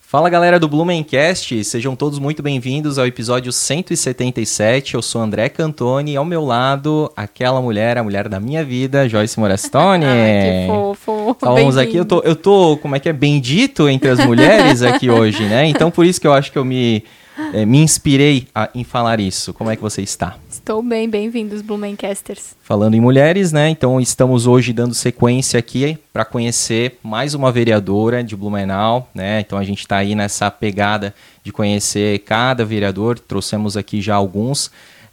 Fala galera do Blumencast, sejam todos muito bem-vindos ao episódio 177. Eu sou André Cantoni e ao meu lado, aquela mulher, a mulher da minha vida, Joyce Morastone. Ai, que fofo. Falamos aqui, eu tô, como é que é, bendito entre as mulheres aqui hoje, né? Então por isso que eu acho que eu me inspirei em falar isso. Como é que você está? Estou bem, bem-vindos, Blumencasters. Falando em mulheres, né? Então estamos hoje dando sequência aqui para conhecer mais uma vereadora de Blumenau, né? Então a gente está aí nessa pegada de conhecer cada vereador. Trouxemos aqui já alguns.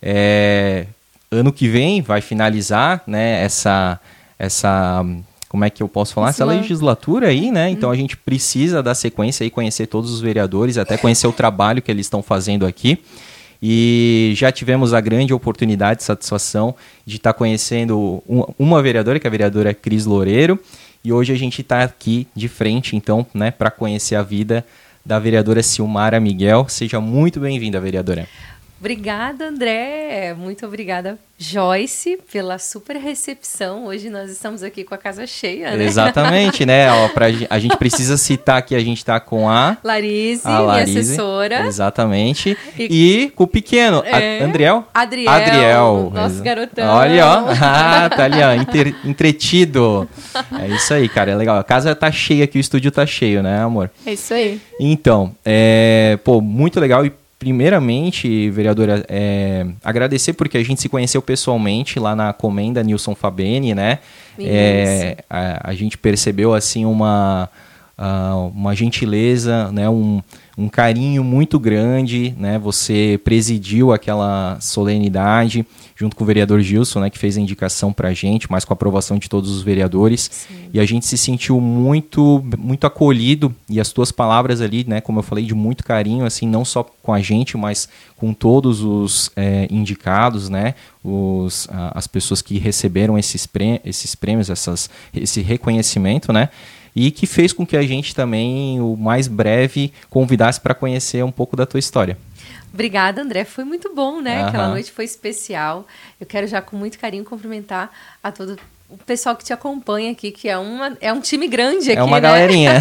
Ano que vem vai finalizar, né? Essa como é que eu posso falar? Essa legislatura aí, né? Então a gente precisa dar sequência e conhecer todos os vereadores, até conhecer o trabalho que eles estão fazendo aqui. E já tivemos a grande oportunidade, satisfação de estar conhecendo uma vereadora, que é a vereadora Cris Loureiro. E hoje a gente está aqui de frente, então, né, para conhecer a vida da vereadora Silmara Miguel. Seja muito bem-vinda, vereadora. Obrigada, André. Muito obrigada, Joyce, pela super recepção. Hoje nós estamos aqui com a casa cheia, né? Exatamente, né? Ó, a gente precisa citar que a gente está com a Larise, minha assessora. Exatamente. E com o pequeno, Adriel. Nosso garotão. Olha, ó. Tá ali, ó, entretido. É isso aí, cara. É legal. A casa tá cheia aqui, o estúdio tá cheio, né, amor? É isso aí. Então, muito legal. E primeiramente, vereadora, agradecer porque a gente se conheceu pessoalmente lá na Comenda Nilson Fabeni, né? A gente percebeu assim uma gentileza, né? Um carinho muito grande, né? Você presidiu aquela solenidade junto com o vereador Gilson, né? Que fez a indicação para a gente, mas com a aprovação de todos os vereadores. Sim. E a gente se sentiu muito, muito acolhido, e as tuas palavras ali, né? Como eu falei, de muito carinho, assim, não só com a gente, mas com todos os indicados, né? As pessoas que receberam esses prêmios, esse reconhecimento, né? E que fez com que a gente também, o mais breve, convidasse para conhecer um pouco da tua história. Obrigada, André. Foi muito bom, né? Aquela noite foi especial. Eu quero já com muito carinho cumprimentar a todo o pessoal que te acompanha aqui, que é um time grande aqui, né? É uma galerinha.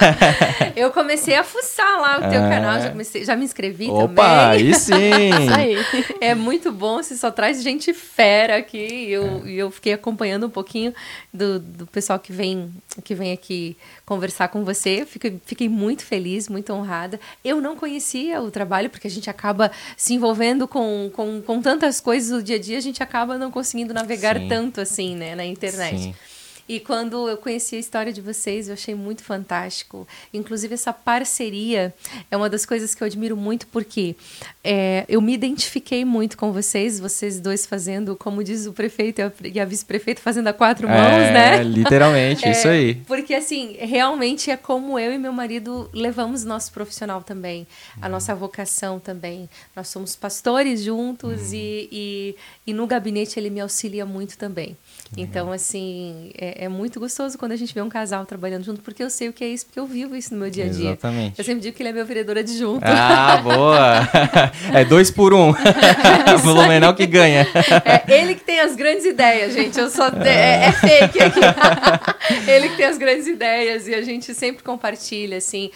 Eu comecei a fuçar lá o teu canal, já me inscrevi também. Opa, aí sim! Isso aí. É muito bom, você só traz gente fera aqui, e eu fiquei acompanhando um pouquinho do pessoal que vem aqui conversar com você. Fiquei muito feliz, muito honrada. Eu não conhecia o trabalho, porque a gente acaba se envolvendo com tantas coisas no dia a dia, a gente acaba não conseguindo navegar tanto assim, né, na internet. Sim. E quando eu conheci a história de vocês, eu achei muito fantástico. Inclusive, essa parceria é uma das coisas que eu admiro muito, porque eu me identifiquei muito com vocês dois fazendo, como diz o prefeito e a vice-prefeita, fazendo a quatro mãos, né? Literalmente, isso aí. Porque, assim, realmente é como eu e meu marido levamos nosso profissional também, a nossa vocação também. Nós somos pastores juntos e no gabinete ele me auxilia muito também. Então, assim, é muito gostoso quando a gente vê um casal trabalhando junto, porque eu sei o que é isso, porque eu vivo isso no meu dia a dia. Exatamente. Eu sempre digo que ele é meu vereador adjunto. Ah, boa! É 2 por 1. O Blumenau que ganha. É ele que tem as grandes ideias, gente. Eu só é fake aqui. Ele que tem as grandes ideias, e a gente sempre compartilha, assim,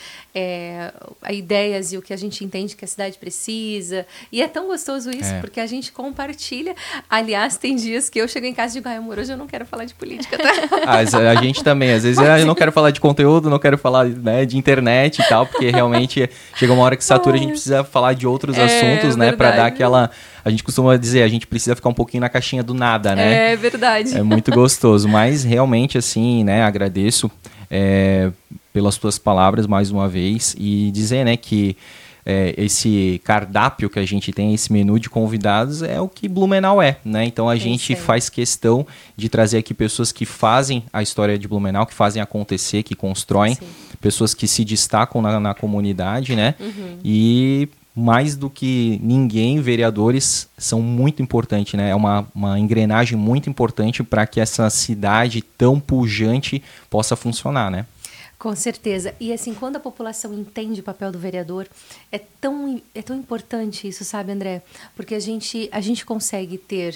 ideias e o que a gente entende que a cidade precisa. E é tão gostoso isso, porque a gente compartilha. Aliás, tem dias que eu chego em casa e digo, amor, hoje eu não quero falar de política, tá? A gente também, às vezes, eu não quero falar de conteúdo, não quero falar, né, de internet e tal, porque realmente chega uma hora que satura, a gente precisa falar de outros assuntos, né, para dar aquela... A gente costuma dizer, a gente precisa ficar um pouquinho na caixinha do nada, né? É verdade. É muito gostoso, mas realmente, assim, né, agradeço pelas tuas palavras mais uma vez, e dizer, né, que esse cardápio que a gente tem, esse menu de convidados, é o que Blumenau é, né? Então a gente faz questão de trazer aqui pessoas que fazem a história de Blumenau, que fazem acontecer, que constroem, pessoas que se destacam na comunidade, né? E mais do que ninguém, vereadores são muito importantes, né? É uma engrenagem muito importante para que essa cidade tão pujante possa funcionar, né? Com certeza. E assim, quando a população entende o papel do vereador, é tão importante isso, sabe, André? Porque a gente consegue ter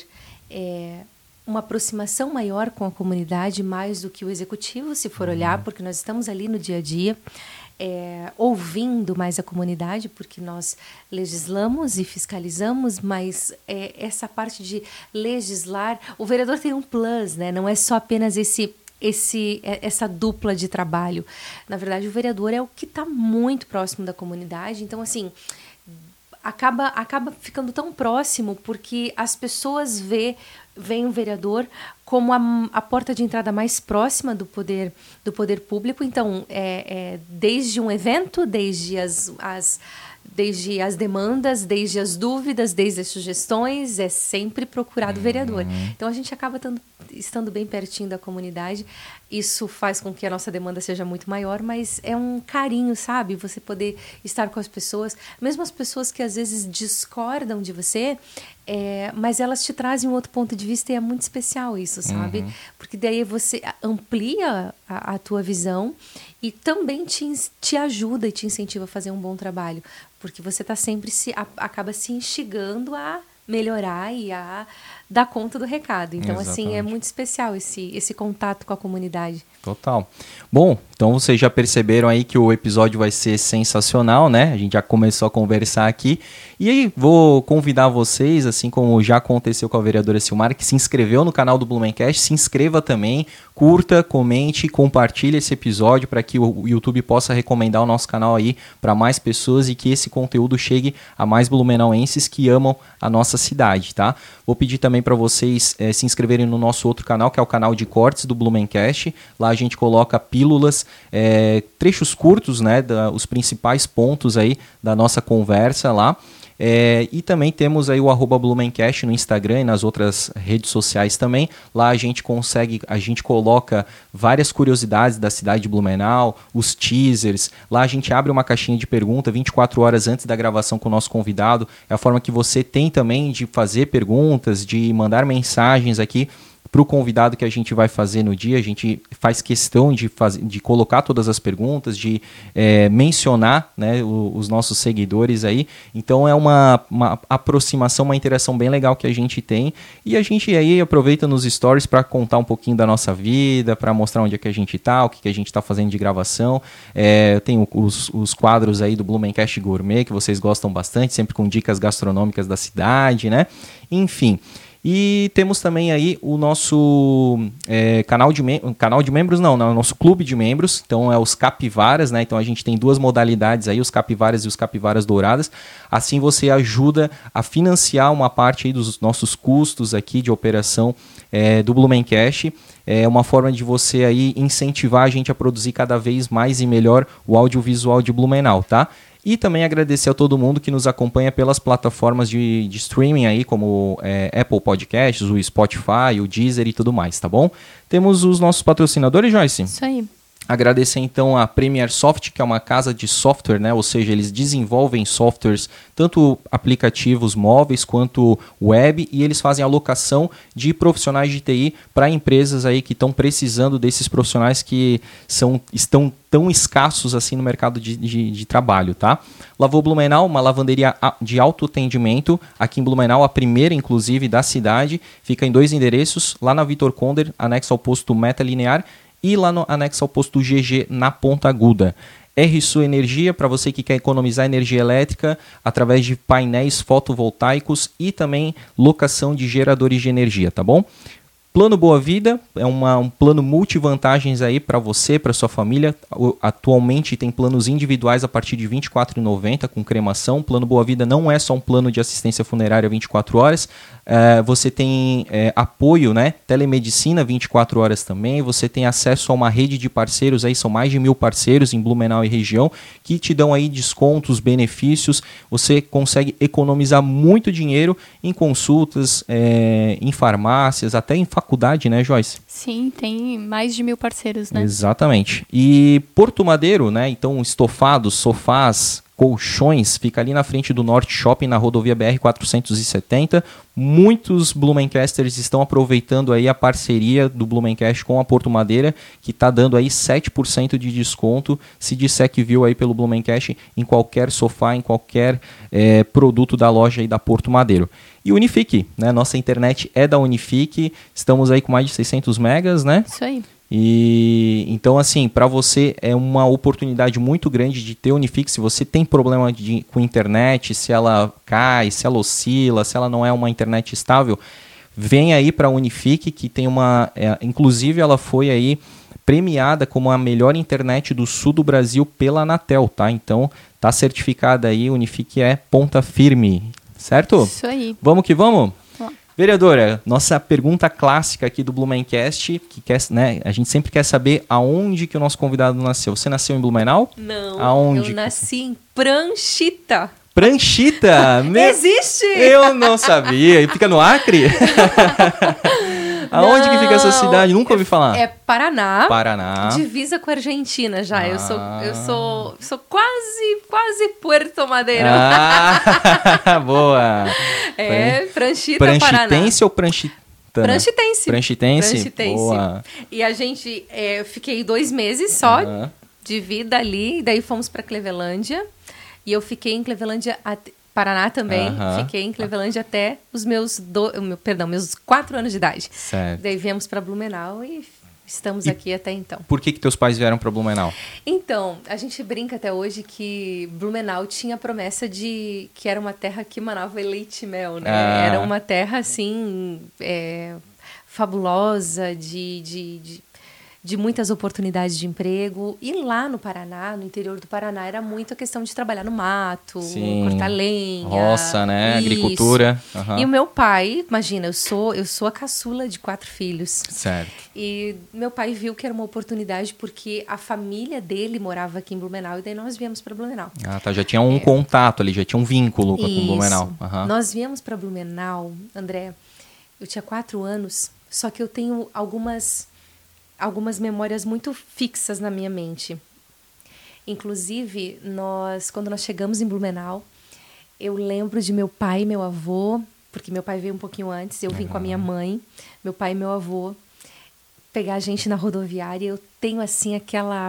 uma aproximação maior com a comunidade, mais do que o executivo, se for olhar, porque nós estamos ali no dia a dia. ouvindo mais a comunidade, porque nós legislamos e fiscalizamos, mas essa parte de legislar, o vereador tem um plus, né? Não é só apenas essa dupla de trabalho. Na verdade, o vereador é o que está muito próximo da comunidade. Então, assim, acaba ficando tão próximo porque as pessoas veem o vereador como a porta de entrada mais próxima do poder público. Então, desde um evento, desde as demandas, desde as dúvidas, desde as sugestões, é sempre procurado o vereador. Então, a gente acaba estando bem pertinho da comunidade. Isso faz com que a nossa demanda seja muito maior, mas é um carinho, sabe? Você poder estar com as pessoas, mesmo as pessoas que às vezes discordam de você, mas elas te trazem um outro ponto de vista e é muito especial isso, sabe? Porque daí você amplia a tua visão e também te ajuda e te incentiva a fazer um bom trabalho, porque você está sempre acaba se instigando a melhorar e a dar conta do recado. Então, assim, é muito especial esse contato com a comunidade. Total. Bom, então vocês já perceberam aí que o episódio vai ser sensacional, né? A gente já começou a conversar aqui. E aí, vou convidar vocês, assim como já aconteceu com a vereadora Silmara, que se inscreveu no canal do Blumencast, se inscreva também, curta, comente, compartilhe esse episódio para que o YouTube possa recomendar o nosso canal aí para mais pessoas e que esse conteúdo chegue a mais blumenauenses que amam a nossa cidade, tá? Vou pedir também para vocês se inscreverem no nosso outro canal, que é o canal de cortes do Blumencast. Lá a gente coloca pílulas, trechos curtos, né, os principais pontos aí da nossa conversa lá. E também temos aí o @Blumencast no Instagram e nas outras redes sociais também. Lá a gente coloca várias curiosidades da cidade de Blumenau, os teasers. Lá a gente abre uma caixinha de pergunta 24 horas antes da gravação com o nosso convidado. É a forma que você tem também de fazer perguntas, de mandar mensagens aqui para o convidado que a gente vai fazer no dia. A gente faz questão de colocar todas as perguntas, de mencionar, né, os nossos seguidores aí. Então é uma aproximação, uma interação bem legal que a gente tem. E a gente aí aproveita nos stories para contar um pouquinho da nossa vida, para mostrar onde é que a gente está, o que a gente está fazendo de gravação. Tem os quadros aí do Blumencast Gourmet, que vocês gostam bastante, sempre com dicas gastronômicas da cidade, né? Enfim. E temos também aí o nosso canal de membros, não, o nosso clube de membros, então é os capivaras, né? Então a gente tem duas modalidades aí, os capivaras e os capivaras douradas. Assim você ajuda a financiar uma parte aí dos nossos custos aqui de operação do Blumencast. É uma forma de você aí incentivar a gente a produzir cada vez mais e melhor o audiovisual de Blumenau, tá? E também agradecer a todo mundo que nos acompanha pelas plataformas de streaming aí, como Apple Podcasts, o Spotify, o Deezer e tudo mais, tá bom? Temos os nossos patrocinadores, Joyce? Isso aí. Agradecer então a Premier Soft, que é uma casa de software, né? Ou seja, eles desenvolvem softwares, tanto aplicativos móveis quanto web, e eles fazem alocação de profissionais de TI para empresas aí que estão precisando desses profissionais que estão tão escassos assim no mercado de trabalho, tá? Lavô Blumenau, uma lavanderia de autoatendimento, aqui em Blumenau, a primeira inclusive da cidade, fica em 2 endereços, lá na Vitor Conder, anexo ao posto Meta Linear, e lá no anexo ao posto GG na Ponta Aguda. RSU Energia, para você que quer economizar energia elétrica através de painéis fotovoltaicos e também locação de geradores de energia, tá bom? Plano Boa Vida é um plano multivantagens aí para você, para sua família. Atualmente tem planos individuais a partir de R$ 24,90 com cremação. Plano Boa Vida não é só um plano de assistência funerária 24 horas. Você tem apoio, né? Telemedicina 24 horas também. Você tem acesso a uma rede de parceiros, aí são mais de 1.000 parceiros em Blumenau e região, que te dão aí descontos, benefícios. Você consegue economizar muito dinheiro em consultas, em farmácias, até em faculdade, né, Joyce? Sim, tem mais de 1.000 parceiros, né? Exatamente. E Porto Madeiro, né? Então, estofados, sofás, colchões, fica ali na frente do Norte Shopping, na rodovia BR-470. Muitos Blumencasters estão aproveitando aí a parceria do Blumencast com a Porto Madeira, que está dando aí 7% de desconto, se disser que viu aí pelo Blumencast em qualquer sofá, em qualquer produto da loja aí da Porto Madeiro. E Unifique, né? Nossa internet é da Unifique, estamos aí com mais de 600 megas, né? Isso aí. E então, assim, para você é uma oportunidade muito grande de ter Unifique. Se você tem problema com internet, se ela cai, se ela oscila, se ela não é uma internet estável, vem aí para a Unifique, que tem inclusive ela foi aí premiada como a melhor internet do sul do Brasil pela Anatel, tá? Então, tá certificada aí, Unifique é ponta firme, certo? Isso aí. Vamos que vamos? Vamos. Vereadora, nossa pergunta clássica aqui do Blumencast, né, a gente sempre quer saber aonde que o nosso convidado nasceu. Você nasceu em Blumenau? Não, aonde? Eu nasci em Pranchita. Pranchita? Existe! Eu não sabia. E fica no Acre? Aonde que fica essa cidade? Nunca ouvi falar. É Paraná. Paraná. Divisa com a Argentina já. Eu sou quase Puerto Madeira. Boa. Pranchita, Paraná. Pranchitense ou pranchitana? Pranchitense. Pranchitense? Boa. E a gente, fiquei 2 meses só de vida ali. Daí fomos para Clevelândia. E eu fiquei em Clevelândia, Paraná também. Fiquei em Clevelândia até os meus 4 anos de idade. Certo. Daí viemos para Blumenau e estamos aqui até então. Por que teus pais vieram para Blumenau? Então, a gente brinca até hoje que Blumenau tinha a promessa de que era uma terra que manava leite e mel, né? Era uma terra, assim, fabulosa, de muitas oportunidades de emprego. E lá no Paraná, no interior do Paraná, era muito a questão de trabalhar no mato, cortar lenha. Roça, né? Isso. Agricultura. E o meu pai, imagina, eu sou a caçula de 4 filhos. Certo. E meu pai viu que era uma oportunidade porque a família dele morava aqui em Blumenau e daí nós viemos para Blumenau. Ah, tá. Já tinha um contato ali, já tinha um vínculo com Blumenau. Nós viemos para Blumenau, André, eu tinha 4 anos, só que eu tenho algumas memórias muito fixas na minha mente. Inclusive, quando nós chegamos em Blumenau, eu lembro de meu pai e meu avô, porque meu pai veio um pouquinho antes, eu vim com a minha mãe, meu pai e meu avô, pegar a gente na rodoviária. Eu tenho, assim, aquela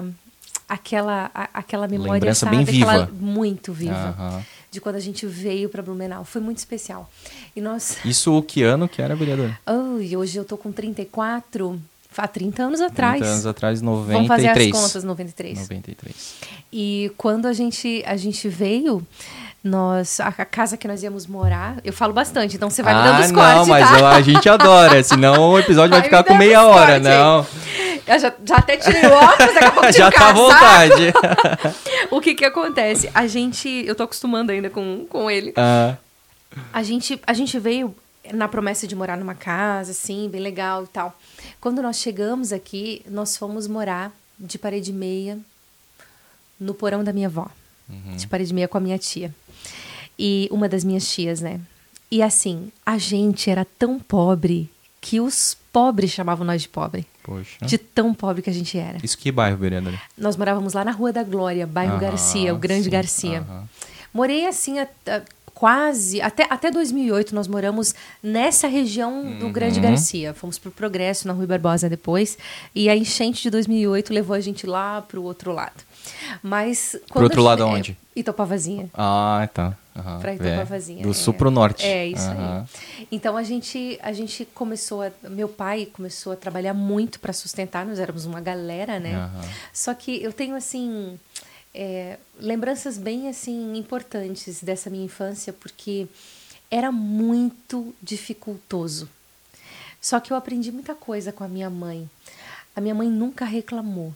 memória, lembrança sabe? bem viva. Muito viva. De quando a gente veio para Blumenau. Foi muito especial. E nós... Isso que ano que era, vereadora? E hoje eu tô com 34... Há 30 anos atrás. 30 anos atrás, 93. Vamos fazer as contas, 93. 93. E quando a gente veio, a casa que nós íamos morar, eu falo bastante, então você vai me dando os cortes, não, mas tá? a gente adora, senão o episódio vai ficar com meia hora, cortes, não. Eu já até tirei o óculos, daqui a pouco já tá à vontade. O que acontece? Eu tô acostumando ainda com ele. A gente veio na promessa de morar numa casa, assim, bem legal e tal. Quando nós chegamos aqui, nós fomos morar de parede meia no porão da minha avó. De parede meia com a minha tia. E uma das minhas tias, né? E assim, a gente era tão pobre que os pobres chamavam nós de pobre. Poxa. De tão pobre que a gente era. Isso que bairro, vereadora? Nós morávamos lá na Rua da Glória, bairro Garcia, o Grande Garcia. Morei assim quase, até 2008 nós moramos nessa região do Grande Garcia. Fomos pro Progresso, na Rui Barbosa depois. E a enchente de 2008 levou a gente lá pro outro lado. Mas pro outro lado aonde? Itopavazinha. Ah, tá. Pra Itopavazinha. Do sul pro norte. É, isso aí. Então a gente começou meu pai começou a trabalhar muito para sustentar, nós éramos uma galera, né? Só que eu tenho, assim... lembranças bem assim importantes dessa minha infância, porque era muito dificultoso. Só que eu aprendi muita coisa com a minha mãe. A minha mãe nunca reclamou.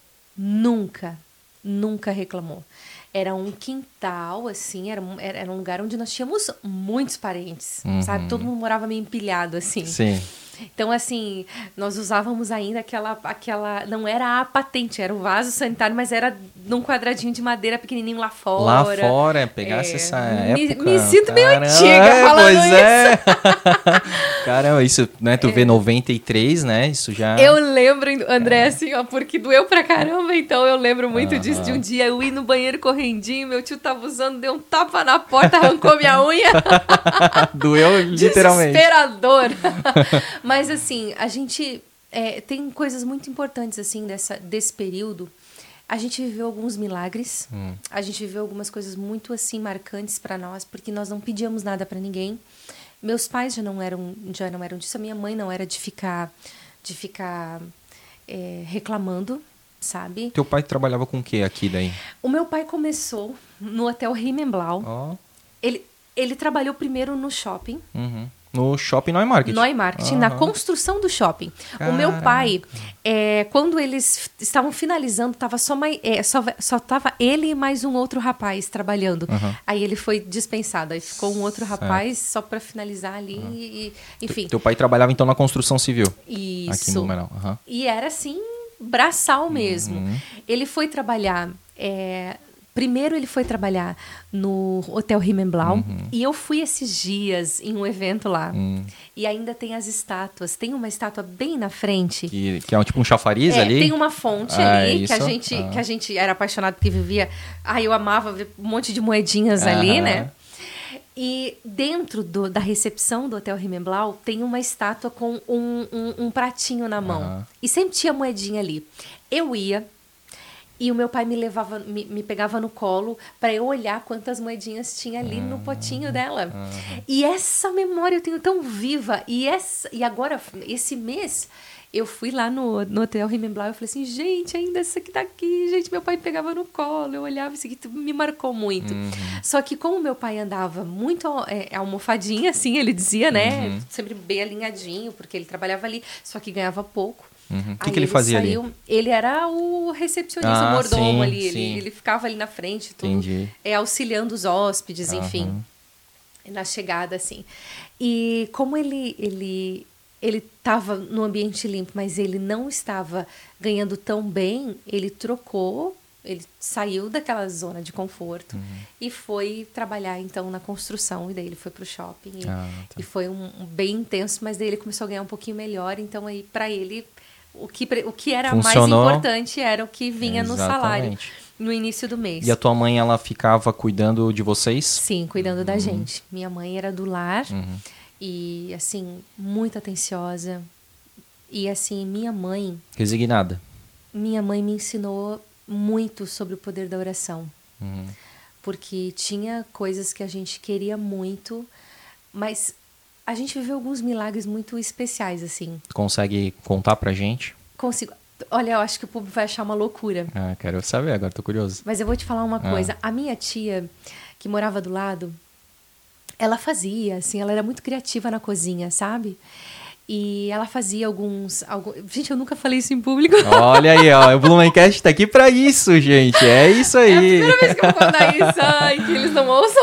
Nunca reclamou. Era um quintal, assim, era um lugar onde nós tínhamos muitos parentes, sabe? Todo mundo morava meio empilhado, assim. Sim. Então, assim, nós usávamos ainda aquela... Não era a patente, era o vaso sanitário, mas era num quadradinho de madeira pequenininho lá fora. Lá fora, pegasse essa época. Me sinto meio antiga falando isso. Caramba, isso, né? Tu vê 93, né? Isso já... Eu lembro, André, assim, ó, porque doeu pra caramba, então eu lembro muito disso. De um dia eu ir no banheiro correndinho, meu tio tava usando, deu um tapa na porta, arrancou minha unha. Doeu literalmente. Desesperador. Mas, assim, a gente tem coisas muito importantes, assim, desse período. A gente viveu alguns milagres. A gente viveu algumas coisas muito, assim, marcantes para nós, porque nós não pedíamos nada para ninguém. Meus pais já não eram disso. A minha mãe não era de ficar reclamando, sabe? Teu pai trabalhava com o que aqui daí? O meu pai começou no Hotel Riemenblau. Ó. Ele trabalhou primeiro no shopping. Uhum. No shopping Neumarkt. Neumarkt, na construção do shopping. Caraca. O meu pai, quando eles estavam finalizando, só tava ele e mais um outro rapaz trabalhando. Uhum. Aí ele foi dispensado. Aí ficou um outro rapaz só para finalizar ali. Enfim. Teu pai trabalhava então na construção civil. Isso. Aqui em Blumenau. Uhum. E era assim, braçal mesmo. Ele foi trabalhar... Primeiro ele foi trabalhar no Hotel Riemenblau e eu fui esses dias em um evento lá. E ainda tem as estátuas. Tem uma estátua bem na frente. Que é tipo um chafariz ali? Tem uma fonte ali isso? que a gente era apaixonado porque vivia... eu amava ver um monte de moedinhas ali, né? E dentro da recepção do Hotel Riemenblau tem uma estátua com um pratinho na mão. E sempre tinha moedinha ali. Eu ia... E o meu pai me pegava no colo para eu olhar quantas moedinhas tinha ali no potinho dela. E essa memória eu tenho tão viva. E agora, esse mês, eu fui lá no Hotel Riemenblau e eu falei assim, gente, ainda isso aqui tá aqui. Gente, meu pai pegava no colo, eu olhava, isso aqui me marcou muito. Só que como meu pai andava muito almofadinho, assim, ele dizia, né? Sempre bem alinhadinho, porque ele trabalhava ali, só que ganhava pouco. O que ele fazia ali? Ele era o recepcionista, o mordomo ali. Sim. Ele ficava ali na frente, tudo, Entendi. auxiliando os hóspedes, enfim, na chegada, assim. E como ele estava no ambiente limpo, mas ele não estava ganhando tão bem, ele trocou, ele saiu daquela zona de conforto e foi trabalhar, então, na construção. E daí ele foi para o shopping. E foi um bem intenso, mas daí ele começou a ganhar um pouquinho melhor. Então, aí, para ele... O que era Funcionou. mais importante era o que vinha no salário no início do mês. E a tua mãe, ela ficava cuidando de vocês? Sim, cuidando da gente. Minha mãe era do lar e, assim, muito atenciosa. E, assim, minha mãe... Resignada. Minha mãe me ensinou muito sobre o poder da oração. Porque tinha coisas que a gente queria muito, mas... A gente viveu alguns milagres muito especiais, assim. Consegue contar pra gente? Consigo. Olha, eu acho que o público vai achar uma loucura. Quero saber, agora tô curioso. Mas eu vou te falar uma coisa. A minha tia, que morava do lado, ela fazia, assim, ela era muito criativa na cozinha, sabe? E ela fazia alguns... Gente, eu nunca falei isso em público. Olha aí, ó. O Blumencast tá aqui pra isso, gente. É isso aí. É a primeira vez que eu vou contar isso. Ai, que eles não ouçam.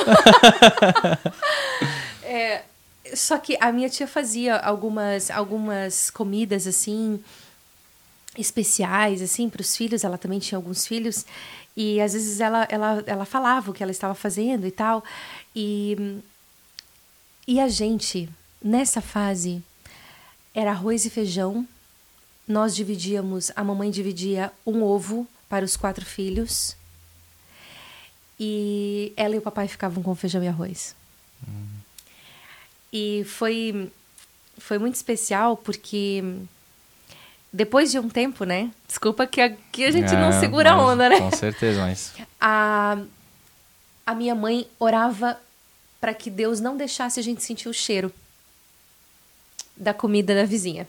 Só que a minha tia fazia algumas comidas, assim, especiais, assim, para os filhos. Ela também tinha alguns filhos. E, às vezes, ela falava o que ela estava fazendo e tal. E a gente, nessa fase, era arroz e feijão. Nós dividíamos... A mamãe dividia um ovo para os 4 filhos. E ela e o papai ficavam com feijão e arroz. E foi muito especial porque depois de um tempo, né? Desculpa que aqui a gente não segura a onda, né? Com certeza, mas... A minha mãe orava para que Deus não deixasse a gente sentir o cheiro da comida da vizinha.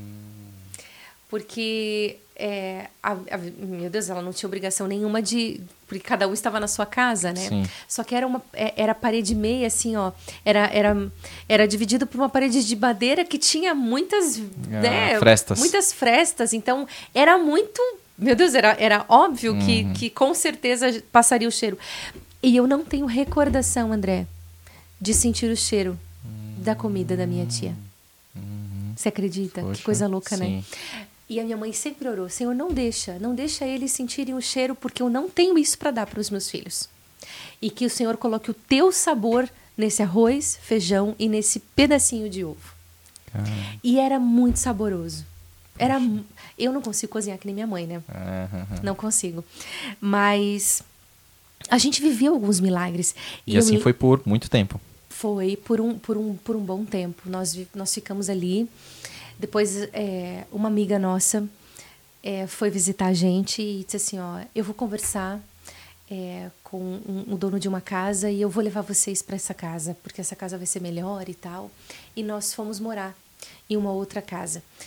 Porque, meu Deus, ela não tinha obrigação nenhuma porque cada um estava na sua casa, né? Sim. Só que era parede meia, assim, ó. Era dividido por uma parede de madeira que tinha muitas... frestas. Muitas frestas. Então, era muito... Meu Deus, era óbvio que com certeza passaria o cheiro. E eu não tenho recordação, André, de sentir o cheiro da comida da minha tia. Você acredita? Poxa, que coisa louca, sim. né? E a minha mãe sempre orou, Senhor, não deixa eles sentirem o cheiro, porque eu não tenho isso para dar para os meus filhos. E que o Senhor coloque o teu sabor nesse arroz, feijão e nesse pedacinho de ovo. E era muito saboroso. Eu não consigo cozinhar que nem minha mãe, né? Não consigo. Mas a gente viveu alguns milagres. E assim foi por muito tempo. Foi por um bom tempo. Nós ficamos ali. Depois, uma amiga nossa foi visitar a gente e disse assim, ó, eu vou conversar com o dono de uma casa e eu vou levar vocês para essa casa, porque essa casa vai ser melhor e tal. E nós fomos morar em uma outra casa.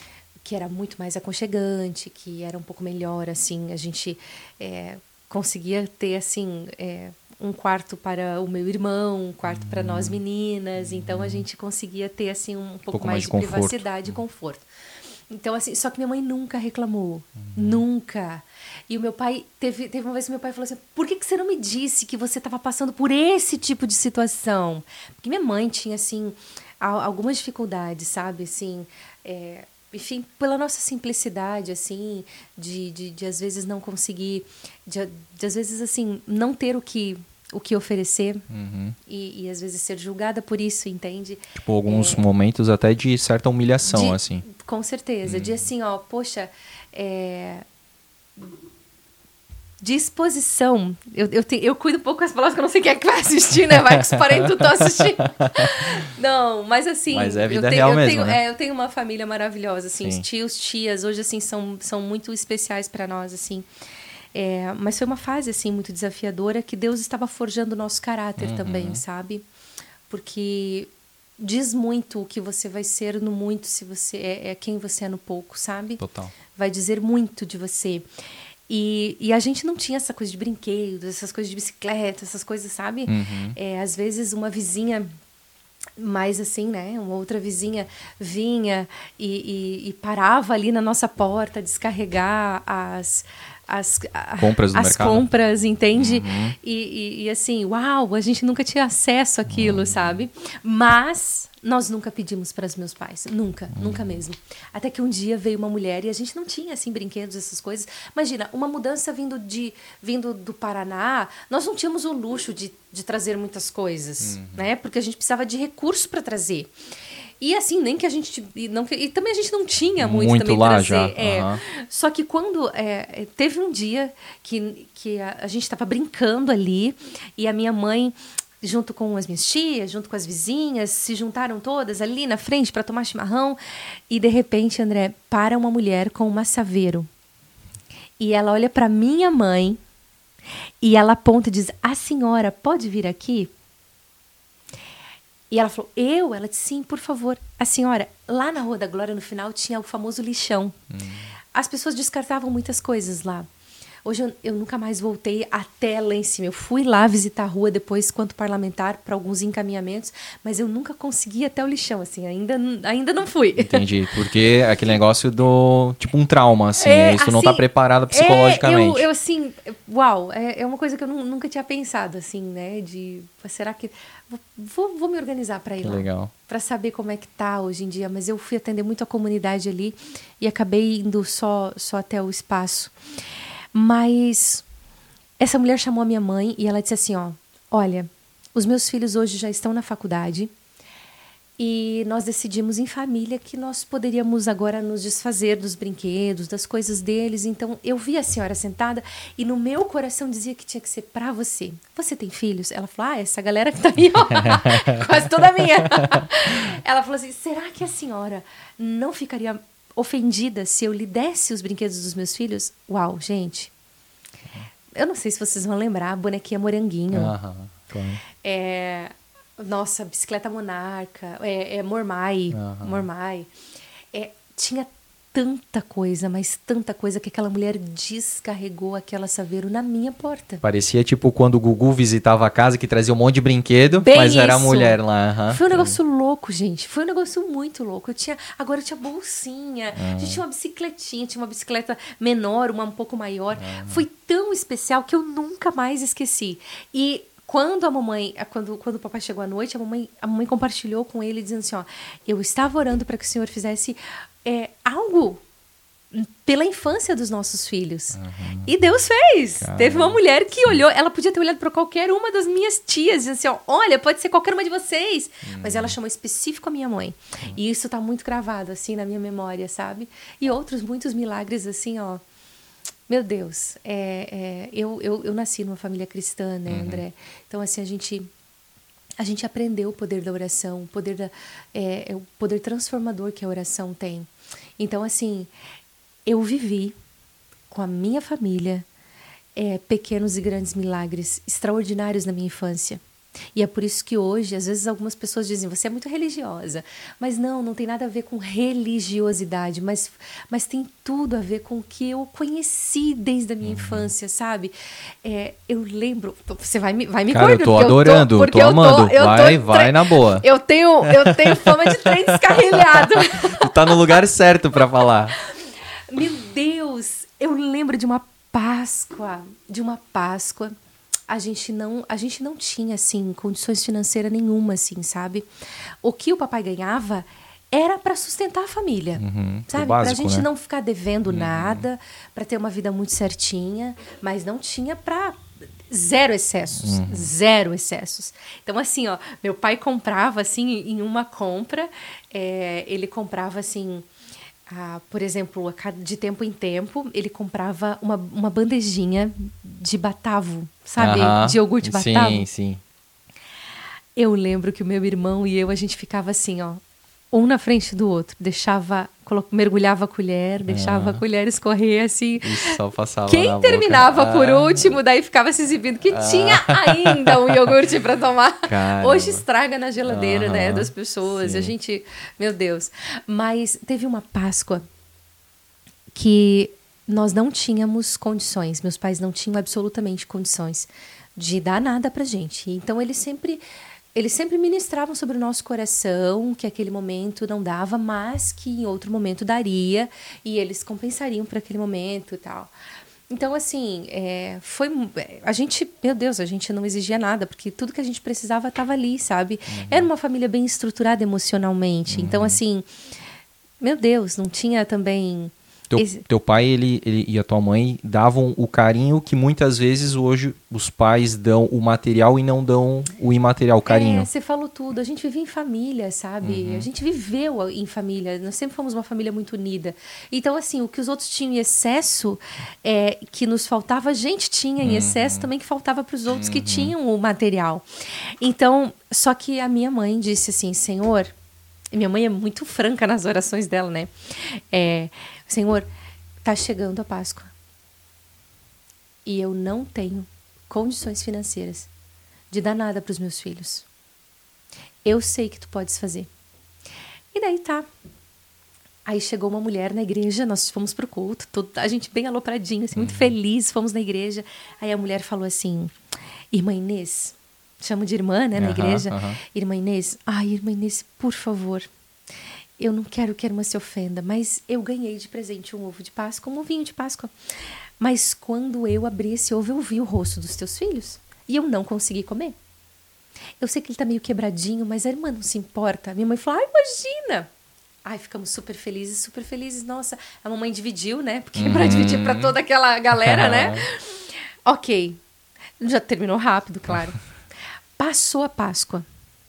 que era muito mais aconchegante, que era um pouco melhor, assim, a gente conseguia ter, assim, um quarto para o meu irmão, um quarto para nós meninas, então a gente conseguia ter, assim, um pouco mais de privacidade e conforto. Então, assim, só que minha mãe nunca reclamou, nunca. E o meu pai, teve uma vez que meu pai falou assim, por que você não me disse que você estava passando por esse tipo de situação? Porque minha mãe tinha, assim, algumas dificuldades, sabe, assim, enfim, pela nossa simplicidade, assim, de às vezes não conseguir, de às vezes, assim, não ter o que oferecer e às vezes ser julgada por isso, entende? Tipo, alguns momentos até de certa humilhação, assim. Com certeza, de assim, ó, poxa, disposição. Eu cuido um pouco com as palavras que eu não sei quem é que vai assistir, né? Vai que os parentes estão assistindo. Não, mas assim... Mas é vida real mesmo, né? Eu tenho uma família maravilhosa, assim, Sim. os tios, tias, hoje, assim, são muito especiais para nós, assim. Mas foi uma fase, assim, muito desafiadora que Deus estava forjando o nosso caráter também, sabe? Porque diz muito o que você vai ser no muito, se você é quem você é no pouco, sabe? Total. Vai dizer muito de você. E a gente não tinha essa coisa de brinquedos, essas coisas de bicicleta, essas coisas, sabe? Às vezes uma vizinha mais assim, né? Uma outra vizinha vinha e parava ali na nossa porta descarregar as compras do mercado. Compras, entende? E assim, uau, a gente nunca tinha acesso àquilo, sabe? Mas nós nunca pedimos para os meus pais, nunca mesmo. Até que um dia veio uma mulher e a gente não tinha assim brinquedos, essas coisas. Imagina, uma mudança vindo do Paraná, nós não tínhamos o luxo de trazer muitas coisas, né? Porque a gente precisava de recurso para trazer. E assim, nem que a gente... E também a gente não tinha muito também lá trazer. Já. Só que quando... teve um dia que a gente estava brincando ali e a minha mãe, junto com as minhas tias, junto com as vizinhas, se juntaram todas ali na frente para tomar chimarrão. E, de repente, André, para uma mulher com um massaveiro. E ela olha para minha mãe e ela aponta e diz, a senhora pode vir aqui? E ela falou, eu? Ela disse, sim, por favor. A senhora, lá na Rua da Glória, no final, tinha o famoso lixão. As pessoas descartavam muitas coisas lá. Hoje eu nunca mais voltei até lá em cima. Eu fui lá visitar a rua depois, quanto parlamentar, para alguns encaminhamentos, mas eu nunca consegui ir até o lixão, assim, ainda não fui. Entendi, porque aquele negócio do, tipo, um trauma, assim, isso não está preparado psicologicamente. Eu assim, uau, é uma coisa que eu nunca tinha pensado, assim, né, será que... Vou me organizar para ir lá. Legal. Para saber como é que tá hoje em dia, mas eu fui atender muito a comunidade ali e acabei indo só até o espaço. Mas essa mulher chamou a minha mãe e ela disse assim, ó, olha, os meus filhos hoje já estão na faculdade e nós decidimos em família que nós poderíamos agora nos desfazer dos brinquedos, das coisas deles. Então, eu vi a senhora sentada e no meu coração dizia que tinha que ser para você. Você tem filhos? Ela falou, essa galera que tá aí, ó, quase toda minha. Ela falou assim, será que a senhora não ficaria ofendida se eu lhe desse os brinquedos dos meus filhos? Uau, gente. Eu não sei se vocês vão lembrar, a bonequinha Moranguinho. Claro. Nossa, bicicleta Monarca, Mormai. Mormai. Tinha tanta coisa, mas tanta coisa que aquela mulher descarregou aquela saveiro na minha porta. Parecia tipo quando o Gugu visitava a casa que trazia um monte de brinquedo, mas era a mulher lá. Foi um negócio louco, gente. Foi um negócio muito louco. Agora eu tinha bolsinha, a gente tinha uma bicicletinha, tinha uma bicicleta menor, uma um pouco maior. Foi tão especial que eu nunca mais esqueci. E quando quando o papai chegou à noite, a mamãe compartilhou com ele dizendo assim, ó, eu estava orando para que o senhor fizesse algo pela infância dos nossos filhos. E Deus fez. Caramba. Teve uma mulher que olhou, ela podia ter olhado para qualquer uma das minhas tias e disse assim, ó, olha, pode ser qualquer uma de vocês. Mas ela chamou específico a minha mãe. E isso tá muito gravado, assim, na minha memória, sabe? E outros muitos milagres, assim, ó. Meu Deus, eu nasci numa família cristã, né, André? Então, assim, a gente aprendeu o poder da oração, o poder transformador que a oração tem. Então, assim, eu vivi com a minha família pequenos e grandes milagres extraordinários na minha infância. E é por isso que hoje, às vezes, algumas pessoas dizem, você é muito religiosa. Mas não tem nada a ver com religiosidade, mas tem tudo a ver com o que eu conheci desde a minha infância, sabe? Eu lembro... Você vai me Cara, eu tô adorando, tô amando. Vai na boa. Eu tenho fama de trem descarrilhado. Tu tá no lugar certo pra falar. Meu Deus! Eu lembro de uma Páscoa. A gente não tinha, assim, condições financeiras nenhuma, assim, sabe? O que o papai ganhava era para sustentar a família, sabe? Básico, pra gente né? não ficar devendo nada, para ter uma vida muito certinha, mas não tinha para zero excessos. Então, assim, ó, meu pai comprava, assim, em uma compra, ele comprava, assim... por exemplo, de tempo em tempo, ele comprava uma bandejinha de batavo, sabe? De iogurte batavo. Sim. Eu lembro que o meu irmão e eu, a gente ficava assim, ó, um na frente do outro. Mergulhava a colher, deixava a colher escorrer, assim. Isso, só passava Quem na terminava boca. por último, daí ficava se exibindo que tinha ainda um iogurte para tomar. Caramba. Hoje estraga na geladeira, né, das pessoas. Sim. A gente, meu Deus. Mas teve uma Páscoa que nós não tínhamos condições. Meus pais não tinham absolutamente condições de dar nada pra gente. Então, eles sempre ministravam sobre o nosso coração, que aquele momento não dava, mas que em outro momento daria, e eles compensariam por aquele momento e tal. Então, assim, a gente não exigia nada, porque tudo que a gente precisava estava ali, sabe? Era uma família bem estruturada emocionalmente. Então, assim, meu Deus, não tinha também... Teu pai ele e a tua mãe davam o carinho que muitas vezes hoje os pais dão o material e não dão o imaterial, o carinho. Você falou tudo. A gente vivia em família, sabe? A gente viveu em família. Nós sempre fomos uma família muito unida. Então, assim, o que os outros tinham em excesso, que nos faltava, a gente tinha em excesso também que faltava para os outros que tinham o material. Então, só que a minha mãe disse assim, Senhor... E minha mãe é muito franca nas orações dela, né? Senhor, tá chegando a Páscoa. E eu não tenho condições financeiras de dar nada para os meus filhos. Eu sei que tu podes fazer. E daí tá. Aí chegou uma mulher na igreja, nós fomos pro culto, a gente bem alopradinho, assim, muito feliz, fomos na igreja. Aí a mulher falou assim, Irmã Inês... Chamo de irmã, né, na igreja. Irmã Inês, irmã Inês, por favor, eu não quero que a irmã se ofenda, mas eu ganhei de presente um ovo de Páscoa, um ovinho de Páscoa. Mas quando eu abri esse ovo, eu vi o rosto dos teus filhos e eu não consegui comer. Eu sei que ele tá meio quebradinho, mas a irmã não se importa. Minha mãe falou, imagina! Ficamos super felizes. Nossa, a mamãe dividiu, né? Porque para dividir para toda aquela galera, né? Ok. Já terminou rápido, claro. Passou a Páscoa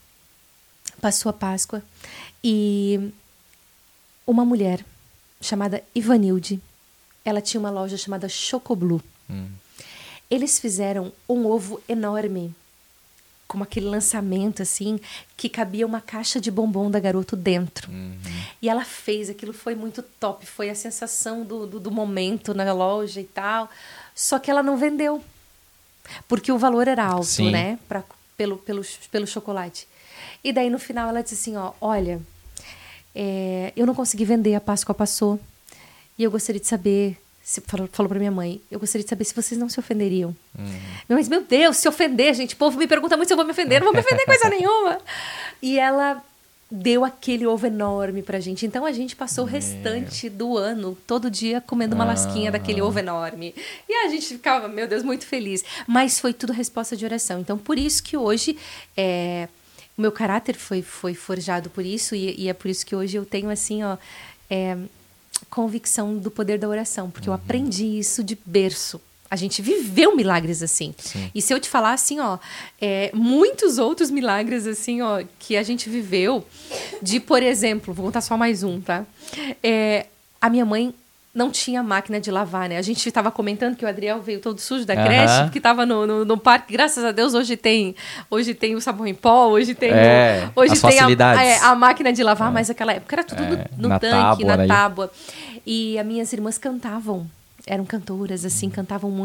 e uma mulher chamada Ivanilde, ela tinha uma loja chamada Chocoblu. Eles fizeram um ovo enorme, com aquele lançamento assim, que cabia uma caixa de bombom da Garoto dentro. E ela fez, aquilo foi muito top, foi a sensação do momento na loja e tal. Só que ela não vendeu, porque o valor era alto, Sim. né? Pelo chocolate. E daí no final ela disse assim, olha, eu não consegui vender, a Páscoa passou, e eu gostaria de saber, falou pra minha mãe, eu gostaria de saber se vocês não se ofenderiam. Minha mãe disse, meu Deus, se ofender, gente, o povo me pergunta muito se eu vou me ofender, não vou me ofender coisa nenhuma. E ela deu aquele ovo enorme pra gente. Então a gente passou o restante do ano, todo dia, comendo uma lasquinha daquele ovo enorme. E a gente ficava, meu Deus, muito feliz. Mas foi tudo resposta de oração. Então, por isso que hoje, o meu caráter foi forjado por isso. E é por isso que hoje eu tenho, assim, convicção do poder da oração. Porque eu aprendi isso de berço. A gente viveu milagres assim. Sim. E se eu te falar assim, muitos outros milagres assim, que a gente viveu, por exemplo, vou contar só mais um, tá? A minha mãe não tinha máquina de lavar, né? A gente estava comentando que o Adriel veio todo sujo da creche, que estava no parque. Graças a Deus, hoje tem o sabão em pó, hoje tem a máquina de lavar, mas naquela época era tudo no tanque, na tábua. E as minhas irmãs cantavam. Eram cantoras, assim, cantavam muito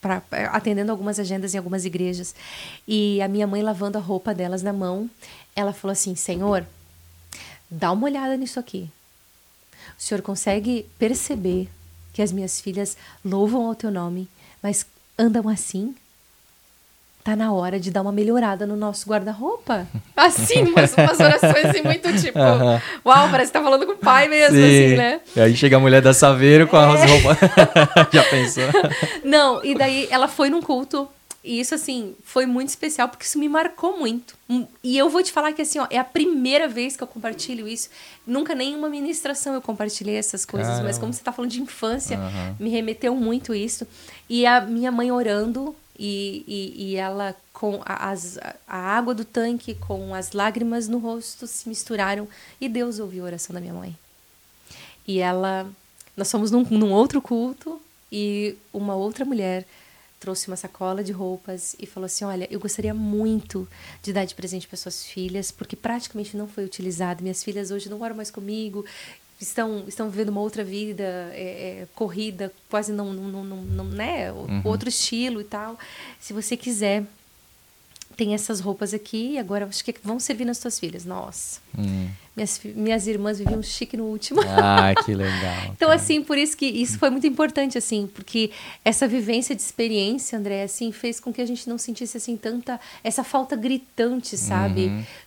atendendo algumas agendas em algumas igrejas. E a minha mãe lavando a roupa delas na mão, ela falou assim: Senhor, dá uma olhada nisso aqui. O Senhor consegue perceber que as minhas filhas louvam ao teu nome, mas andam assim? Tá na hora de dar uma melhorada no nosso guarda-roupa. Assim, umas orações assim, muito tipo... Uau, parece que tá falando com o pai mesmo, Sim. assim, né? E aí chega a mulher da Saveiro com as roupas. Já pensou? Não, e daí ela foi num culto. E isso, assim, foi muito especial, porque isso me marcou muito. E eu vou te falar que, assim, ó, é a primeira vez que eu compartilho isso. Nunca nem em uma ministração eu compartilhei essas coisas. Caramba. Mas como você tá falando de infância, me remeteu muito isso. E a minha mãe orando... E ela, com a água do tanque, com as lágrimas no rosto, se misturaram. E Deus ouviu a oração da minha mãe. E nós fomos num outro culto, e uma outra mulher trouxe uma sacola de roupas e falou assim: olha, eu gostaria muito de dar de presente para suas filhas, porque praticamente não foi utilizado. Minhas filhas hoje não moram mais comigo, estão vivendo uma outra vida, corrida, quase não né? Outro estilo e tal. Se você quiser, tem essas roupas aqui, agora acho que vão servir nas suas filhas. Nossa, minhas irmãs viviam chique no último. Ah, que legal. Então, assim, por isso que isso foi muito importante, assim, porque essa vivência de experiência, André, assim, fez com que a gente não sentisse, assim, essa falta gritante, sabe?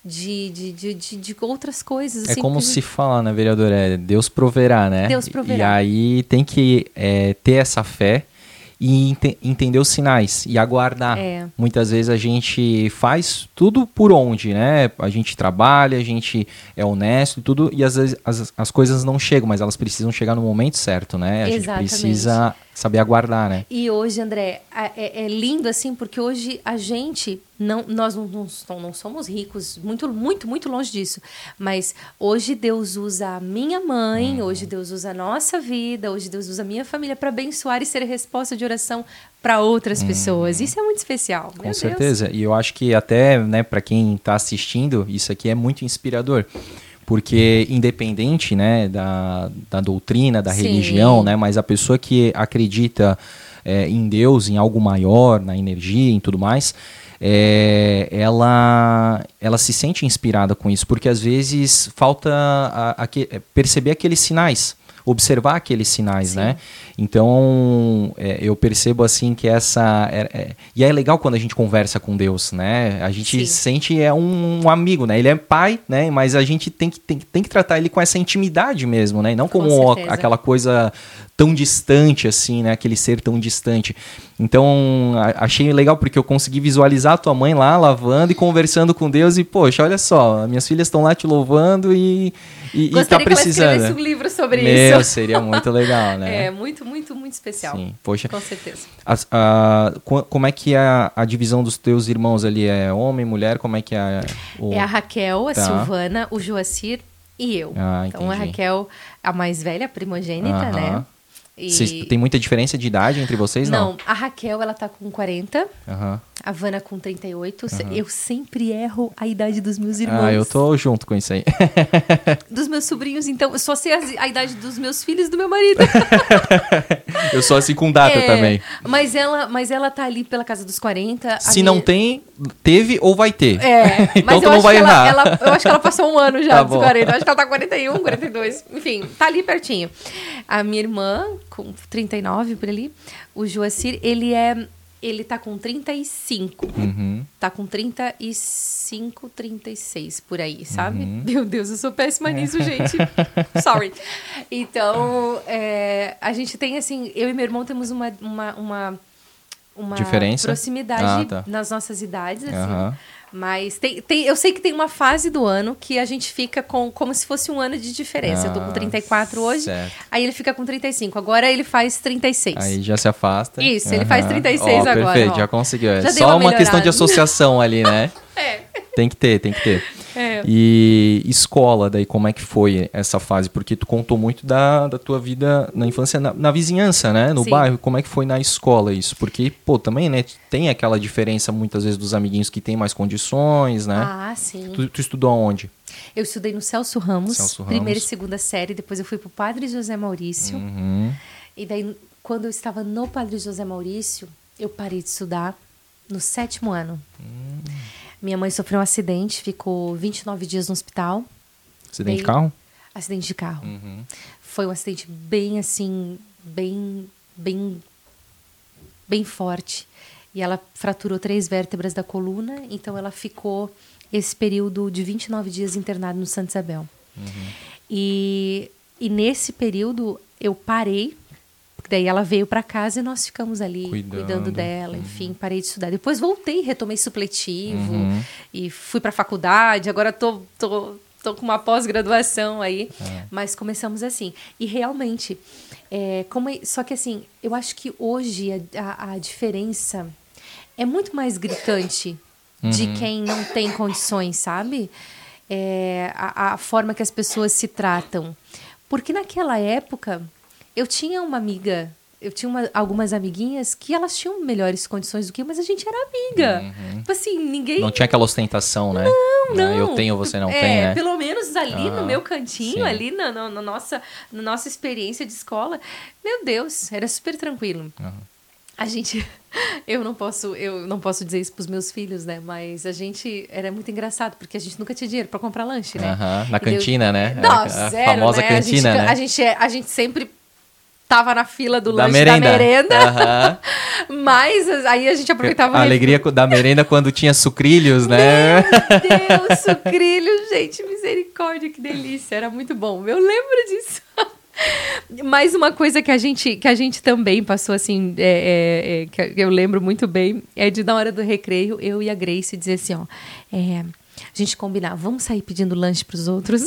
De outras coisas. Assim, é como se fala, né, vereadora? Deus proverá, né? Deus proverá. E aí tem que ter essa fé e entender os sinais e aguardar. Muitas vezes a gente faz tudo por onde, né? A gente trabalha, a gente é honesto e tudo, e às vezes as coisas não chegam, mas elas precisam chegar no momento certo, né? A gente precisa saber aguardar, né? E hoje, André, é lindo assim, porque hoje a gente, nós não somos ricos, muito, muito, muito longe disso, mas hoje Deus usa a minha mãe, hoje Deus usa a nossa vida, hoje Deus usa a minha família para abençoar e ser resposta de oração para outras pessoas. Isso é muito especial. Com certeza. E eu acho que até, né, para quem está assistindo, isso aqui é muito inspirador. Porque independente, né, da doutrina, da religião, né, mas a pessoa que acredita em Deus, em algo maior, na energia, em tudo mais, ela se sente inspirada com isso, porque às vezes falta perceber aqueles sinais, observar aqueles sinais, né? Então, eu percebo assim que e é legal quando a gente conversa com Deus, né? A gente sente um amigo, né? Ele é pai, né? Mas a gente tem que tratar ele com essa intimidade mesmo, né? E não como aquela coisa tão distante assim, né? Aquele ser tão distante. Então, achei legal porque eu consegui visualizar a tua mãe lá lavando e conversando com Deus e, poxa, olha só, minhas filhas estão lá te louvando e tá precisando. Gostaria que ela escrevesse um livro sobre isso. Seria muito legal, né? Muito, muito, muito especial. Sim, poxa. Com certeza. Como é que é a divisão dos teus irmãos ali? É homem, mulher? Como é que é? É a Raquel, a Silvana, o Joacir e eu. Então, a Raquel, a mais velha, a primogênita, né? Tem muita diferença de idade entre vocês, não? Não, a Raquel, ela tá com 40, a Vanna com 38. Eu sempre erro a idade dos meus irmãos. Eu tô junto com isso aí. Dos meus sobrinhos, então, eu só sei a idade dos meus filhos e do meu marido. Eu sou assim com data também. Mas ela tá ali pela casa dos 40. Se não tem, teve ou vai ter. Então tu não vai errar. Eu acho que ela passou um ano já dos 40. Eu acho que ela tá com 41, 42. Enfim, tá ali pertinho. A minha irmã, com 39 por ali. O Joacir, ele tá com 35. Tá com 35, 36 por aí, sabe? Meu Deus, eu sou péssima nisso, gente. Sorry. Então, a gente tem, assim, eu e meu irmão temos uma diferença? Proximidade nas nossas idades, assim. Mas eu sei que tem uma fase do ano que a gente fica como se fosse um ano de diferença. Eu tô com 34 hoje, aí ele fica com 35. Agora ele faz 36. Aí já se afasta. Isso, ele faz 36 agora. Perfeito, já conseguiu. Já só uma questão de associação ali, né? Tem que ter. E escola, daí, como é que foi essa fase? Porque tu contou muito da tua vida na infância, na vizinhança, né? No bairro. Como é que foi na escola isso? Porque, também, né? Tem aquela diferença, muitas vezes, dos amiguinhos que têm mais condições, né? Sim. Tu estudou aonde? Eu estudei no Celso Ramos, primeira e segunda série. Depois eu fui pro Padre José Maurício. E daí, quando eu estava no Padre José Maurício, eu parei de estudar no 7º ano. Minha mãe sofreu um acidente, ficou 29 dias no hospital. Acidente de carro? Acidente de carro. Foi um acidente bem assim, bem forte. E ela fraturou 3 vértebras da coluna, então ela ficou esse período de 29 dias internada no Santa Isabel. E nesse período eu parei, porque daí ela veio para casa e nós ficamos ali cuidando dela, enfim, parei de estudar. Depois voltei, retomei supletivo e fui para a faculdade, agora tô com uma pós-graduação aí, mas começamos assim. E realmente, só que assim, eu acho que hoje a diferença é muito mais gritante de quem não tem condições, sabe? A forma que as pessoas se tratam. Porque naquela época, eu tinha uma amiga, algumas amiguinhas que elas tinham melhores condições do que eu, mas a gente era amiga. Tipo assim, ninguém... Não tinha aquela ostentação, né? Não. Eu tenho, você não tem, né? Pelo menos ali no meu cantinho, ali na nossa experiência de escola, meu Deus, era super tranquilo. A gente... Eu não posso dizer isso pros meus filhos, né? Mas a gente... Era muito engraçado, porque a gente nunca tinha dinheiro para comprar lanche, né? Na cantina, né? Nossa, a zero, famosa né? cantina, né? A gente sempre tava na fila do Da lanche merenda. da merenda. Mas aí a gente aproveitava... A alegria da merenda quando tinha sucrilhos, né? Meu Deus, sucrilhos, gente, misericórdia, que delícia. Era muito bom. Eu lembro disso. Mais uma coisa que a gente também passou, assim, que eu lembro muito bem, é de, na hora do recreio, eu e a Grace dizer assim, ó, a gente combinar, vamos sair pedindo lanche pros outros.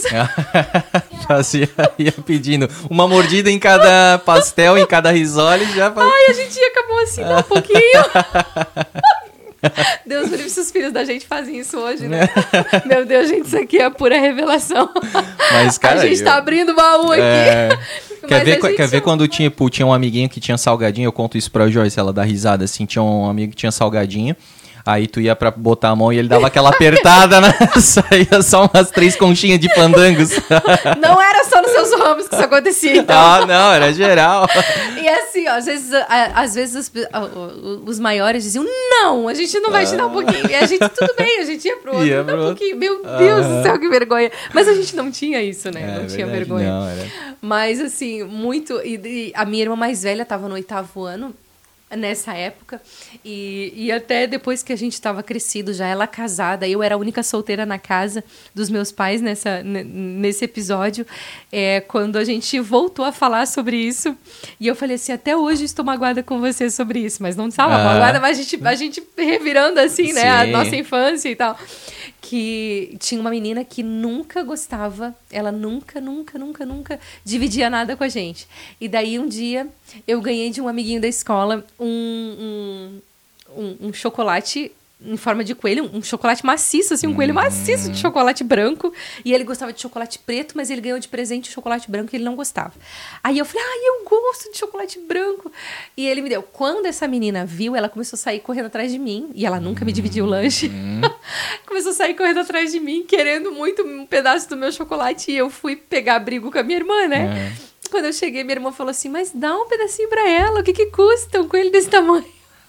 Ia pedindo uma mordida em cada pastel, em cada risole, já faz... Ai, a gente acabou assim, um pouquinho. Deus me livre se os filhos da gente fazem isso hoje, né? Meu Deus, gente, isso aqui é a pura revelação. Mas, cara, a gente tá abrindo o baú aqui. Quer ver quando tinha um amiguinho que tinha salgadinho? Eu conto isso pra Joyce, ela dá risada, assim. Tinha um amigo que tinha salgadinho. Aí tu ia pra botar a mão e ele dava aquela apertada, né? Saía só umas 3 conchinhas de fandangos. Não era só nos seus ramos que isso acontecia, então. Não, era geral. E assim, ó, às vezes os maiores diziam, não, a gente não vai te dar um pouquinho. E a gente, tudo bem, a gente ia pro outro, dá um pouquinho. Meu Deus do céu, que vergonha. Mas a gente não tinha isso, né? Não tinha vergonha. Não, era... Mas assim, muito... E a minha irmã mais velha estava no 8º ano, nessa época, e até depois que a gente estava crescido, já ela casada, eu era a única solteira na casa dos meus pais nesse episódio, quando a gente voltou a falar sobre isso, e eu falei assim, até hoje estou magoada com você sobre isso, mas não estava magoada, mas a gente revirando assim, né, a nossa infância e tal, que tinha uma menina que nunca gostava, ela nunca dividia nada com a gente. E daí um dia eu ganhei de um amiguinho da escola um chocolate em forma de coelho, um chocolate maciço, assim, um coelho maciço de chocolate branco, e ele gostava de chocolate preto, mas ele ganhou de presente chocolate branco e ele não gostava. Aí eu falei, eu gosto de chocolate branco, e ele me deu. Quando essa menina viu, ela começou a sair correndo atrás de mim, e ela nunca me dividiu o lanche, começou a sair correndo atrás de mim, querendo muito um pedaço do meu chocolate, e eu fui pegar abrigo com a minha irmã, né? Quando eu cheguei, minha irmã falou assim, mas dá um pedacinho pra ela, o que custa um coelho desse tamanho?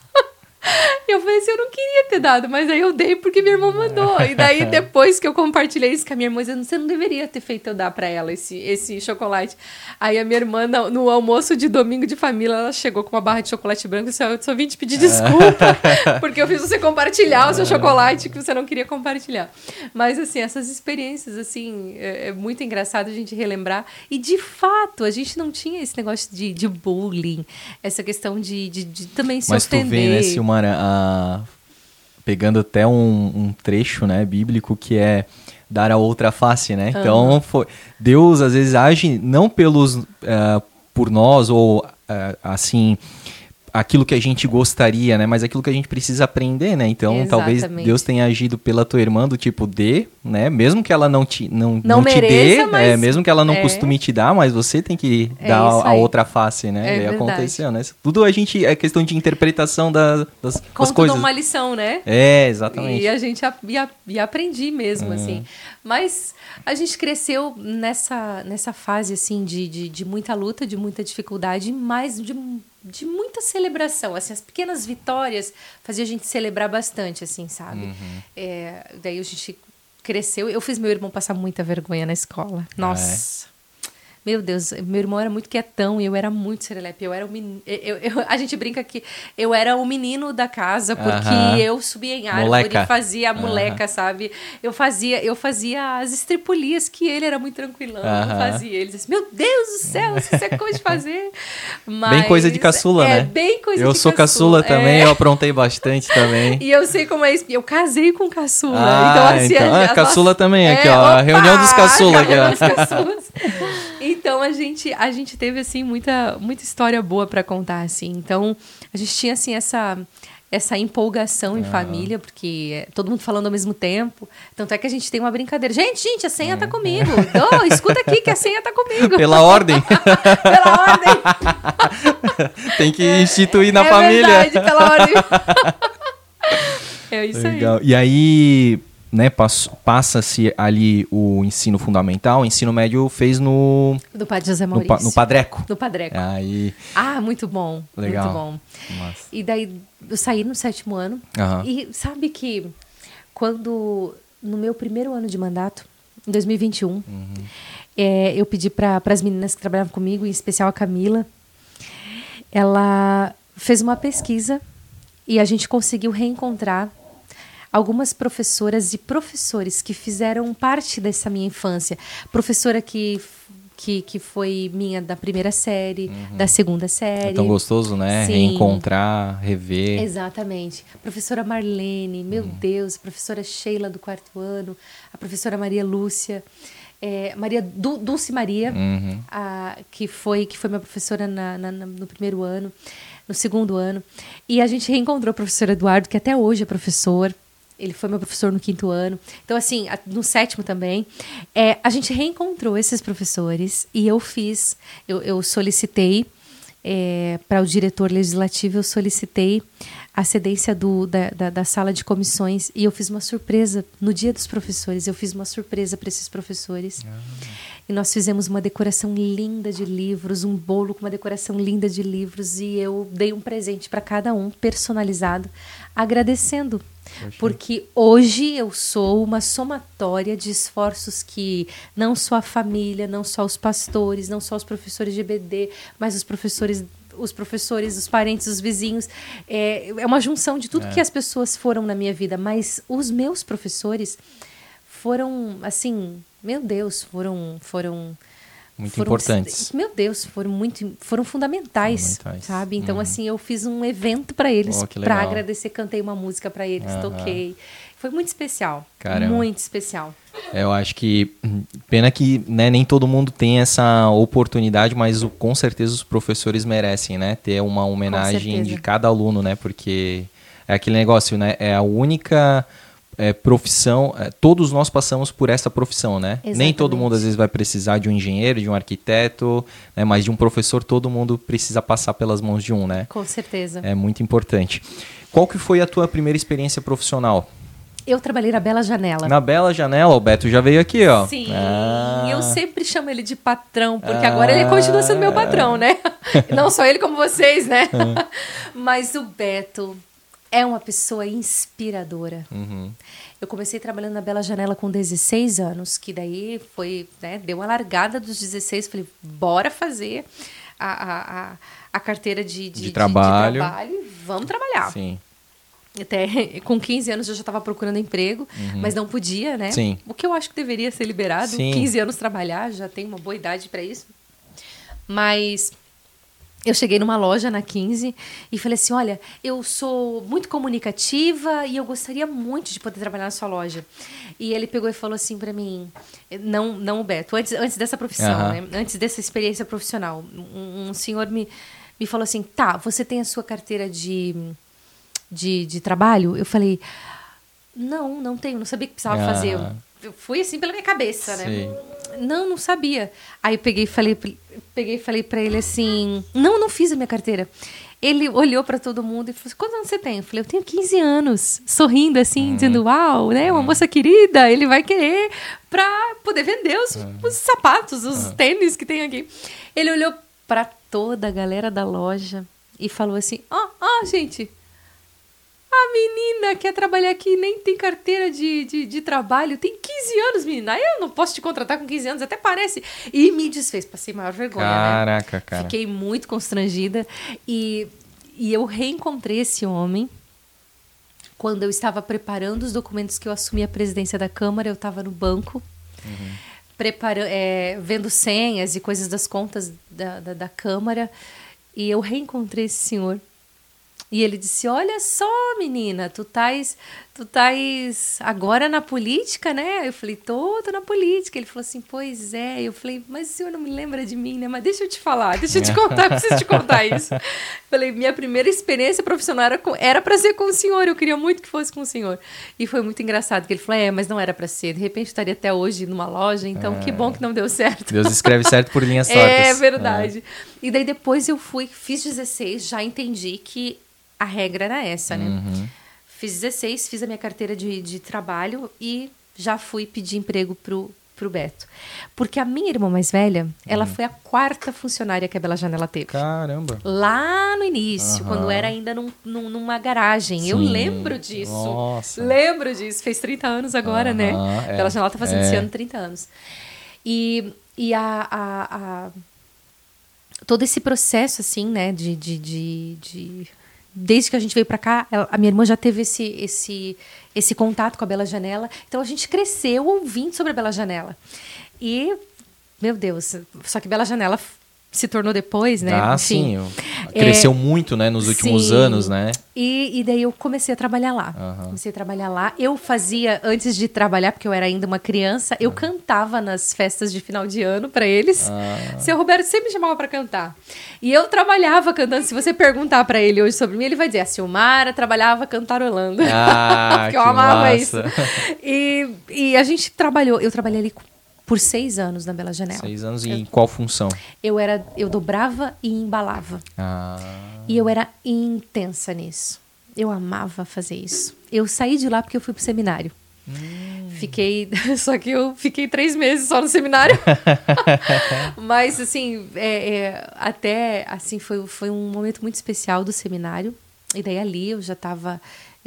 Eu falei assim, eu não queria ter dado, mas aí eu dei porque minha irmã mandou. E daí, depois que eu compartilhei isso com a minha irmã, você não deveria ter feito eu dar pra ela esse chocolate. Aí a minha irmã, no almoço de domingo de família, ela chegou com uma barra de chocolate branco e disse, eu só vim te pedir desculpa, porque eu fiz você compartilhar o seu chocolate que você não queria compartilhar. Mas, assim, essas experiências, assim, é muito engraçado a gente relembrar. E, de fato, a gente não tinha esse negócio de bullying, essa questão de também se ofender. Mas tu vê, né, Silmara, pegando até um trecho, né, bíblico, que é dar a outra face, né? Então, Deus às vezes age não por nós ou assim, aquilo que a gente gostaria, né? Mas aquilo que a gente precisa aprender, né? Então, Exatamente. talvez Deus tenha agido pela tua irmã do tipo, né? Mesmo que ela não te mereça, dê, mas... mesmo que ela não costume te dar, mas você tem que dar a outra face, né? E aconteceu, né? Tudo é questão de interpretação das coisas. Uma lição, né? Exatamente. E a gente aprendi mesmo, assim. Mas a gente cresceu nessa fase, assim, de muita luta, de muita dificuldade, mas de de muita celebração, assim, as pequenas vitórias fazia a gente celebrar bastante, assim, sabe? Daí a gente cresceu, eu fiz meu irmão passar muita vergonha na escola. Nossa! Meu Deus, meu irmão era muito quietão e eu era muito serelepe. Eu era o menino. A gente brinca que eu era o menino da casa porque eu subia em árvore e fazia a moleca, sabe? Eu fazia as estripulias que ele era muito tranquilão. Eu fazia. Ele dizia assim, meu Deus do céu, isso é coisa de fazer. Mas, bem coisa de caçula, né? Bem coisa de caçula. Eu sou caçula também, eu aprontei bastante também. E eu sei como é isso. Eu casei com caçula. Então, assim, caçula também, aqui, ó. A reunião dos caçula aqui, ó. Então, a gente teve, assim, muita história boa para contar, assim. Então, a gente tinha, assim, essa empolgação em família, porque todo mundo falando ao mesmo tempo. Tanto é que a gente tem uma brincadeira. Gente, a senha tá comigo. Escuta aqui que a senha tá comigo. Pela ordem. Pela ordem. Tem que instituir na família. É verdade, pela ordem. É isso Legal. aí. E aí, né, passa-se ali o ensino fundamental, o ensino médio fez no Padre José Maurício. No Padreco. No Padreco. Aí... muito bom. Legal. Muito bom. Nossa. E daí eu saí no 7º ano. E sabe que quando, no meu primeiro ano de mandato, em 2021, eu pedi para as meninas que trabalhavam comigo, em especial a Camila, ela fez uma pesquisa e a gente conseguiu reencontrar algumas professoras e professores que fizeram parte dessa minha infância. Professora que foi minha da primeira série, da segunda série. É tão gostoso, né? Sim. Reencontrar, rever. Exatamente. Professora Marlene, meu Deus, professora Sheila do 4º ano, a professora Maria Lúcia, Dulce Maria, que foi minha professora no primeiro ano, no 2º ano. E a gente reencontrou o professor Eduardo, que até hoje é professor. Ele foi meu professor no 5º ano. Então, assim, no 7º também. A gente reencontrou esses professores e eu solicitei para o diretor legislativo, eu solicitei a cedência da sala de comissões e eu fiz uma surpresa no Dia dos Professores. Eu fiz uma surpresa para esses professores. E nós fizemos uma decoração linda de livros, um bolo com uma decoração linda de livros e eu dei um presente para cada um, personalizado, agradecendo. Porque hoje eu sou uma somatória de esforços que não só a família, não só os pastores, não só os professores de EBD, mas os professores, os parentes, os vizinhos. É uma junção de tudo que as pessoas foram na minha vida. Mas os meus professores foram, assim, meu Deus, foram muito importantes. Meu Deus, foram fundamentais, sabe? Então, assim, eu fiz um evento para eles, para agradecer, cantei uma música para eles, toquei. Foi muito especial. Caramba. Muito especial. Eu acho que, pena que, né, nem todo mundo tem essa oportunidade, mas com certeza os professores merecem, né? Ter uma homenagem de cada aluno, né? Porque é aquele negócio, né? É a única... profissão, todos nós passamos por essa profissão, né? Exatamente. Nem todo mundo às vezes vai precisar de um engenheiro, de um arquiteto, né? Mas de um professor todo mundo precisa passar pelas mãos de um, né? Com certeza. É muito importante. Qual que foi a tua primeira experiência profissional? Eu trabalhei na Bela Janela. Na Bela Janela, o Beto já veio aqui, ó. Sim, eu sempre chamo ele de patrão, porque agora ele continua sendo meu patrão, né? Não só ele como vocês, né? Mas o Beto... é uma pessoa inspiradora. Eu comecei trabalhando na Bela Janela com 16 anos, que daí foi, né, deu uma largada dos 16, falei, bora fazer a carteira de trabalho e vamos trabalhar. Sim. Até com 15 anos eu já estava procurando emprego, mas não podia, né? Sim. O que eu acho que deveria ser liberado, 15 anos trabalhar, já tenho uma boa idade para isso. Mas... eu cheguei numa loja na 15 e falei assim, olha, eu sou muito comunicativa e eu gostaria muito de poder trabalhar na sua loja. E ele pegou e falou assim para mim, não o Beto, antes dessa profissão, né? Antes dessa experiência profissional, um senhor me falou assim, tá, você tem a sua carteira de trabalho? Eu falei, não tenho, não sabia que precisava fazer. Eu fui assim pela minha cabeça, né? Sim. Não sabia. Aí eu peguei e falei pra ele assim, não fiz a minha carteira. Ele olhou pra todo mundo e falou assim, quantos anos você tem? Eu falei, eu tenho 15 anos. Sorrindo assim, dizendo, uau, né? Uma moça querida, ele vai querer pra poder vender os sapatos, os tênis que tem aqui. Ele olhou pra toda a galera da loja e falou assim, gente, a menina quer trabalhar aqui, nem tem carteira de trabalho, tem 15 anos, menina. Eu não posso te contratar com 15 anos, até parece. E me desfez, passei maior vergonha, Caraca, né? cara. Fiquei muito constrangida. E eu reencontrei esse homem quando eu estava preparando os documentos que eu assumi a presidência da Câmara. Eu estava no banco, vendo senhas e coisas das contas da Câmara. E eu reencontrei esse senhor. E ele disse, olha só, menina, tu tais agora na política, né? Eu falei, tô na política. Ele falou assim, pois é. Eu falei, mas o senhor não me lembra de mim, né? Mas deixa eu te falar, deixa eu te contar, eu preciso te contar isso. Eu falei, minha primeira experiência profissional era para ser com o senhor, eu queria muito que fosse com o senhor. E foi muito engraçado, que ele falou, mas não era para ser. De repente estaria até hoje numa loja, então que bom que não deu certo. Deus escreve certo por linhas tortas. É verdade. E daí depois eu fiz 16, já entendi que a regra era essa, né? Fiz 16, fiz a minha carteira de trabalho e já fui pedir emprego pro Beto. Porque a minha irmã mais velha, ela foi a 4ª funcionária que a Bela Janela teve. Caramba! Lá no início, quando era ainda numa garagem. Sim. Eu lembro disso. Nossa! Lembro disso. Fez 30 anos agora, né? Bela Janela tá fazendo esse ano 30 anos. E todo esse processo, assim, né, desde que a gente veio para cá, a minha irmã já teve esse contato com a Bela Janela. Então, a gente cresceu ouvindo sobre a Bela Janela. E, meu Deus, só que Bela Janela se tornou depois, né? Enfim, sim. Cresceu muito, né, nos últimos anos, né? E daí eu comecei a trabalhar lá. Comecei a trabalhar lá. Eu fazia, antes de trabalhar, porque eu era ainda uma criança, eu cantava nas festas de final de ano para eles. Seu Roberto sempre me chamava para cantar. E eu trabalhava cantando. Se você perguntar para ele hoje sobre mim, ele vai dizer, a Silmara trabalhava cantarolando. Porque eu amava massa. isso. E a gente trabalhou, eu trabalhei ali por 6 anos na Bela Janela. 6 anos e em qual função? Eu dobrava e embalava. E eu era intensa nisso. Eu amava fazer isso. Eu saí de lá porque eu fui pro seminário. Só que eu fiquei 3 meses só no seminário. Mas, assim, até, assim, foi um momento muito especial do seminário. E daí ali eu já tava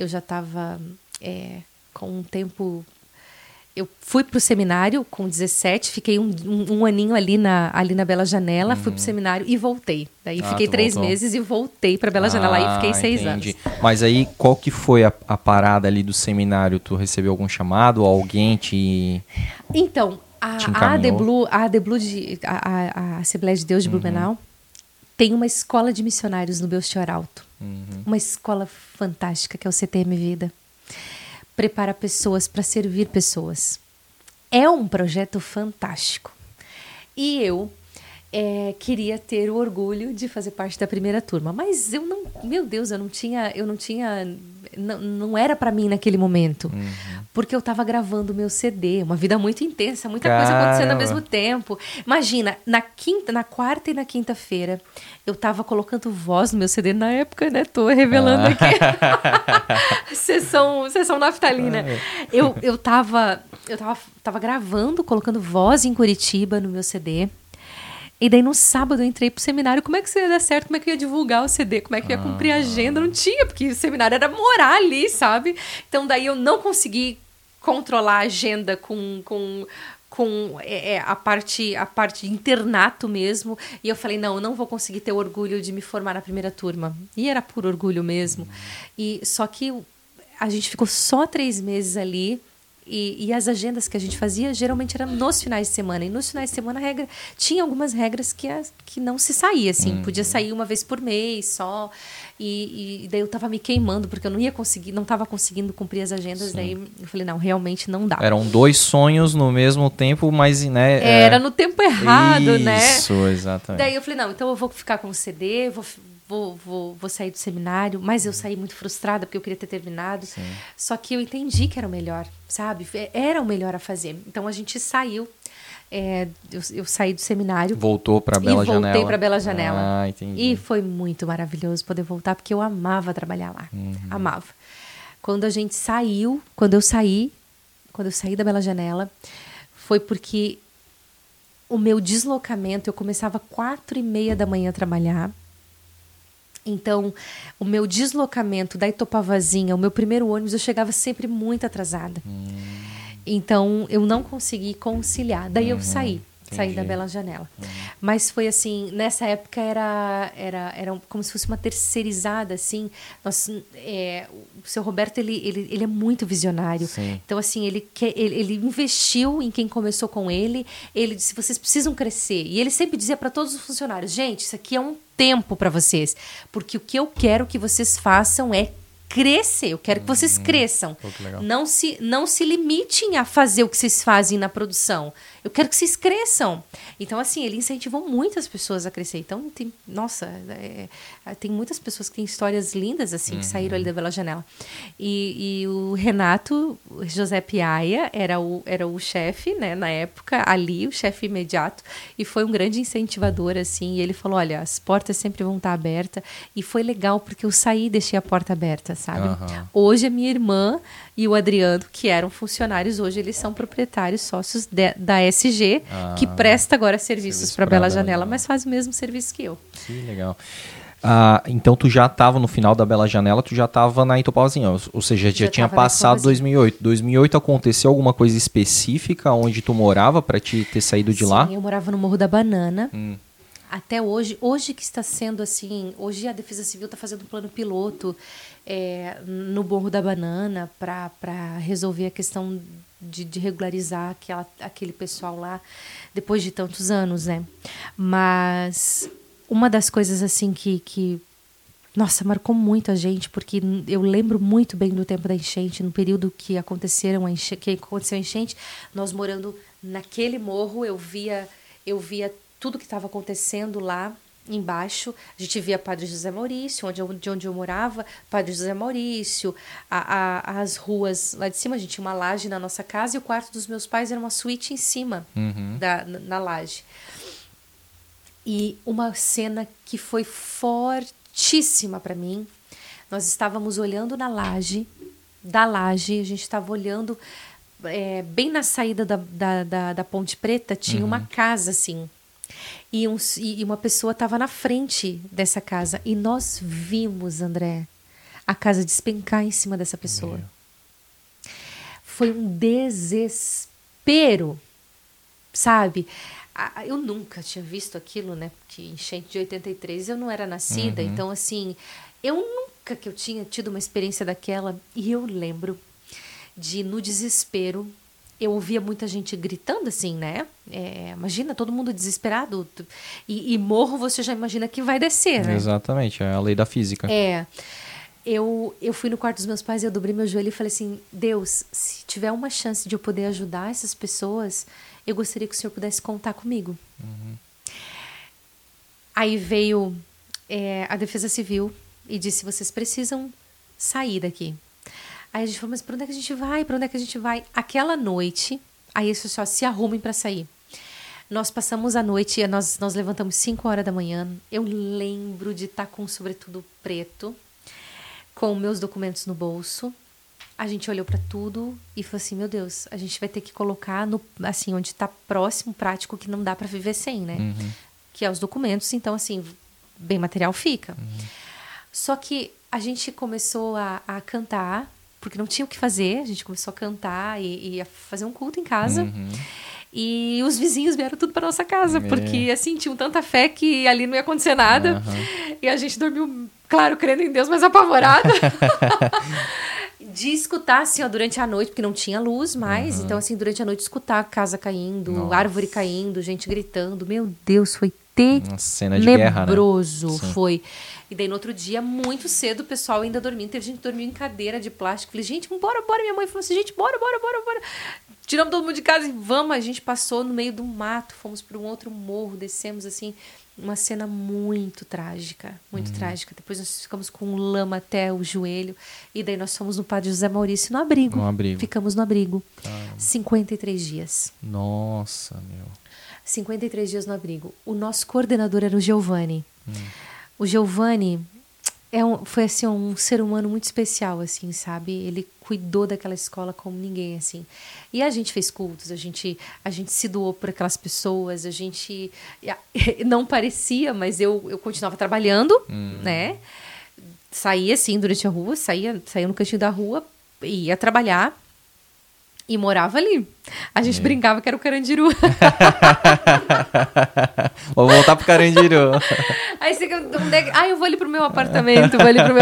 com um tempo... Eu fui pro seminário com 17, fiquei um aninho ali na Bela Janela, fui pro seminário e voltei. Daí fiquei 3 meses e voltei pra Bela Janela. Aí fiquei 6 anos. Mas aí, qual que foi a parada ali do seminário? Tu recebeu algum chamado? Alguém te Então, a Assembleia de Deus de Blumenau tem uma escola de missionários no Belchior Alto. Uma escola fantástica, que é o CTM Vida. Prepara pessoas para servir pessoas. É um projeto fantástico. E eu queria ter o orgulho de fazer parte da primeira turma. Mas eu não... Meu Deus, eu não tinha... Não era para mim naquele momento. Porque eu estava gravando o meu CD. Uma vida muito intensa, muita coisa acontecendo ao mesmo tempo. Imagina, na quarta e na quinta-feira, eu estava colocando voz no meu CD na época, né? Tô revelando aqui. Sessão naftalina. Eu tava gravando, colocando voz em Curitiba no meu CD. E daí no sábado eu entrei pro seminário. Como é que isso ia dar certo? Como é que eu ia divulgar o CD? Como é que eu ia cumprir a agenda? Não tinha, porque o seminário era morar ali, sabe? Então daí eu não consegui controlar a agenda com a parte de internato mesmo. E eu falei, não, eu não vou conseguir ter orgulho de me formar na primeira turma. E era por orgulho mesmo. Só que a gente ficou só 3 meses ali. E as agendas que a gente fazia geralmente eram nos finais de semana. E nos finais de semana tinha algumas regras que não se saía, assim. Podia sair uma vez por mês só. E daí eu tava me queimando, porque eu não tava conseguindo cumprir as agendas. Sim. Daí eu falei, não, realmente não dá. Eram 2 sonhos no mesmo tempo, mas, né... Era no tempo errado, né? Isso, exatamente. Daí eu falei, não, então eu vou ficar com o CD, vou sair do seminário, mas eu saí muito frustrada porque eu queria ter terminado. Sim. Só que eu entendi que era o melhor, sabe? Era o melhor a fazer. Então a gente saiu. Eu saí do seminário. Voltou para Bela Janela. Voltei para Bela Janela. Entendi. E foi muito maravilhoso poder voltar, porque eu amava trabalhar lá. Amava. Quando eu saí da Bela Janela, foi porque o meu deslocamento, eu começava 4:30 da manhã a trabalhar. Então, o meu deslocamento da Itopavazinha, o meu primeiro ônibus, eu chegava sempre muito atrasada. Então, eu não consegui conciliar. Daí eu saí da Bela Janela. Mas foi assim, nessa época era como se fosse uma terceirizada, assim. O seu Roberto, ele é muito visionário. Sim. Então, assim, ele investiu em quem começou com ele. Ele disse, vocês precisam crescer. E ele sempre dizia para todos os funcionários, gente, isso aqui é um tempo para vocês. Porque o que eu quero que vocês façam é crescer. Eu quero que vocês cresçam. Não se limitem a fazer o que vocês fazem na produção. Eu quero que vocês cresçam. Então, assim, ele incentivou muitas pessoas a crescer. Então, tem muitas pessoas que têm histórias lindas, assim, que saíram ali da Bela Janela. E o Renato José Piaia era o chefe, né, na época, ali, o chefe imediato, e foi um grande incentivador, assim, e ele falou, olha, as portas sempre vão estar abertas, e foi legal, porque eu saí e deixei a porta aberta, sabe? Hoje a minha irmã e o Adriano, que eram funcionários, hoje eles são proprietários, sócios da SG, que presta agora serviços para Bela Janela, mas faz o mesmo serviço que eu. Que legal. Então tu já estava no final da Bela Janela, tu já estava na Itopavazinha, ou seja, já tinha passado 2008. 2008 aconteceu alguma coisa específica onde tu morava para te ter saído de lá? Sim, eu morava no Morro da Banana. Até hoje que está sendo assim, hoje a Defesa Civil está fazendo um plano piloto no Morro da Banana para resolver a questão de regularizar aquele pessoal lá depois de tantos anos, né? Mas uma das coisas assim que nossa, marcou muito a gente, porque eu lembro muito bem do tempo da enchente, no período que aconteceu a enchente, nós morando naquele morro, eu via tudo que estava acontecendo lá embaixo. A gente via Padre José Maurício, de onde eu morava, Padre José Maurício, as ruas lá de cima. A gente tinha uma laje na nossa casa e o quarto dos meus pais era uma suíte em cima na laje. E uma cena que foi fortíssima para mim, nós estávamos olhando na laje, a gente estava olhando bem na saída da Ponte Preta, tinha uma casa assim, e uma pessoa estava na frente dessa casa, e nós vimos, André, a casa despencar em cima dessa pessoa. Foi um desespero, sabe? Eu nunca tinha visto aquilo, né? Porque enchente de 83 eu não era nascida. Então, assim, eu nunca que eu tinha tido uma experiência daquela. E eu lembro no desespero, eu ouvia muita gente gritando, assim, né? Imagina, todo mundo desesperado. E morro, você já imagina que vai descer, né? Exatamente, é a lei da física. Eu fui no quarto dos meus pais, eu dobrei meu joelho e falei assim, Deus, se tiver uma chance de eu poder ajudar essas pessoas, eu gostaria que o Senhor pudesse contar comigo. Aí veio a Defesa Civil e disse, vocês precisam sair daqui. Aí a gente falou, mas para onde é que a gente vai? Para onde é que a gente vai? Aquela noite, aí isso só se arrumem para sair. Nós passamos a noite, nós levantamos 5 horas da manhã. Eu lembro de estar com um sobretudo preto, com meus documentos no bolso. A gente olhou para tudo e falou assim, meu Deus, a gente vai ter que colocar assim, onde está próximo, prático, que não dá para viver sem, né? Que é os documentos, então assim, bem material fica. Só que a gente começou a cantar, porque não tinha o que fazer, a gente começou a cantar e a fazer um culto em casa. E os vizinhos vieram tudo para nossa casa, porque assim, tinham tanta fé que ali não ia acontecer nada. E a gente dormiu, claro, crendo em Deus, mas apavorada. De escutar, assim, ó, durante a noite, porque não tinha luz mais. Então, assim, durante a noite, escutar a casa caindo, árvore caindo, gente gritando. Meu Deus, foi cena de guerra, né? Foi. E daí, no outro dia, muito cedo, o pessoal ainda dormindo. Teve gente que dormiu em cadeira de plástico. Falei, gente, bora. Minha mãe falou assim, gente, bora. Tiramos todo mundo de casa e vamos. A gente passou no meio do mato, fomos para um outro morro, descemos, assim... Uma cena muito trágica, trágica. Depois nós ficamos com lama até o joelho. E daí nós fomos no Padre José Maurício, no abrigo. Ficamos no abrigo. 53 dias. Nossa, meu. 53 dias no abrigo. O nosso coordenador era o Giovanni. O Giovanni, foi assim um ser humano muito especial, assim, sabe? Ele cuidou daquela escola como ninguém, assim. E a gente fez cultos, a gente se doou por aquelas pessoas, a gente não parecia, mas eu continuava trabalhando, né? Saía assim durante a rua, saía no cantinho da rua, ia trabalhar e morava ali. A gente brincava que era o Carandiru. Vou voltar pro Carandiru. Aí você... eu vou ali pro meu apartamento,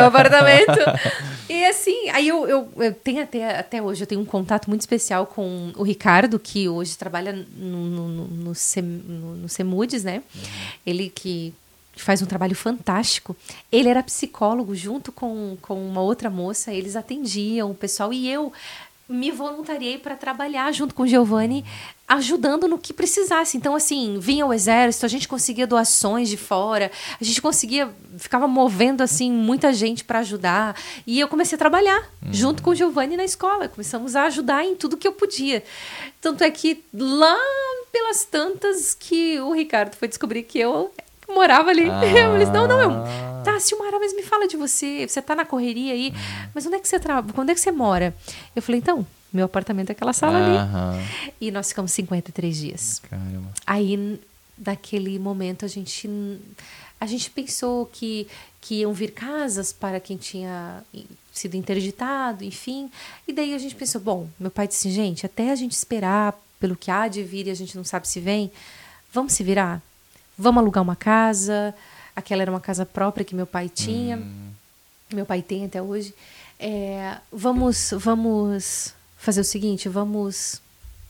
E assim, aí eu tenho até hoje, eu tenho um contato muito especial com o Ricardo, que hoje trabalha no CEMUDES, né? Ele que faz um trabalho fantástico. Ele era psicólogo junto com uma outra moça, eles atendiam o pessoal e eu me voluntariei para trabalhar junto com o Giovanni, ajudando no que precisasse. Então, assim, vinha o exército, a gente conseguia doações de fora, a gente ficava movendo, assim, muita gente para ajudar. E eu comecei a trabalhar junto com o Giovanni na escola. Começamos a ajudar em tudo que eu podia. Tanto é que lá pelas tantas que o Ricardo foi descobrir que eu morava ali. Eu disse, tá, Silmara, mas me fala de você. Você tá na correria aí, mas onde é que você trabalha? Onde é que você mora? Eu falei, então, meu apartamento é aquela sala ali. E nós ficamos 53 dias. Caramba. Aí, daquele momento, a gente pensou que iam vir casas para quem tinha sido interditado, enfim. E daí a gente pensou, bom, meu pai disse, gente, até a gente esperar pelo que há de vir e a gente não sabe se vem, vamos se virar? Vamos alugar uma casa. Aquela era uma casa própria que meu pai tinha. Meu pai tem até hoje. Vamos fazer o seguinte, vamos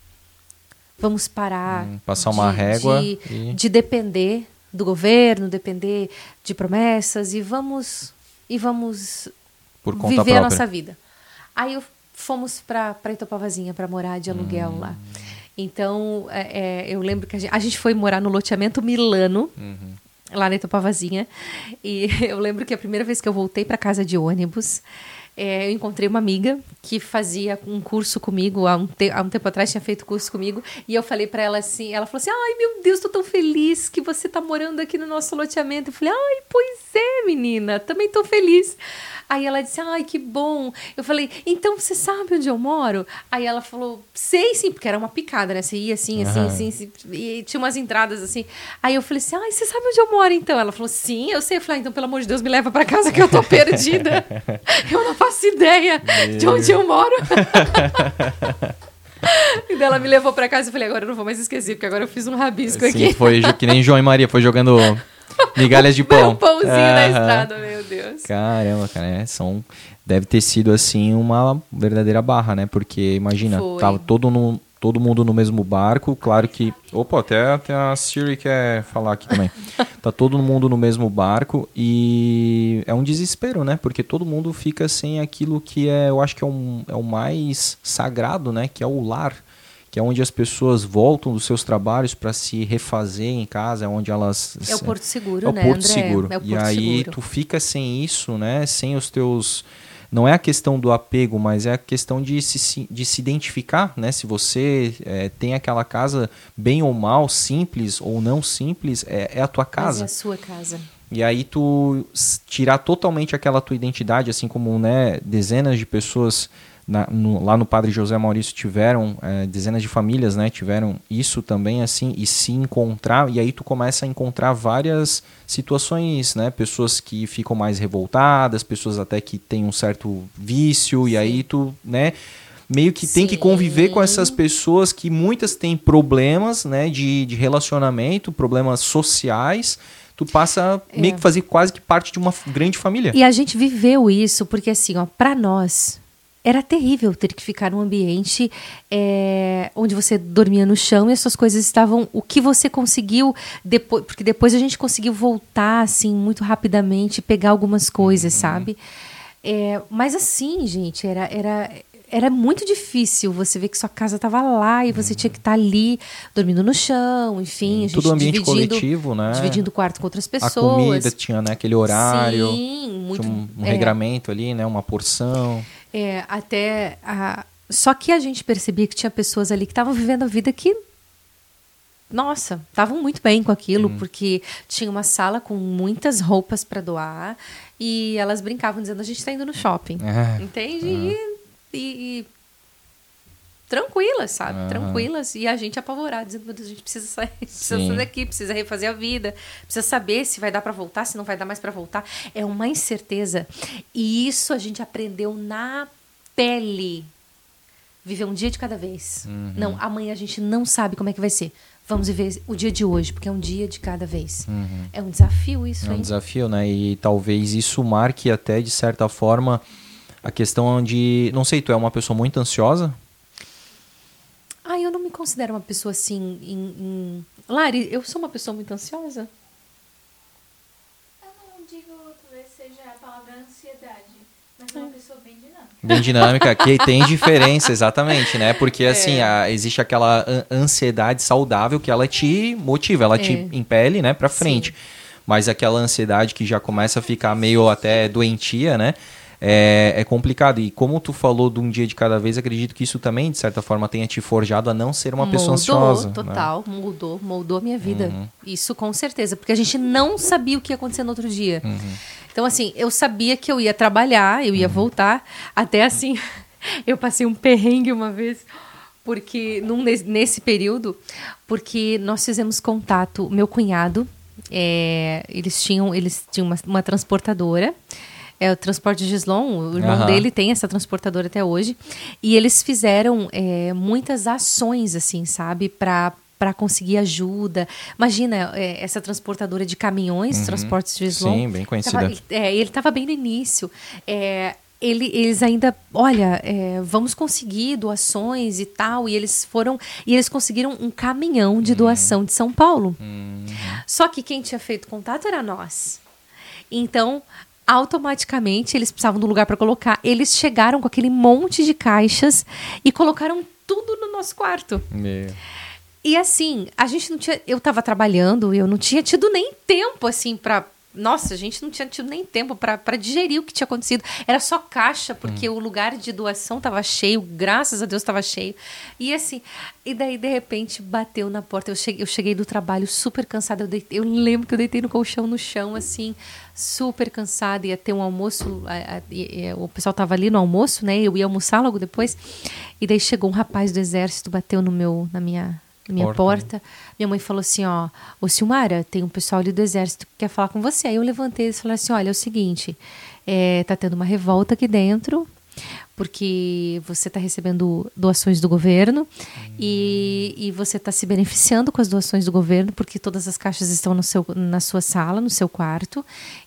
parar passar uma régua de depender do governo, depender de promessas e vamos por conta viver própria. a nossa vida. Aí fomos para Itopavazinha para morar de aluguel lá. Então, eu lembro que a gente foi morar no loteamento Milano, lá na Itopavazinha. E eu lembro que a primeira vez que eu voltei para casa de ônibus, eu encontrei uma amiga que fazia um curso comigo, há um tempo atrás tinha feito curso comigo, e eu falei para ela assim, ela falou assim, ai meu Deus, tô tão feliz que você tá morando aqui no nosso loteamento. Eu falei, ai, pois é, menina, também tô feliz. Aí ela disse, ai, que bom. Eu falei, então você sabe onde eu moro? Aí ela falou, sei sim, porque era uma picada, né? Você ia assim, e tinha umas entradas assim. Aí eu falei assim, ai, você sabe onde eu moro então? Ela falou, sim, eu sei. Eu falei, então pelo amor de Deus, me leva pra casa que eu tô perdida. Eu não faço ideia de onde eu moro. E daí ela me levou pra casa e eu falei, agora eu não vou mais esquecer, porque agora eu fiz um rabisco aqui. Foi que nem João e Maria, foi jogando migalhas de pão. Meu pãozinho na estrada, meu Deus. Caramba, cara, deve ter sido assim uma verdadeira barra, né? Porque imagina, tava todo mundo no mesmo barco, claro que... Opa, até a Siri quer falar aqui também. Tá todo mundo no mesmo barco e é um desespero, né? Porque todo mundo fica sem aquilo que eu acho que é o mais sagrado, né? Que é o lar. Que é onde as pessoas voltam dos seus trabalhos para se refazer em casa, é onde elas... É o Porto Seguro, né, É o Porto André? Seguro. É o Porto e aí Seguro. tu fica sem isso, né? Sem os teus... Não é a questão do apego, mas é a questão de se identificar, né? Se você tem aquela casa, bem ou mal, simples ou não simples, é a tua casa. Mas é a sua casa. E aí tu tirar totalmente aquela tua identidade, assim como, né, dezenas de pessoas... lá no Padre José Maurício tiveram dezenas de famílias, né, tiveram isso também assim, e se encontrar, e aí tu começa a encontrar várias situações, né, pessoas que ficam mais revoltadas, pessoas até que têm um certo vício. Sim. E aí tu, né, meio que tem que conviver com essas pessoas que muitas têm problemas, né, de relacionamento, problemas sociais. Tu passa meio que fazer quase que parte de uma grande família. E a gente viveu isso, porque assim, ó, pra nós era terrível ter que ficar num ambiente onde você dormia no chão e as suas coisas estavam... O que você conseguiu depois... Porque depois a gente conseguiu voltar, assim, muito rapidamente, pegar algumas coisas, sabe? Mas assim, gente, era muito difícil você ver que sua casa estava lá e você tinha que estar ali, dormindo no chão, enfim. A gente tudo ambiente coletivo, né? Dividindo o quarto com outras pessoas. A comida tinha, né, aquele horário. Sim, muito... Tinha um regramento ali, né? Uma porção... Só que a gente percebia que tinha pessoas ali que estavam vivendo a vida que nossa, estavam muito bem com aquilo, porque tinha uma sala com muitas roupas para doar e elas brincavam dizendo, a gente está indo no shopping, entende? E tranquilas, sabe? Tranquilas. E a gente apavorada, dizendo, meu Deus, a gente precisa sair, precisa sair daqui, precisa refazer a vida, precisa saber se vai dar para voltar, se não vai dar mais para voltar. É uma incerteza. E isso a gente aprendeu na pele. Viver um dia de cada vez. Não, amanhã a gente não sabe como é que vai ser. Vamos viver o dia de hoje, porque é um dia de cada vez. É um desafio isso, hein? É um desafio, né? E talvez isso marque até, de certa forma, a questão de... Não sei, tu é uma pessoa muito ansiosa? Eu não me considero uma pessoa assim... Lari, eu sou uma pessoa muito ansiosa? Eu não digo talvez seja a palavra ansiedade, mas é uma pessoa bem dinâmica. Bem dinâmica, que tem diferença, exatamente, né? Porque, assim, existe aquela ansiedade saudável que ela te motiva, ela te impele, né, pra frente. Sim. Mas aquela ansiedade que já começa a ficar meio até doentia, né? É complicado. E como tu falou de um dia de cada vez, acredito que isso também, de certa forma, tenha te forjado a não ser uma pessoa ansiosa. Total, né? Moldou a minha vida. Isso com certeza, porque a gente não sabia o que ia acontecer no outro dia. Então, assim, eu sabia que eu ia trabalhar, eu ia voltar. Até assim, eu passei um perrengue uma vez, porque nesse período, porque nós fizemos contato, meu cunhado, eles tinham uma transportadora. É o Transporte Gislon, o irmão dele tem essa transportadora até hoje. E eles fizeram muitas ações, assim, sabe? Para conseguir ajuda. Imagina, essa transportadora de caminhões, Transportes Gislon. Sim, bem conhecida. Ele estava bem no início. Eles ainda, olha, vamos conseguir doações e tal. E eles conseguiram um caminhão de doação de São Paulo. Só que quem tinha feito contato era nós. Então... automaticamente, eles precisavam de um lugar para colocar. Eles chegaram com aquele monte de caixas e colocaram tudo no nosso quarto. E assim, a gente não tinha... Eu estava trabalhando, eu não tinha tido nem tempo, assim, para... Nossa, a gente não tinha tido nem tempo para digerir o que tinha acontecido. Era só caixa, porque o lugar de doação estava cheio, graças a Deus estava cheio. E assim, e daí de repente bateu na porta. Eu cheguei do trabalho super cansada. Eu lembro que eu deitei no colchão no chão, assim, super cansada. Ia ter um almoço, o pessoal estava ali no almoço, né? Eu ia almoçar logo depois. E daí chegou um rapaz do exército, bateu na minha porta. Minha mãe falou assim, ô Silmara, tem um pessoal ali do exército que quer falar com você. Aí eu levantei e falei assim, olha, é o seguinte, tá tendo uma revolta aqui dentro, porque você está recebendo doações do governo e você está se beneficiando com as doações do governo, porque todas as caixas estão na sua sala, no seu quarto,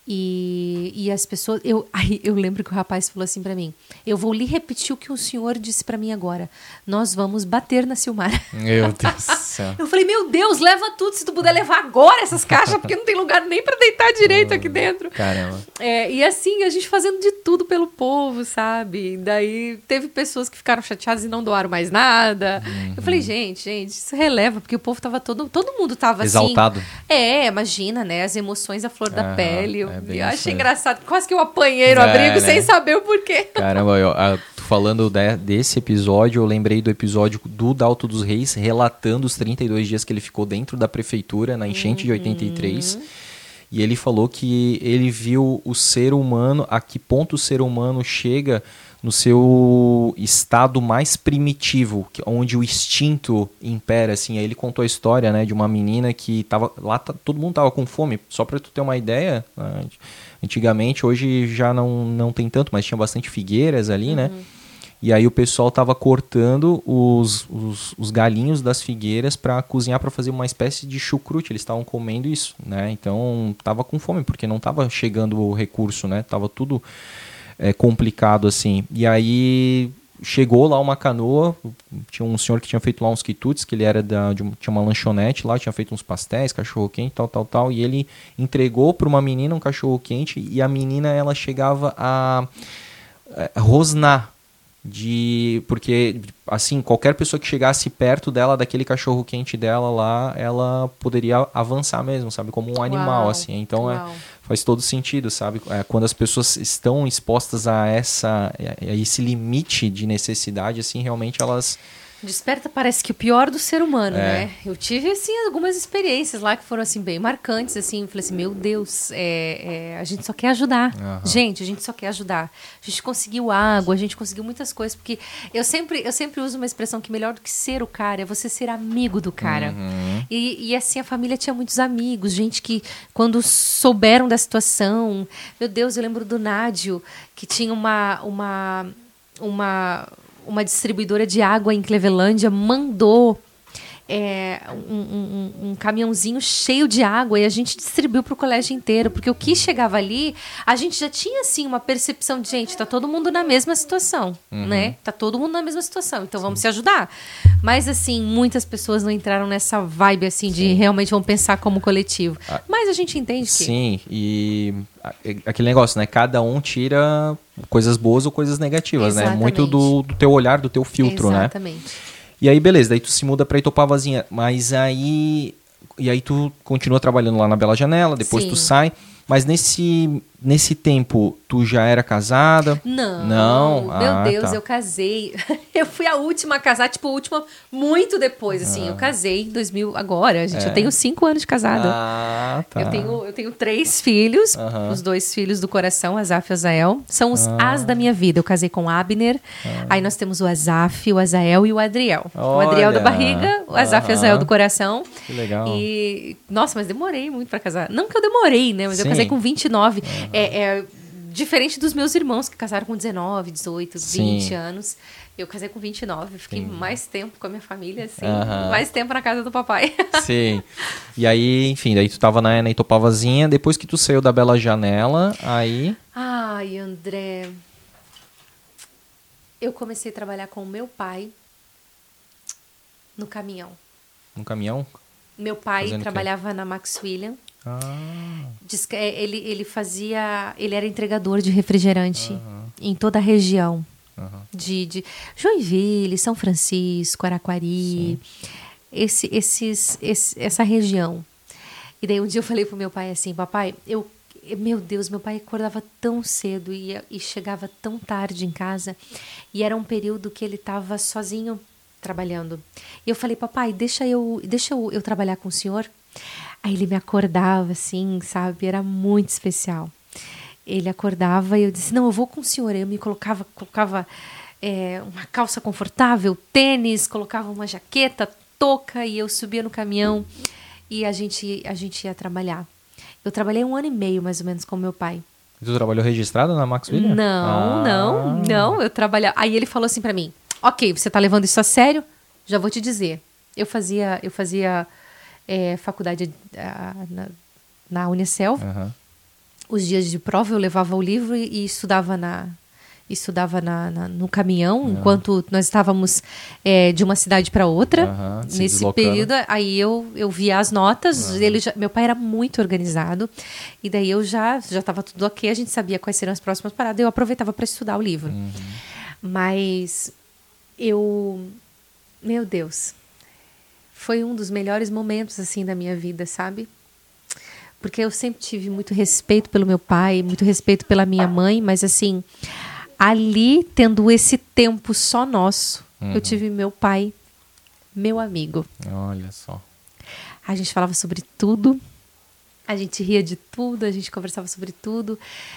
e as pessoas... Aí eu lembro que o rapaz falou assim para mim, eu vou lhe repetir o que o senhor disse para mim agora, nós vamos bater na Silmara. Meu Deus do céu. Eu falei, meu Deus, leva tudo, se tu puder levar agora essas caixas, porque não tem lugar nem para deitar direito aqui dentro. Caramba. E assim, a gente fazendo de tudo pelo povo, sabe? Daí teve pessoas que ficaram chateadas e não doaram mais nada. Eu falei, gente, isso releva, porque o povo tava todo mundo tava exaltado. Assim... imagina, né? As emoções à flor da pele. Eu achei engraçado. Quase que eu apanhei no abrigo sem saber o porquê. Caramba, falando desse episódio, eu lembrei do episódio do Dalto dos Reis, relatando os 32 dias que ele ficou dentro da prefeitura, na enchente de 83. E ele falou que ele viu o ser humano, a que ponto o ser humano chega no seu estado mais primitivo, onde o instinto impera, assim. Aí ele contou a história, né, de uma menina que tava lá, todo mundo tava com fome. Só para tu ter uma ideia, antigamente, hoje já não tem tanto, mas tinha bastante figueiras ali, né? E aí o pessoal tava cortando os galinhos das figueiras para cozinhar, para fazer uma espécie de chucrute. Eles estavam comendo isso, né? Então tava com fome, porque não tava chegando o recurso, né? Tava tudo complicado, assim. E aí chegou lá uma canoa, tinha um senhor que tinha feito lá uns quitutes, que ele era tinha uma lanchonete lá, tinha feito uns pastéis, cachorro-quente, tal, e ele entregou para uma menina um cachorro-quente, e a menina, ela chegava a rosnar, porque, assim, qualquer pessoa que chegasse perto dela, daquele cachorro-quente dela lá, ela poderia avançar mesmo, sabe, como um animal, assim. Então, faz todo sentido, sabe? Quando as pessoas estão expostas a esse limite de necessidade, assim, realmente elas Desperta parece que o pior do ser humano, né? Eu tive, assim, algumas experiências lá que foram, assim, bem marcantes, assim. Falei assim, meu Deus, a gente só quer ajudar. Gente, a gente só quer ajudar. A gente conseguiu água, a gente conseguiu muitas coisas. Porque eu sempre uso uma expressão que melhor do que ser o cara é você ser amigo do cara. E assim, a família tinha muitos amigos. Gente que, quando souberam da situação... Meu Deus, eu lembro do Nádio, que tinha uma distribuidora de água em Clevelândia, mandou um caminhãozinho cheio de água e a gente distribuiu para o colégio inteiro, porque o que chegava ali, a gente já tinha assim uma percepção de, gente, tá todo mundo na mesma situação, né? Tá todo mundo na mesma situação, então vamos se ajudar. Mas assim, muitas pessoas não entraram nessa vibe assim de realmente vão pensar como coletivo. Mas a gente entende que... Sim, e aquele negócio, né? Cada um tira coisas boas ou coisas negativas, né? Muito do teu olhar, do teu filtro, né? Exatamente. E aí, beleza, daí tu se muda pra Itopavazinha, mas aí... E aí tu continua trabalhando lá na Bela Janela, depois tu sai... Mas nesse tempo, tu já era casada? Não. Meu Deus, eu casei. Eu fui a última a casar, tipo, a última muito depois, assim. Eu casei em 2000, agora, gente. Eu tenho 5 anos de casada. Tá. Eu tenho 3 filhos, os 2 filhos do coração, Azaf e Azael. São os as da minha vida. Eu casei com o Abner, aí nós temos o Azaf, o Azael e o Adriel. O Adriel da barriga, o Azaf e o Azael do coração. Que legal. E, nossa, mas demorei muito pra casar. Não que eu demorei, né? Mas eu casei com 29. Diferente dos meus irmãos que casaram com 19, 18, 20 anos. Eu casei com 29. Eu fiquei mais tempo com a minha família, assim. Mais tempo na casa do papai. Sim. E aí, enfim, daí tu tava na Itopavazinha. Depois que tu saiu da Bela Janela, aí... Ai, André... Eu comecei a trabalhar com o meu pai no caminhão. No caminhão? Meu pai trabalhava na Max William. Ele era entregador de refrigerante em toda a região de Joinville, São Francisco, Araquari, essa região. E daí um dia eu falei pro meu pai assim, papai, meu Deus, meu pai acordava tão cedo e chegava tão tarde em casa, e era um período que ele estava sozinho trabalhando. E eu falei, papai, deixa eu trabalhar com o senhor. Aí ele me acordava, assim, sabe? Era muito especial. Ele acordava e eu disse, não, eu vou com o senhor. Eu me colocava uma calça confortável, tênis, colocava uma jaqueta, touca, e eu subia no caminhão e a gente ia trabalhar. Eu trabalhei 1 ano e meio, mais ou menos, com meu pai. E tu trabalhou registrado na Max William? Não. Eu trabalhava... Aí ele falou assim pra mim, ok, você tá levando isso a sério? Já vou te dizer. Eu fazia faculdade na Unicel. Os dias de prova eu levava o livro e estudava no caminhão, enquanto nós estávamos de uma cidade para outra. Nesse período, aí eu via as notas. Meu pai era muito organizado. E daí eu já estava tudo ok. A gente sabia quais seriam as próximas paradas. Eu aproveitava para estudar o livro. Mas meu Deus... Foi um dos melhores momentos, assim, da minha vida, sabe? Porque eu sempre tive muito respeito pelo meu pai, muito respeito pela minha mãe, mas, assim, ali, tendo esse tempo só nosso, eu tive meu pai, meu amigo. Olha só. A gente falava sobre tudo, a gente ria de tudo, a gente conversava sobre tudo.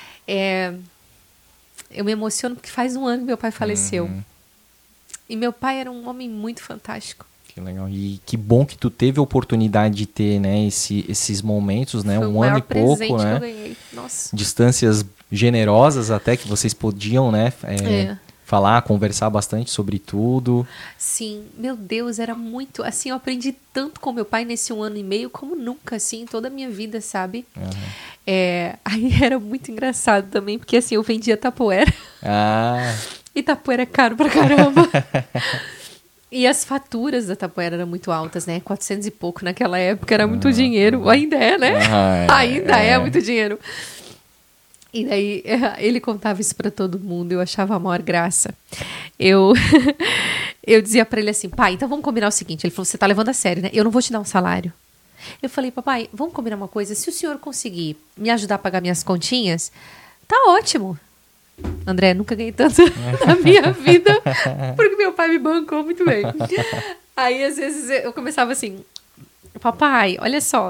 Eu me emociono porque faz 1 ano que meu pai faleceu. E meu pai era um homem muito fantástico. Que legal. E que bom que tu teve a oportunidade de ter, né, esses momentos, né? Foi 1 ano e pouco, presente né? que eu ganhei. Nossa. Distâncias generosas até que vocês podiam, né? Falar, conversar bastante sobre tudo. Sim, meu Deus, era muito... Assim, eu aprendi tanto com meu pai nesse 1 ano e meio como nunca, assim, em toda a minha vida, sabe? Aí era muito engraçado também, porque assim, eu vendia Tupperware. E Tupperware é caro pra caramba. E as faturas da Tupperware eram muito altas, né? 400 e pouco naquela época, era muito dinheiro. Ainda é, né? Ainda é muito dinheiro. E daí ele contava isso pra todo mundo, eu achava a maior graça. Eu dizia pra ele assim, pai, então vamos combinar o seguinte. Ele falou, você tá levando a sério, né? Eu não vou te dar um salário. Eu falei, papai, vamos combinar uma coisa. Se o senhor conseguir me ajudar a pagar minhas continhas, tá ótimo. André, nunca ganhei tanto na minha vida, porque meu pai me bancou muito bem. Aí, às vezes, eu começava assim, papai, olha só,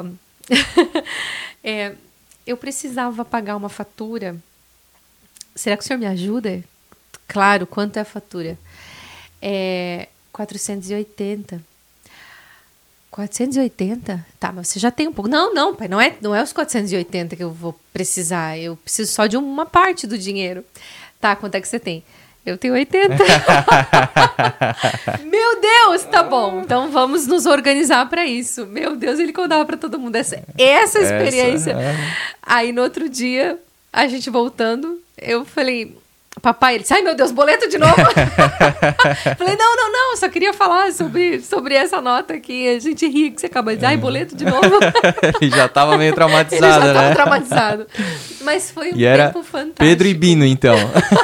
eu precisava pagar uma fatura, será que o senhor me ajuda? Claro, quanto é a fatura? 480. 480? Tá, mas você já tem um pouco. Não, pai, não é os 480 que eu vou precisar. Eu preciso só de uma parte do dinheiro. Tá, quanto é que você tem? Eu tenho 80. Meu Deus, tá bom. Então vamos nos organizar para isso. Meu Deus, ele contava para todo mundo essa experiência. Aí no outro dia, a gente voltando, eu falei... Papai, ele disse, ai meu Deus, boleto de novo. Falei, não, só queria falar sobre essa nota aqui. A gente ri que você acabou de dizer, ai, boleto de novo. Ele já estava meio traumatizado, ele já né? Estava traumatizado. Mas foi um tempo fantástico. Pedro e Bino, então.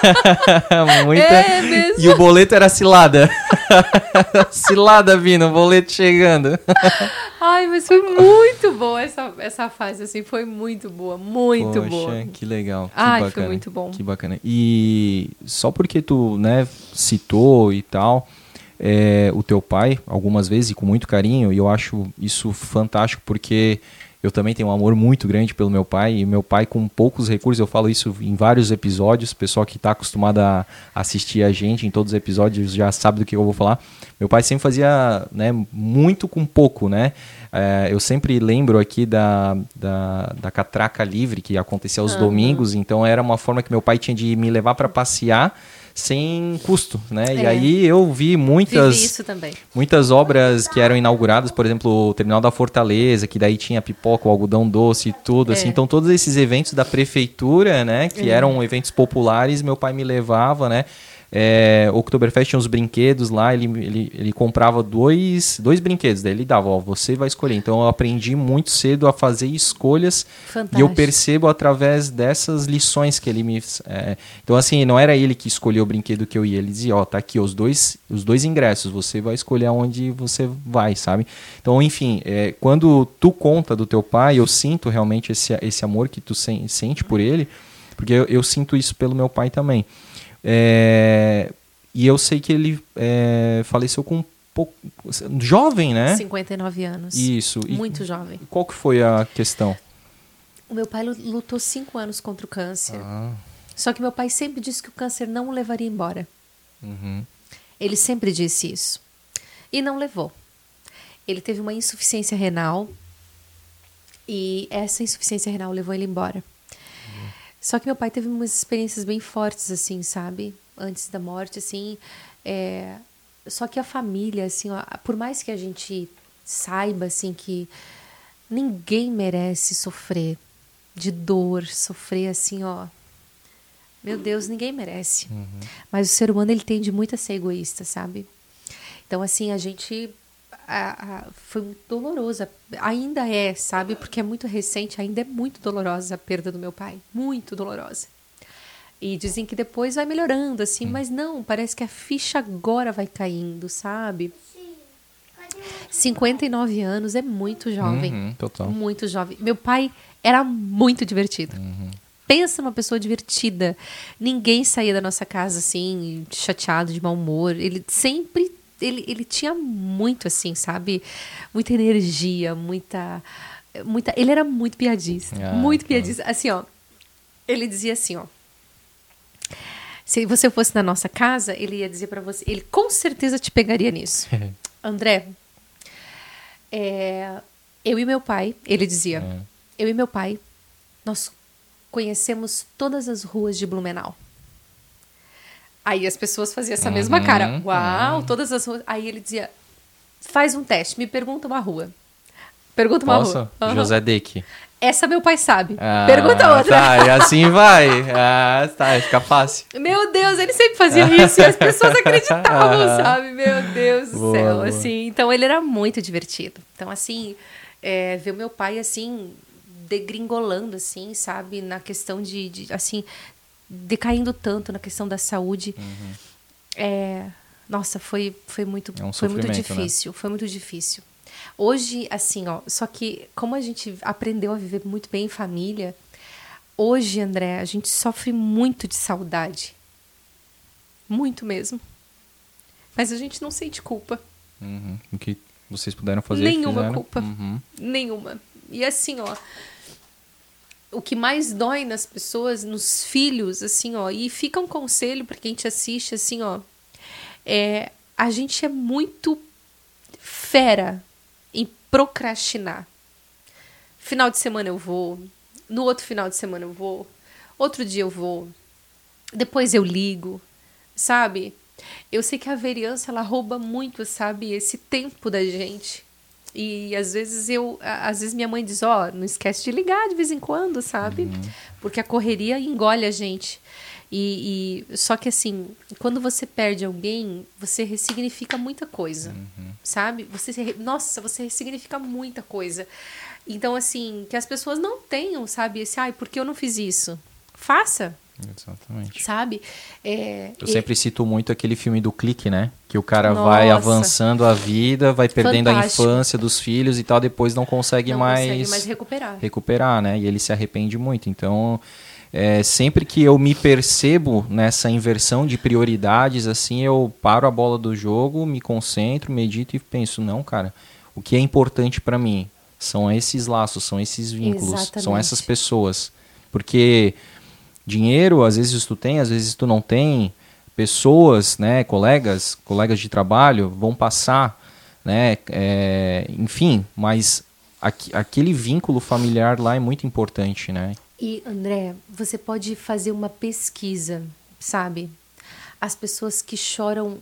Mesmo. E o boleto era cilada. Cilada, Bino, o boleto chegando. Ai, mas foi muito boa essa fase, assim, foi muito boa, muito boa. Poxa, que legal, que bacana. Foi muito bom. Que bacana. E só porque tu, né, citou e tal, o teu pai, algumas vezes, e com muito carinho, e eu acho isso fantástico, porque eu também tenho um amor muito grande pelo meu pai, e meu pai com poucos recursos, eu falo isso em vários episódios, o pessoal que está acostumado a assistir a gente em todos os episódios já sabe do que eu vou falar. Meu pai sempre fazia, né, muito com pouco, né? Eu sempre lembro aqui da catraca livre que acontecia aos domingos, então era uma forma que meu pai tinha de me levar para passear sem custo, né? E aí eu vi muitas obras que eram inauguradas, por exemplo, o Terminal da Fortaleza, que daí tinha pipoca, o algodão doce e tudo, assim. Então todos esses eventos da prefeitura, né, que eram eventos populares, meu pai me levava, né? O Oktoberfest tinha uns brinquedos lá, ele comprava dois brinquedos, daí ele dava, ó, você vai escolher. Então eu aprendi muito cedo a fazer escolhas. Fantástico. E eu percebo através dessas lições que ele me... então assim, não era ele que escolheu o brinquedo que eu ia, ele dizia, ó, tá aqui os dois ingressos, você vai escolher aonde você vai, sabe? Então, enfim, quando tu conta do teu pai, eu sinto realmente esse amor que tu sente por ele, porque eu sinto isso pelo meu pai também. E eu sei que ele faleceu com um pouco... Jovem, né? 59 anos. Isso. Muito jovem. Qual que foi a questão? O meu pai lutou 5 anos contra o câncer. Só que meu pai sempre disse que o câncer não o levaria embora. Uhum. Ele sempre disse isso. E não levou. Ele teve uma insuficiência renal. E essa insuficiência renal levou ele embora. Só que meu pai teve umas experiências bem fortes, assim, sabe? Antes da morte, assim. Só que a família, assim, ó, por mais que a gente saiba, assim, que ninguém merece sofrer de dor, sofrer, assim, ó. Meu Deus, ninguém merece. Uhum. Mas o ser humano, ele tende muito a ser egoísta, sabe? Então, assim, a gente... foi muito dolorosa, ainda sabe, porque é muito recente, ainda é muito dolorosa a perda do meu pai, muito dolorosa, e dizem que depois vai melhorando, assim, mas não, parece que a ficha agora vai caindo, sabe? 59 anos, é muito jovem, total. Muito jovem. Meu pai era muito divertido, pensa numa pessoa divertida, ninguém saía da nossa casa assim, chateado, de mau humor, ele sempre Ele tinha muito, assim, sabe? Muita energia, muita... Ele era muito piadista. Muito piadista. Assim, ó. Ele dizia assim, ó. Se você fosse na nossa casa, ele ia dizer pra você... Ele com certeza te pegaria nisso. André, eu e meu pai... Ele dizia... Eu e meu pai, nós conhecemos todas as ruas de Blumenau. Aí as pessoas faziam essa mesma cara. Uau, todas as ruas. Aí ele dizia, faz um teste, me pergunta uma rua. Pergunta uma rua. José Deck. Essa meu pai sabe. Pergunta outra. Tá, e assim vai. Tá, fica fácil. Meu Deus, ele sempre fazia isso e as pessoas acreditavam, sabe? Meu Deus do céu. Boa. Assim, então ele era muito divertido. Então, assim, ver o meu pai, assim, degringolando, assim, sabe? Na questão de assim... decaindo tanto na questão da saúde. Nossa, foi muito difícil. Né? Foi muito difícil. Hoje, assim, ó, só que como a gente aprendeu a viver muito bem em família, hoje, André, a gente sofre muito de saudade. Muito mesmo. Mas a gente não sente culpa. O que vocês puderam fazer, Nenhuma fizeram. culpa. Nenhuma. E assim, ó, o que mais dói nas pessoas, nos filhos, assim, ó, e fica um conselho para quem te assiste, assim, ó, a gente é muito fera em procrastinar. Final de semana eu vou, no outro final de semana eu vou, outro dia eu vou, depois eu ligo, sabe? Eu sei que a vereança, ela rouba muito, sabe, esse tempo da gente. E às vezes minha mãe diz, não esquece de ligar de vez em quando, sabe? Porque a correria engole a gente. Só que assim, quando você perde alguém, você ressignifica muita coisa, sabe? Você ressignifica muita coisa. Então, assim, que as pessoas não tenham, sabe, esse, por que eu não fiz isso? Faça. Exatamente. Sabe? Eu sempre cito muito aquele filme do Clique, né? Que o cara vai avançando a vida, vai perdendo Fantástico. a infância dos filhos e tal, depois não consegue mais recuperar, né? E ele se arrepende muito. Então, sempre que eu me percebo nessa inversão de prioridades, assim, eu paro a bola do jogo, me concentro, medito e penso, não, cara, o que é importante para mim são esses laços, são esses vínculos, Exatamente. são essas pessoas. Porque dinheiro, às vezes tu tem, às vezes tu não tem. Pessoas, né, colegas de trabalho vão passar, né, enfim, mas aquele vínculo familiar lá é muito importante, né? E, André, você pode fazer uma pesquisa, sabe? As pessoas que choram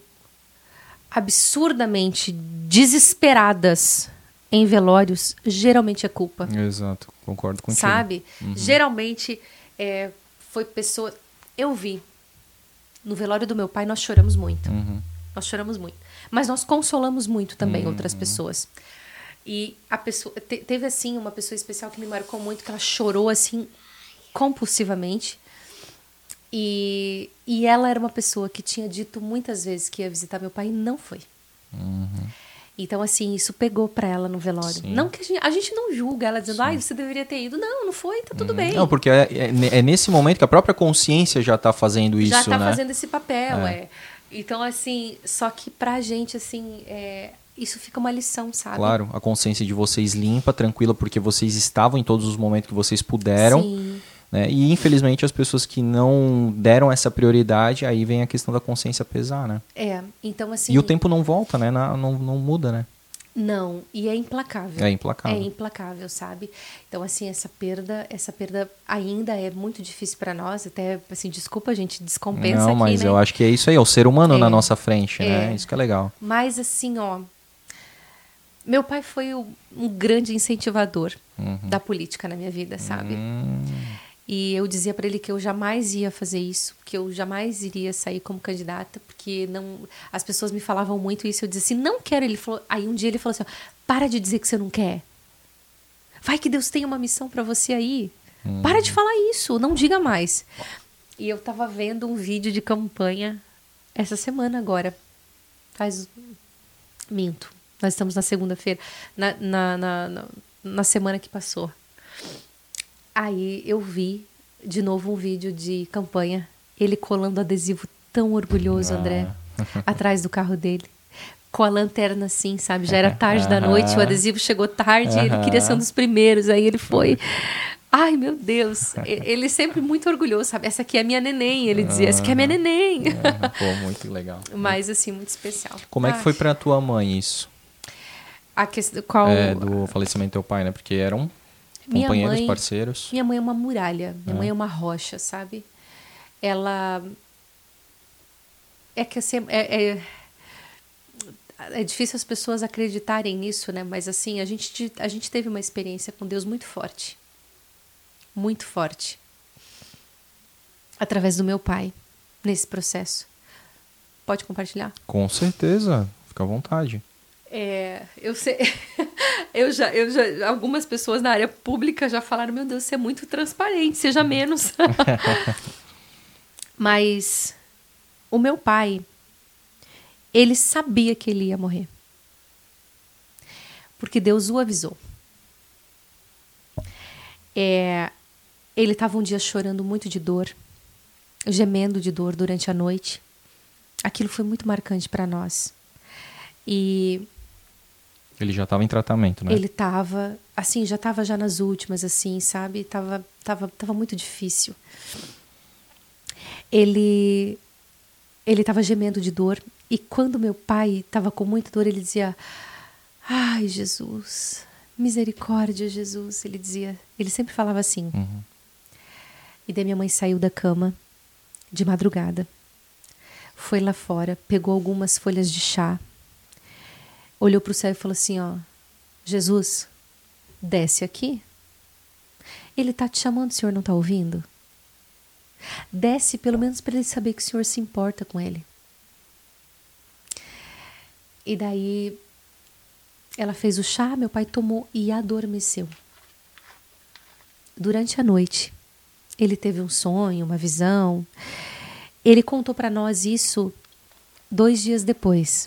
absurdamente desesperadas em velórios, geralmente é culpa. Exato, concordo contigo. Sabe? Geralmente foi pessoa... Eu vi. No velório do meu pai, nós choramos muito. Nós choramos muito. Mas nós consolamos muito também outras pessoas. E a pessoa... Teve, assim, uma pessoa especial que me marcou muito, que ela chorou, assim, compulsivamente. E ela era uma pessoa que tinha dito muitas vezes que ia visitar meu pai e não foi. Então, assim, isso pegou pra ela no velório. Sim. Não que a gente não julga ela dizendo, você deveria ter ido. Não, não foi, tá tudo bem. Não, porque é nesse momento que a própria consciência já tá fazendo isso, já tá né? fazendo esse papel, Então, assim, só que pra gente, assim, isso fica uma lição, sabe? Claro, a consciência de vocês limpa, tranquila, porque vocês estavam em todos os momentos que vocês puderam. Sim. Né? E, infelizmente, as pessoas que não deram essa prioridade, aí vem a questão da consciência pesar, né? Então, assim... E o tempo não volta, né? Não muda, né? Não, e é implacável. É implacável. É implacável, sabe? Então, assim, essa perda ainda é muito difícil para nós. Até, assim, desculpa, a gente descompensa não, aqui, mas né? eu acho que é isso aí, é o ser humano na nossa frente, né? Isso que é legal. Mas, assim, meu pai foi um grande incentivador da política na minha vida, sabe? E eu dizia para ele que eu jamais ia fazer isso, que eu jamais iria sair como candidata, porque as pessoas me falavam muito isso. Eu dizia assim, não quero. Aí um dia ele falou assim, para de dizer que você não quer. Vai que Deus tem uma missão para você aí. Para de falar isso, não diga mais. E eu tava vendo um vídeo de campanha essa semana agora. Minto. Nós estamos na segunda-feira, na semana que passou. Aí eu vi de novo um vídeo de campanha, ele colando adesivo tão orgulhoso, André, atrás do carro dele, com a lanterna assim, sabe? Já era tarde da noite, o adesivo chegou tarde, ele queria ser um dos primeiros, aí ele foi... Ai, meu Deus, ele sempre muito orgulhoso, sabe? Essa aqui é minha neném, ele dizia, essa aqui é minha neném. Pô, muito legal. Mas assim, muito especial. Como é que foi pra tua mãe isso? A questão, qual... do falecimento do teu pai, né? Porque eram companheiros, parceiros. Minha mãe é uma muralha, minha mãe é uma rocha, sabe? Ela... É que assim, é difícil as pessoas acreditarem nisso, né? Mas assim, a gente teve uma experiência com Deus muito forte. Muito forte. Através do meu pai, nesse processo. Pode compartilhar? Com certeza, fica à vontade. Eu sei, algumas pessoas na área pública já falaram, meu Deus, você é muito transparente, seja menos. Mas o meu pai, ele sabia que ele ia morrer. Porque Deus o avisou. Ele estava um dia chorando muito de dor, gemendo de dor durante a noite. Aquilo foi muito marcante para nós. E Ele já estava em tratamento, né? ele estava, assim, já estava já nas últimas, assim, sabe? Tava muito difícil. Ele estava gemendo de dor. E quando meu pai estava com muita dor, ele dizia: ai, Jesus, misericórdia, Jesus. Ele dizia, ele sempre falava assim. Uhum. E daí minha mãe saiu da cama de madrugada. Foi lá fora, pegou algumas folhas de chá. Olhou para o céu e falou assim, ó: Jesus, desce aqui. Ele está te chamando, o senhor não está ouvindo? Desce pelo menos para ele saber que o senhor se importa com ele. E daí ela fez o chá, meu pai tomou e adormeceu. Durante a noite, ele teve um sonho, uma visão. Ele contou para nós isso 2 dias depois.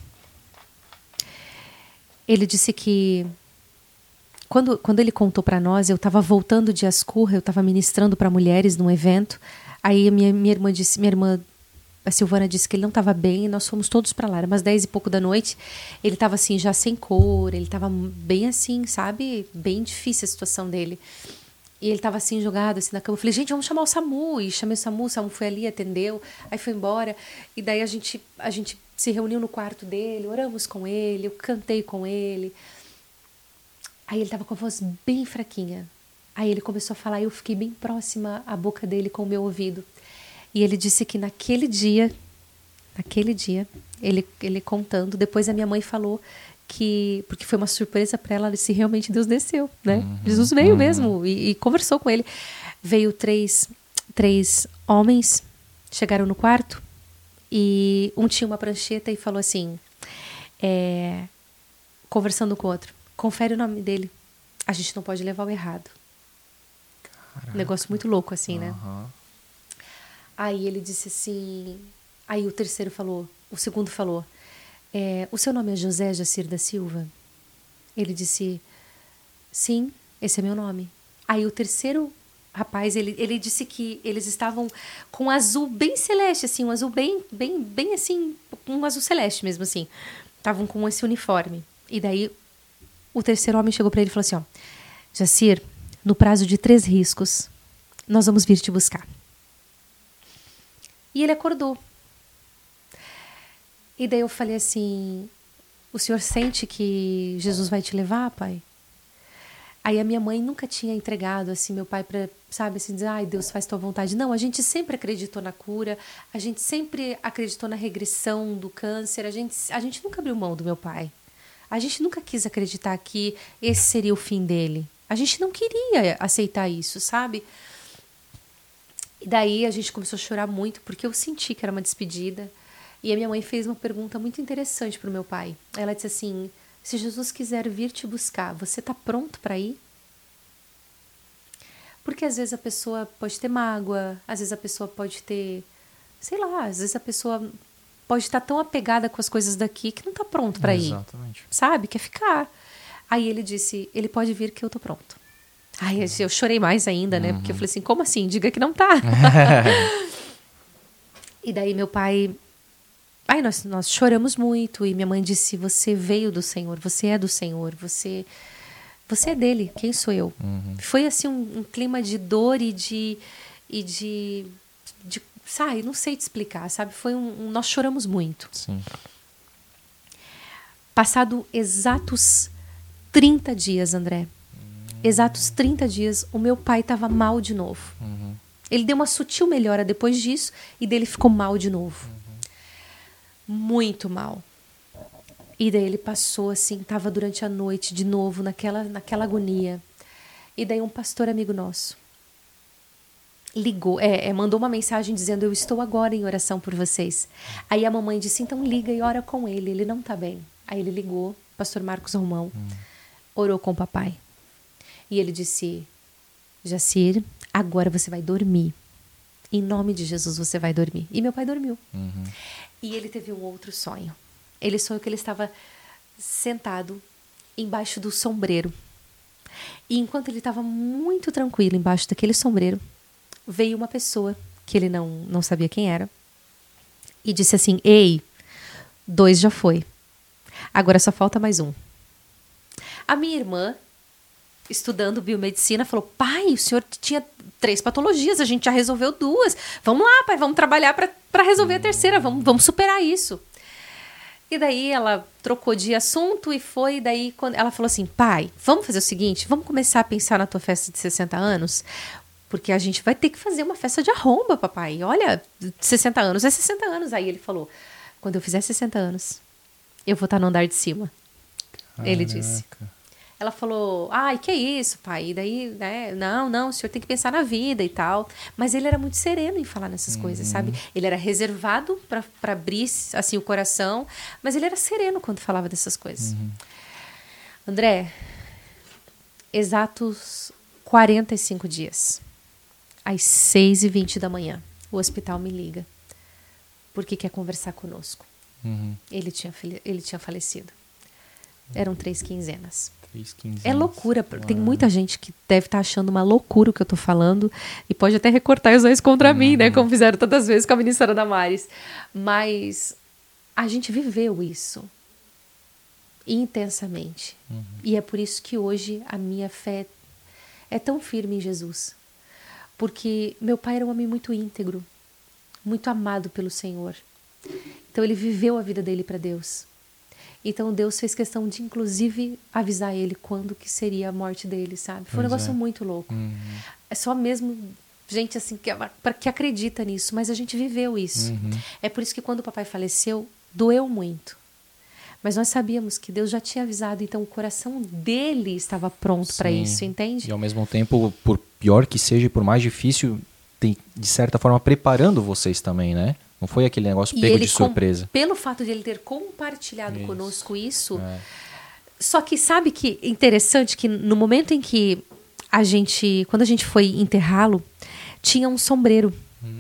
Ele disse que quando ele contou para nós, eu estava voltando de Ascurra, eu estava ministrando para mulheres num evento. Aí minha irmã, a Silvana, disse que ele não estava bem e nós fomos todos para lá. Era umas 10 e pouco da noite. Ele estava assim, já sem cor, ele estava bem assim, sabe? Bem difícil a situação dele. E ele estava assim, jogado assim na cama. Eu falei, gente, vamos chamar o SAMU. E chamei o SAMU foi ali, atendeu. Aí foi embora. E daí a gente se reuniu no quarto dele, oramos com ele, eu cantei com ele. Aí ele estava com a voz bem fraquinha. Aí ele começou a falar e eu fiquei bem próxima à boca dele com o meu ouvido. E ele disse que naquele dia, ele contando, depois a minha mãe falou que, porque foi uma surpresa para ela, se realmente Deus desceu, né? Uhum, Jesus veio mesmo e conversou com ele. Veio três homens, chegaram no quarto e um tinha uma prancheta e falou assim, conversando com o outro, confere o nome dele, a gente não pode levar o errado. Caraca. Um negócio muito louco assim, né? Uhum. Aí ele disse assim, aí o segundo falou, o seu nome é José Jacir da Silva? Ele disse, sim, esse é meu nome. Aí o terceiro rapaz, ele disse que eles estavam com um azul bem celeste, assim, um azul bem assim, um azul celeste mesmo, assim. Estavam com esse uniforme. E daí o terceiro homem chegou para ele e falou assim, ó, Jacir, no prazo de 3 riscos, nós vamos vir te buscar. E ele acordou. E daí eu falei assim, o senhor sente que Jesus vai te levar, pai? Aí a minha mãe nunca tinha entregado assim meu pai para, sabe, assim, dizer, ai, Deus, faz tua vontade. Não, a gente sempre acreditou na cura, a gente sempre acreditou na regressão do câncer, a gente nunca abriu mão do meu pai. A gente nunca quis acreditar que esse seria o fim dele. A gente não queria aceitar isso, sabe? E daí a gente começou a chorar muito, porque eu senti que era uma despedida. E a minha mãe fez uma pergunta muito interessante para o meu pai. Ela disse assim, se Jesus quiser vir te buscar, você está pronto para ir? Porque às vezes a pessoa pode ter mágoa, às vezes a pessoa pode ter, sei lá, às vezes a pessoa pode estar tão apegada com as coisas daqui que não está pronto para ir. Exatamente. Sabe? Quer ficar. Aí ele disse, ele pode vir que eu tô pronto. Aí eu chorei mais ainda, né? Porque eu falei assim, como assim? Diga que não tá. E daí meu pai... Aí nós choramos muito e minha mãe disse, você veio do Senhor, você é do Senhor, você é dele, quem sou eu? Foi assim um clima de dor e de sabe, não sei te explicar, sabe? Foi nós choramos muito. Sim. Passado exatos 30 dias, André. Exatos 30 dias, o meu pai estava mal de novo. Ele deu uma sutil melhora depois disso e dele ficou mal de novo. Muito mal. E daí ele passou assim, estava durante a noite de novo naquela agonia. E daí um pastor amigo nosso ligou, mandou uma mensagem dizendo, eu estou agora em oração por vocês. Aí a mamãe disse, então liga e ora com ele não está bem. Aí ele ligou, pastor Marcos Romão, orou com o papai. E ele disse, Jacir, agora você vai dormir. Em nome de Jesus você vai dormir. E meu pai dormiu. E ele teve um outro sonho. Ele sonhou que ele estava sentado embaixo do sombreiro. E enquanto ele estava muito tranquilo embaixo daquele sombreiro, veio uma pessoa que ele não sabia quem era e disse assim: ei, 2 já foi. Agora só falta mais um. A minha irmã, estudando biomedicina, falou: pai, o senhor tinha 3 patologias, a gente já resolveu 2. Vamos lá, pai, vamos trabalhar para resolver a terceira, vamos superar isso. E daí ela trocou de assunto e foi, daí quando ela falou assim: pai, vamos fazer o seguinte, vamos começar a pensar na tua festa de 60 anos, porque a gente vai ter que fazer uma festa de arromba, papai. Olha, 60 anos é 60 anos. Aí ele falou: quando eu fizer 60 anos, eu vou estar no andar de cima. Caraca. Ele disse. Ela falou: ai, que é isso, pai? E daí, né? Não, o senhor tem que pensar na vida e tal. Mas ele era muito sereno em falar nessas coisas, sabe? Ele era reservado para abrir, assim, o coração, mas ele era sereno quando falava dessas coisas. André, exatos 45 dias, às 6h20 da manhã, o hospital me liga, porque quer conversar conosco. Ele tinha falecido. Eram 3 quinzenas. É loucura. Tem muita gente que deve estar achando uma loucura o que eu tô falando e pode até recortar os dois contra mim, né? Como fizeram tantas vezes com a ministra Damares. Mas a gente viveu isso intensamente. E é por isso que hoje a minha fé é tão firme em Jesus. Porque meu pai era um homem muito íntegro, muito amado pelo Senhor. Então ele viveu a vida dele para Deus. Então Deus fez questão de, inclusive, avisar ele quando que seria a morte dele, sabe? Foi um negócio muito louco. É só mesmo gente assim que acredita nisso, mas a gente viveu isso. É por isso que quando o papai faleceu, doeu muito. Mas nós sabíamos que Deus já tinha avisado, então o coração dele estava pronto para isso, entende? E ao mesmo tempo, por pior que seja, por mais difícil, tem, de certa forma, preparando vocês também, né? Não foi aquele negócio pego de surpresa. Pelo fato de ele ter compartilhado conosco isso. Só que sabe que interessante que no momento em que quando a gente foi enterrá-lo, tinha um sombreiro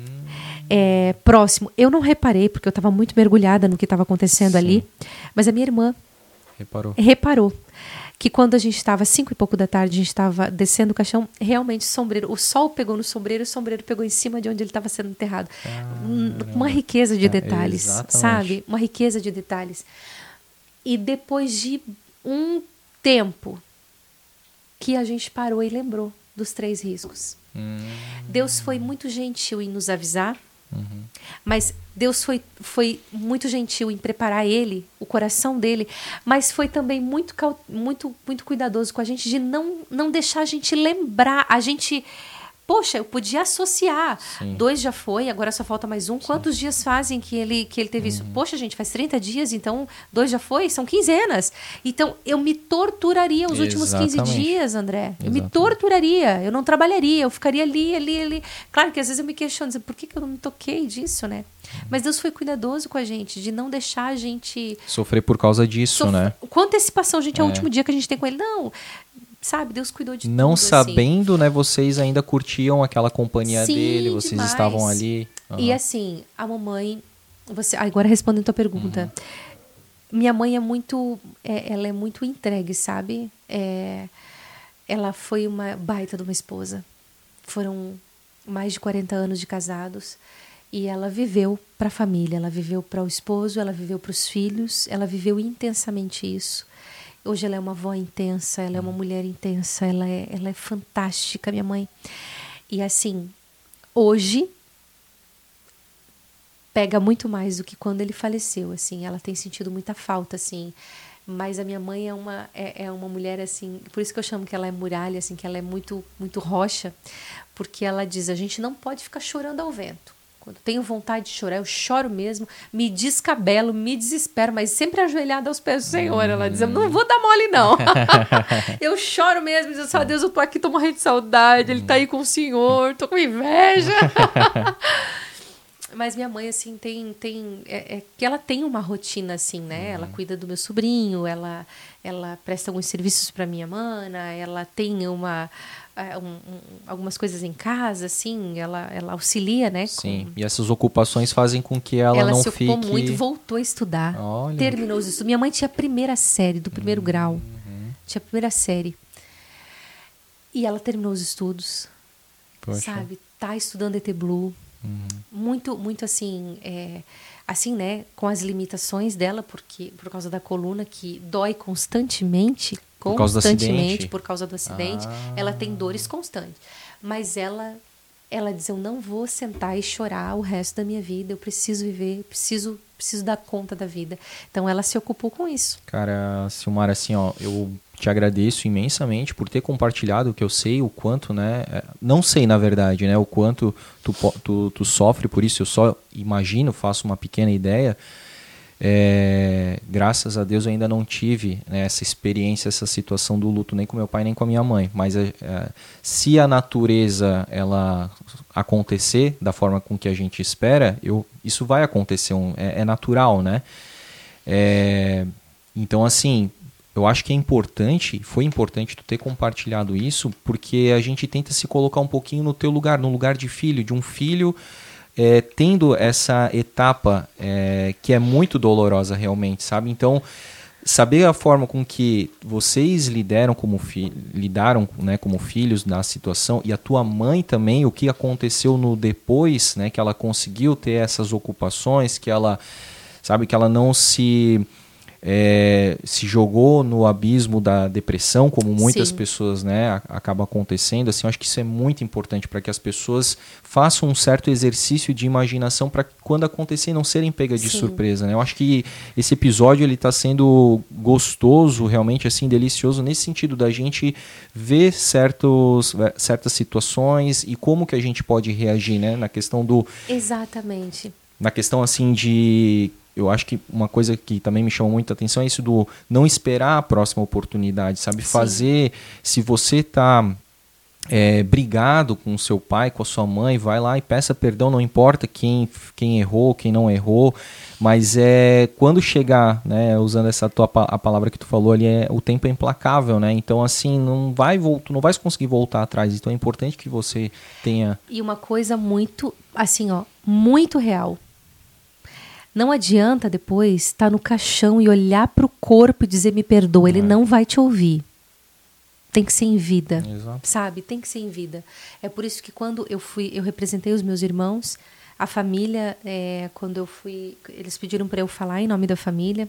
próximo. Eu não reparei, porque eu estava muito mergulhada no que estava acontecendo ali. Mas a minha irmã reparou que quando a gente estava 5 e pouco da tarde, a gente estava descendo o caixão, realmente o sol pegou no sombreiro e o sombreiro pegou em cima de onde ele estava sendo enterrado. Uma riqueza de detalhes, sabe? Uma riqueza de detalhes. E depois de um tempo que a gente parou e lembrou dos 3 riscos. Deus foi muito gentil em nos avisar, mas Deus foi muito gentil em preparar ele, o coração dele, mas foi também muito cuidadoso com a gente de não deixar a gente lembrar, poxa, eu podia associar. 2 já foi, agora só falta mais um. Quantos dias fazem que ele teve isso? Poxa, gente, faz 30 dias, então 2 já foi? São quinzenas. Então, eu me torturaria os últimos 15 dias, André. Eu me torturaria, eu não trabalharia, eu ficaria ali. Claro que às vezes eu me questiono, por que eu não me toquei disso, né? Mas Deus foi cuidadoso com a gente, de não deixar a gente... Sofrer por causa disso, né? Com antecipação, gente, é o último dia que a gente tem com ele. Não... Sabe, Deus cuidou de tudo. Não sabendo, né, vocês ainda curtiam aquela companhia dele, vocês demais. Estavam ali. E assim, a mamãe, agora respondendo a tua pergunta, minha mãe ela é muito entregue, sabe? Ela foi uma baita de uma esposa. Foram mais de 40 anos de casados e ela viveu para a família, ela viveu para o esposo, ela viveu para os filhos, ela viveu intensamente isso. Hoje ela é uma avó intensa, ela é uma mulher intensa, ela é fantástica, minha mãe. E assim, hoje pega muito mais do que quando ele faleceu, assim. Ela tem sentido muita falta, assim. Mas a minha mãe é uma mulher, assim, por isso que eu chamo que ela é muralha, assim, que ela é muito, muito rocha, porque ela diz, a gente não pode ficar chorando ao vento. Quando tenho vontade de chorar, eu choro mesmo, me descabelo, me desespero, mas sempre ajoelhada aos pés do Senhor. Ela diz, eu não vou dar mole, não. Eu choro mesmo, diz, Deus, eu tô aqui, tô morrendo de saudade, ele tá aí com o Senhor, tô com inveja. Mas minha mãe, assim, que ela tem uma rotina, assim, né? Ela cuida do meu sobrinho, ela presta alguns serviços para minha mana, ela tem algumas coisas em casa, assim, ela auxilia, né? Sim, e essas ocupações fazem com que ela não fique... Ela se ocupou muito, voltou a estudar. Olha. Terminou os estudos. Minha mãe tinha a primeira série, do primeiro grau. Tinha a primeira série. E ela terminou os estudos. Poxa. Sabe? tá estudando ET Blue. Muito, muito assim, assim, né, com as limitações dela, porque por causa da coluna que dói constantemente, Por causa do acidente? por causa do acidente, ela tem dores constantes. Mas ela diz, eu não vou sentar e chorar o resto da minha vida, eu preciso viver, preciso dar conta da vida. Então ela se ocupou com isso. Cara, Silmara, assim, ó, eu te agradeço imensamente por ter compartilhado o que eu sei, o quanto, né, não sei na verdade, né, o quanto tu sofre por isso, eu só imagino, faço uma pequena ideia. Graças a Deus eu ainda não tive, né, essa experiência, essa situação do luto, nem com meu pai nem com a minha mãe, mas se a natureza ela acontecer da forma com que a gente espera, isso vai acontecer, é natural, né? Então assim, eu acho que foi importante tu ter compartilhado isso, porque a gente tenta se colocar um pouquinho no teu lugar, no lugar de filho, de um filho tendo essa etapa que é muito dolorosa realmente, sabe? Então, saber a forma com que vocês lidaram, né, como filhos na situação, e a tua mãe também, o que aconteceu no depois, né, que ela conseguiu ter essas ocupações, que ela, sabe, que ela não se jogou no abismo da depressão, como muitas Sim. pessoas, né, acaba acontecendo. Assim, eu acho que isso é muito importante para que as pessoas façam um certo exercício de imaginação para que quando acontecer não serem pegas de Sim. surpresa, né? Eu acho que esse episódio ele está sendo gostoso, realmente assim delicioso nesse sentido da gente ver certas situações e como que a gente pode reagir, né, na questão Exatamente. na questão assim de... Eu acho que uma coisa que também me chama muita atenção é isso do não esperar a próxima oportunidade, sabe? Sim. Fazer, se você está brigado com o seu pai, com a sua mãe, vai lá e peça perdão, não importa quem errou, quem não errou, mas quando chegar, né, usando a palavra que tu falou ali, o tempo é implacável, né? Então, assim, tu não vai conseguir voltar atrás, então é importante que você tenha... E uma coisa muito, assim, ó, muito real. Não adianta depois estar no caixão e olhar para o corpo e dizer me perdoa. Ele não vai te ouvir. Tem que ser em vida. Exato. Sabe? Tem que ser em vida. É por isso que quando eu representei os meus irmãos, a família, quando eu fui, eles pediram para eu falar em nome da família.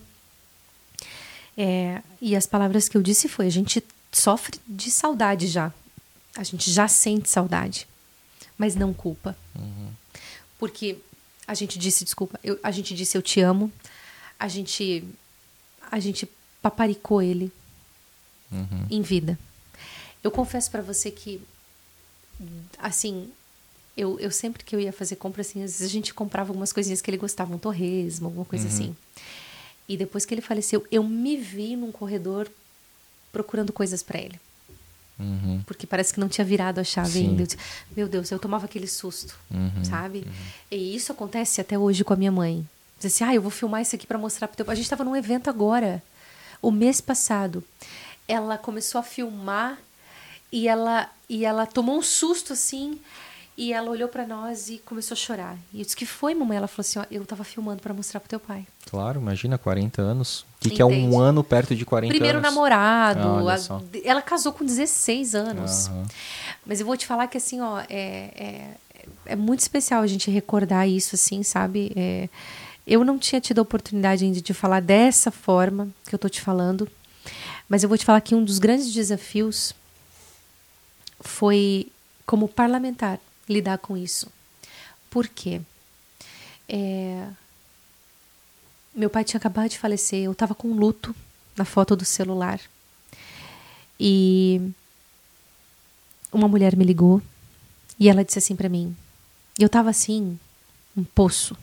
E as palavras que eu disse foi, a gente sofre de saudade já. A gente já sente saudade. Mas não culpa. Porque... A gente disse, desculpa, a gente disse eu te amo, a gente paparicou ele em vida. Eu confesso pra você que, assim, eu sempre que eu ia fazer compra, assim, às vezes a gente comprava algumas coisinhas que ele gostava, um torresmo, alguma coisa assim. E depois que ele faleceu, eu me vi num corredor procurando coisas pra ele. Porque parece que não tinha virado a chave Sim. ainda. Eu disse, meu Deus, eu tomava aquele susto, sabe? E isso acontece até hoje com a minha mãe. Diz assim, eu vou filmar isso aqui para mostrar pro teu pai. A gente estava num evento agora, o mês passado. Ela começou a filmar e ela tomou um susto assim. E ela olhou para nós e começou a chorar. E eu disse, que foi, mamãe? Ela falou assim, eu estava filmando para mostrar pro teu pai. Claro, imagina, 40 anos. O que é um ano perto de 40 Primeiro anos? namorado. Olha só. Ela casou com 16 anos. Mas eu vou te falar que, assim, ó, é muito especial a gente recordar isso, assim, sabe? Eu não tinha tido a oportunidade ainda de falar dessa forma que eu tô te falando. Mas eu vou te falar que um dos grandes desafios foi, como parlamentar, lidar com isso. Por quê? Meu pai tinha acabado de falecer, eu estava com luto na foto do celular. E uma mulher me ligou e ela disse assim para mim, eu estava assim, um poço.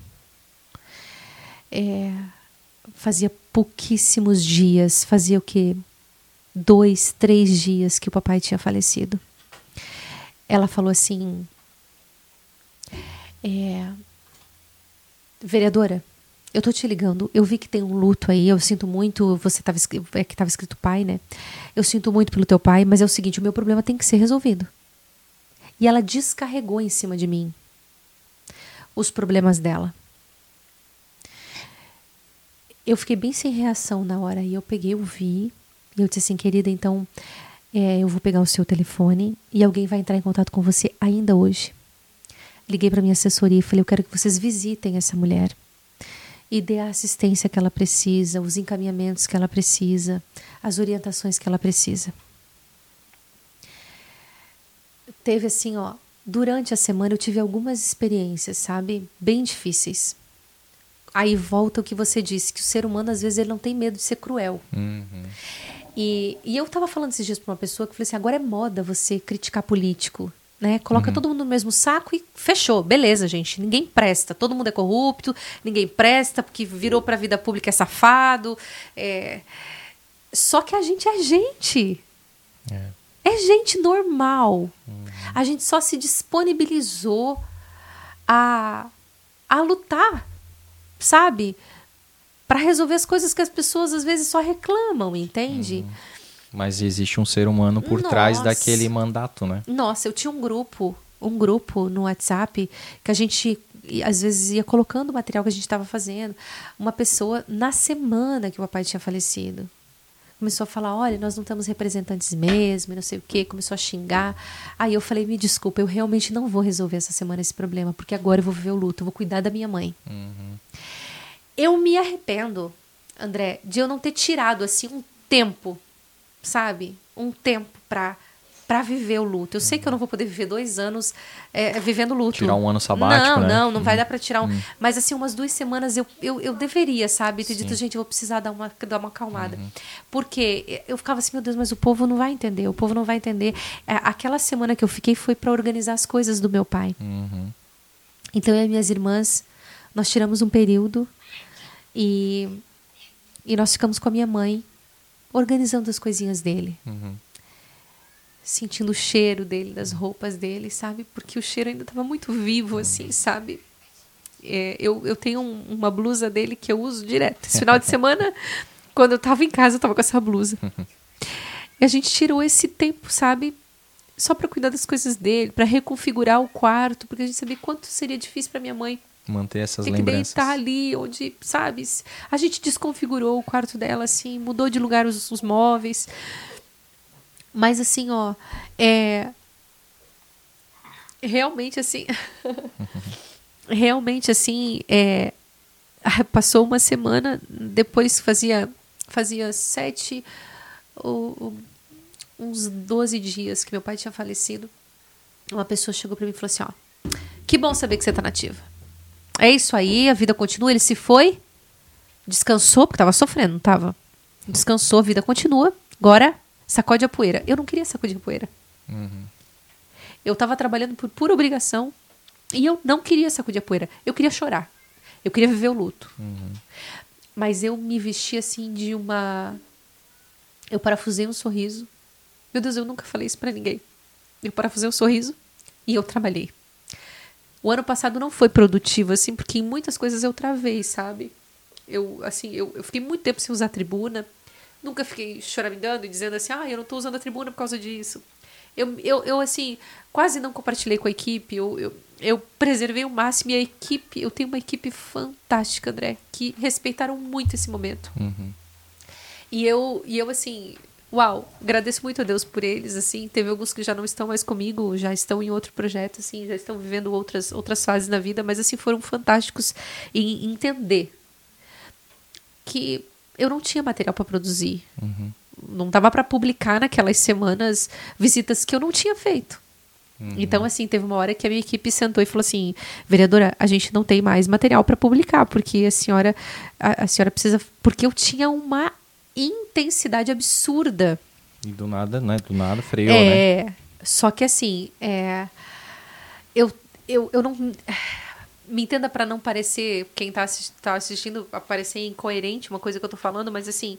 Fazia pouquíssimos dias, fazia o quê? 2, 3 dias que o papai tinha falecido. Ela falou assim, vereadora, eu tô te ligando, eu vi que tem um luto aí, eu sinto muito, que estava escrito pai, né? Eu sinto muito pelo teu pai, mas é o seguinte, o meu problema tem que ser resolvido. E ela descarregou em cima de mim os problemas dela. Eu fiquei bem sem reação na hora, e eu peguei, eu vi, e eu disse assim, querida, então, eu vou pegar o seu telefone e alguém vai entrar em contato com você ainda hoje. liguei para minha assessoria e falei, eu quero que vocês visitem essa mulher e dê a assistência que ela precisa, os encaminhamentos que ela precisa, as orientações que ela precisa. Teve assim, ó, durante a semana eu tive algumas experiências, sabe, bem difíceis. Aí volta o que você disse, que o ser humano às vezes ele não tem medo de ser cruel. E eu tava falando esses dias para uma pessoa que falei assim, agora é moda você criticar político, né? Coloca todo mundo no mesmo saco e fechou. Beleza, gente, ninguém presta, todo mundo é corrupto, ninguém presta porque virou pra vida pública é safado. Só que a gente é gente. É gente normal. A gente só se disponibilizou a lutar, sabe? Para resolver as coisas que as pessoas às vezes só reclamam, entende? Mas existe um ser humano por trás daquele mandato, né? Nossa, eu tinha um grupo no WhatsApp que a gente às vezes ia colocando o material que a gente estava fazendo. Uma pessoa, na semana que o papai tinha falecido, começou a falar, olha, nós não temos representantes mesmo, e não sei o quê, começou a xingar. Aí eu falei, me desculpa, eu realmente não vou resolver essa semana esse problema, porque agora eu vou viver o luto, eu vou cuidar da minha mãe. Eu me arrependo, André, de eu não ter tirado, assim, um tempo, sabe? Um tempo pra viver o luto. Eu sei que eu não vou poder viver 2 anos vivendo luto. Tirar um ano sabático, né? Não vai dar pra tirar um... Mas, assim, umas 2 semanas eu deveria, sabe? Ter dito, gente, eu vou precisar dar uma acalmada. Porque eu ficava assim, meu Deus, mas o povo não vai entender, o povo não vai entender. Aquela semana que eu fiquei foi pra organizar as coisas do meu pai. Então, eu e minhas irmãs, nós tiramos um período e nós ficamos com a minha mãe organizando as coisinhas dele. Sentindo o cheiro dele, das roupas dele, sabe? Porque o cheiro ainda estava muito vivo, assim, sabe? Eu tenho uma blusa dele que eu uso direto. Esse final de semana, quando eu estava em casa, eu estava com essa blusa. E a gente tirou esse tempo, sabe? Só para cuidar das coisas dele, para reconfigurar o quarto, porque a gente sabia quanto seria difícil para minha mãe manter essas ter lembranças. que deitar ali, onde, sabe? A gente desconfigurou o quarto dela, assim, mudou de lugar os móveis. Mas, assim, ó, realmente, assim... realmente, assim, passou uma semana, depois fazia 7 ou uns 12 dias que meu pai tinha falecido. Uma pessoa chegou pra mim e falou assim, ó, que bom saber que você tá nativa. É isso aí, a vida continua. Ele se foi, descansou, porque tava sofrendo, não tava? Descansou, a vida continua. Agora, sacode a poeira. Eu não queria sacudir a poeira. Eu tava trabalhando por pura obrigação e eu não queria sacudir a poeira. Eu queria chorar. Eu queria viver o luto. Mas eu me vesti assim de uma... Eu parafusei um sorriso. Meu Deus, eu nunca falei isso pra ninguém. Eu parafusei um sorriso e eu trabalhei. O ano passado não foi produtivo, assim, porque em muitas coisas eu travei, sabe? Eu fiquei muito tempo sem usar a tribuna. Nunca fiquei choramingando e dizendo assim, eu não tô usando a tribuna por causa disso. Eu assim, quase não compartilhei com a equipe. Eu preservei o máximo e a equipe... Eu tenho uma equipe fantástica, André, que respeitaram muito esse momento. E eu assim... Uau, agradeço muito a Deus por eles, assim, teve alguns que já não estão mais comigo, já estão em outro projeto, assim, já estão vivendo outras fases na vida, mas, assim, foram fantásticos em entender que eu não tinha material para produzir, não dava para publicar naquelas semanas visitas que eu não tinha feito. Então, assim, teve uma hora que a minha equipe sentou e falou assim, vereadora, a gente não tem mais material para publicar, porque a senhora precisa... Porque eu tinha uma intensidade absurda. E do nada, né? Do nada freou, né? Só que assim, eu não... Me entenda para não parecer, quem tá assistindo, parecer incoerente uma coisa que eu tô falando, mas assim,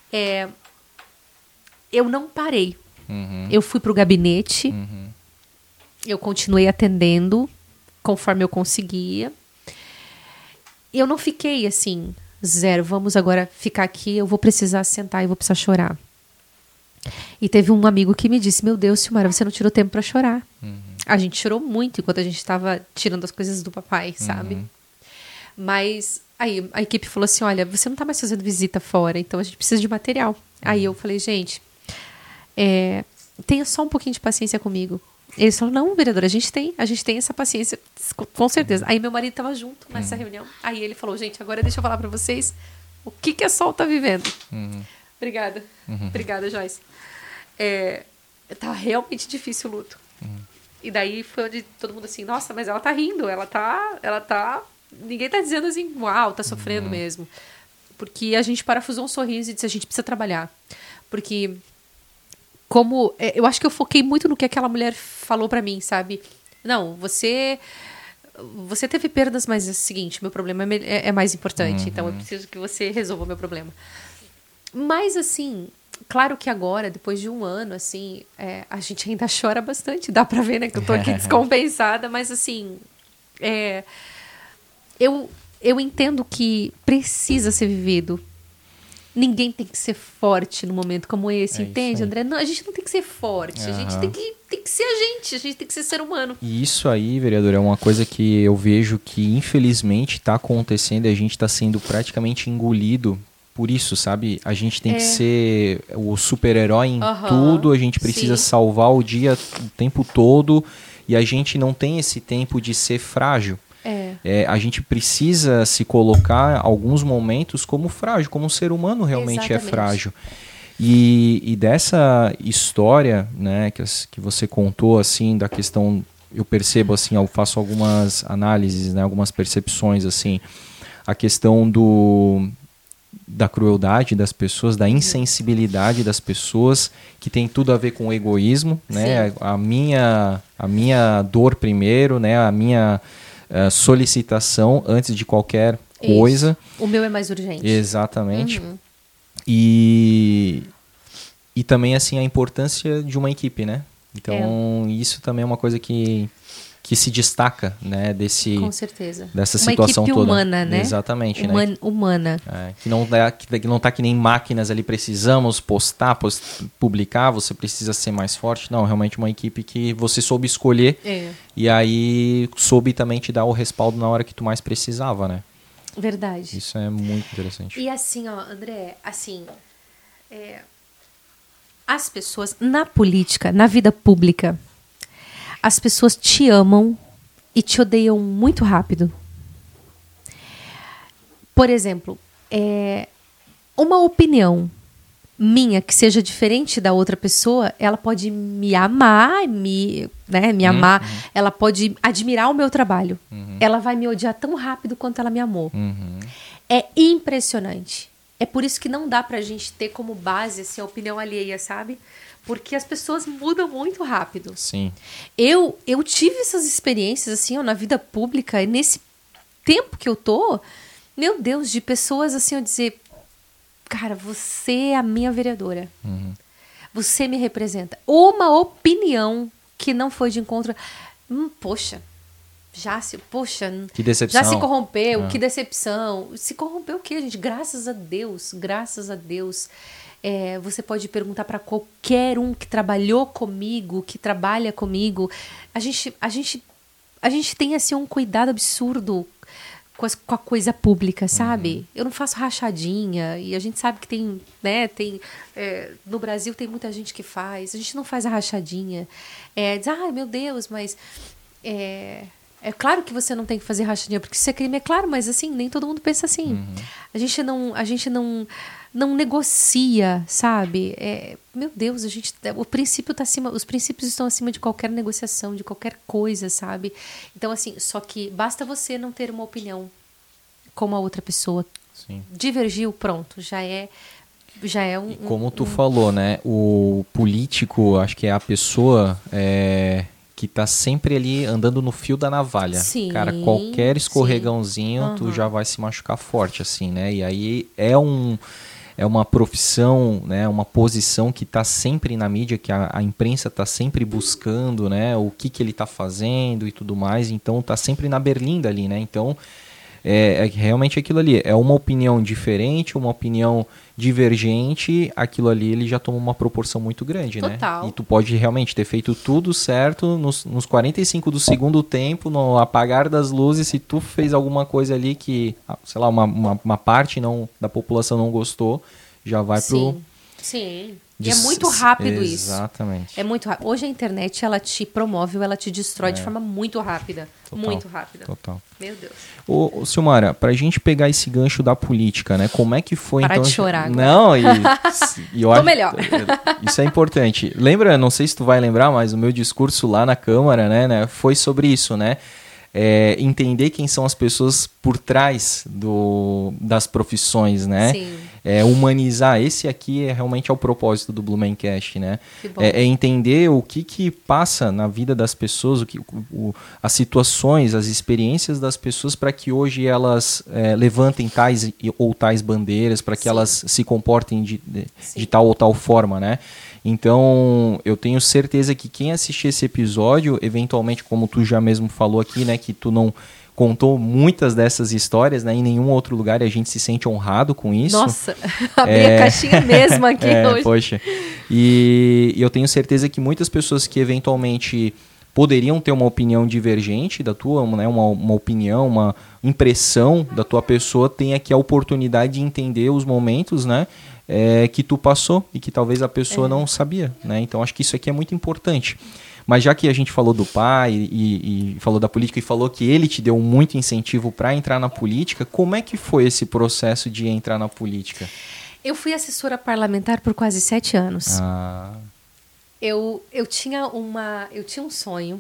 eu não parei. Eu fui pro gabinete, eu continuei atendendo conforme eu conseguia. Eu não fiquei assim... 0, vamos agora ficar aqui, eu vou precisar sentar e vou precisar chorar. E teve um amigo que me disse, meu Deus, Silmara, você não tirou tempo para chorar. A gente chorou muito enquanto a gente estava tirando as coisas do papai, sabe? Mas aí a equipe falou assim, olha, você não tá mais fazendo visita fora, então a gente precisa de material. Aí eu falei, gente, tenha só um pouquinho de paciência comigo. Eles falaram, não, vereadora, a gente tem essa paciência, com certeza. Aí meu marido estava junto nessa reunião. Aí ele falou, gente, agora deixa eu falar para vocês o que a Sol tá vivendo. Obrigada. Obrigada, Joyce. Tá realmente difícil o luto. E daí foi onde todo mundo assim, nossa, mas ela tá rindo, ela tá... Ninguém tá dizendo assim, uau, tá sofrendo mesmo. Porque a gente parafusou um sorriso e disse, a gente precisa trabalhar. Porque... eu acho que eu foquei muito no que aquela mulher falou pra mim, sabe? Não, você teve perdas, mas é o seguinte, meu problema é mais importante, então eu preciso que você resolva o meu problema. Mas, assim, claro que agora, depois de um ano, assim, a gente ainda chora bastante, dá pra ver, né, que eu tô aqui descompensada, mas, assim, eu entendo que precisa ser vivido. Ninguém tem que ser forte num momento como esse, entende, André? Não, a gente não tem que ser forte, a gente tem que ser a gente tem que ser ser humano. E isso aí, vereador, é uma coisa que eu vejo que infelizmente está acontecendo e a gente está sendo praticamente engolido por isso, sabe? A gente tem que ser o super-herói em tudo, a gente precisa salvar o dia o tempo todo e a gente não tem esse tempo de ser frágil. A gente precisa se colocar alguns momentos como frágil, como um ser humano realmente é frágil. E dessa história, né, que você contou, assim, da questão, eu percebo, assim, eu faço algumas análises, né, algumas percepções, assim, a questão da crueldade das pessoas, da insensibilidade das pessoas, que tem tudo a ver com o egoísmo, né, a minha dor primeiro, né, a minha... solicitação antes de qualquer coisa. O meu é mais urgente. Exatamente. E também, assim, a importância de uma equipe, né? Então, isso também é uma coisa que se destaca, né? Com certeza. Dessa situação toda. Uma equipe humana, né? Exatamente. Humana. Que não tá que nem máquinas ali, precisamos publicar, você precisa ser mais forte. Não, realmente uma equipe que você soube escolher e aí soube também te dar o respaldo na hora que tu mais precisava, né? Verdade. Isso é muito interessante. E assim, ó, André, assim, as pessoas na política, na vida pública, as pessoas te amam e te odeiam muito rápido. Por exemplo, uma opinião minha que seja diferente da outra pessoa, ela pode me amar, me amar, ela pode admirar o meu trabalho. Ela vai me odiar tão rápido quanto ela me amou. É impressionante. É por isso que não dá pra gente ter como base assim, a opinião alheia, sabe? Porque as pessoas mudam muito rápido. Sim. Eu tive essas experiências assim, ó, na vida pública, e nesse tempo que eu tô, meu Deus, de pessoas assim, eu dizer, cara, você é a minha vereadora. Você me representa. Uma opinião que não foi de encontro. Poxa, que decepção. já se corrompeu, que decepção. Se corrompeu o quê, gente? Graças a Deus. Você pode perguntar para qualquer um que trabalhou comigo, que trabalha comigo. A gente tem assim um cuidado absurdo com a coisa pública, sabe? Eu não faço rachadinha e a gente sabe que tem, né? No Brasil tem muita gente que faz. A gente não faz a rachadinha. Diz, meu Deus, mas é claro que você não tem que fazer rachadinha porque isso é crime, é claro, mas assim nem todo mundo pensa assim. A gente não negocia, sabe? Meu Deus, o princípio tá acima, os princípios estão acima de qualquer negociação, de qualquer coisa, sabe? Então, assim, só que basta você não ter uma opinião como a outra pessoa. Sim. Divergiu, pronto, já é um... E como tu falou, né? O político, acho que é a pessoa que tá sempre ali andando no fio da navalha. Sim, cara, qualquer escorregãozinho, tu já vai se machucar forte, assim, né? E aí é uma profissão, né, uma posição que está sempre na mídia, que a imprensa está sempre buscando, né, o que ele está fazendo e tudo mais, então está sempre na berlinda ali, né, então realmente aquilo ali, é uma opinião diferente, uma opinião divergente, aquilo ali ele já toma uma proporção muito grande, Total. Né, e tu pode realmente ter feito tudo certo nos 45 do segundo tempo, no apagar das luzes, se tu fez alguma coisa ali que, sei lá, uma parte da população não gostou, já vai Sim. E é muito rápido isso. Exatamente. É muito rápido. Hoje a internet, ela te promove ou ela te destrói de forma muito rápida. Total, muito rápida. Total. Meu Deus. Ô, Silmara, pra gente pegar esse gancho da política, né? Como é que foi, Parar então... de chorar agora. Não, e eu acho... melhor. Isso é importante. Lembra, não sei se tu vai lembrar, mas o meu discurso lá na Câmara, né, foi sobre isso, né? Entender quem são as pessoas por trás das profissões, né? Sim. Humanizar. Esse aqui realmente é o propósito do Blumencast, né? Que bom. Entender o que passa na vida das pessoas, as situações, as experiências das pessoas para que hoje elas levantem tais ou tais bandeiras, para que Sim. elas se comportem de tal ou tal forma, né? Então, eu tenho certeza que quem assistir esse episódio, eventualmente, como tu já mesmo falou aqui, né, que tu não contou muitas dessas histórias, né, em nenhum outro lugar, e a gente se sente honrado com isso. Nossa, abri a caixinha mesmo aqui hoje. Poxa. E eu tenho certeza que muitas pessoas que eventualmente poderiam ter uma opinião divergente da tua, né, uma opinião, uma impressão da tua pessoa, tem aqui a oportunidade de entender os momentos, né, que tu passou e que talvez a pessoa não sabia, né? Então acho que isso aqui é muito importante. Mas já que a gente falou do pai e falou da política e falou que ele te deu muito incentivo para entrar na política, como é que foi esse processo de entrar na política? Eu fui assessora parlamentar por quase 7 anos. Ah. Eu tinha um sonho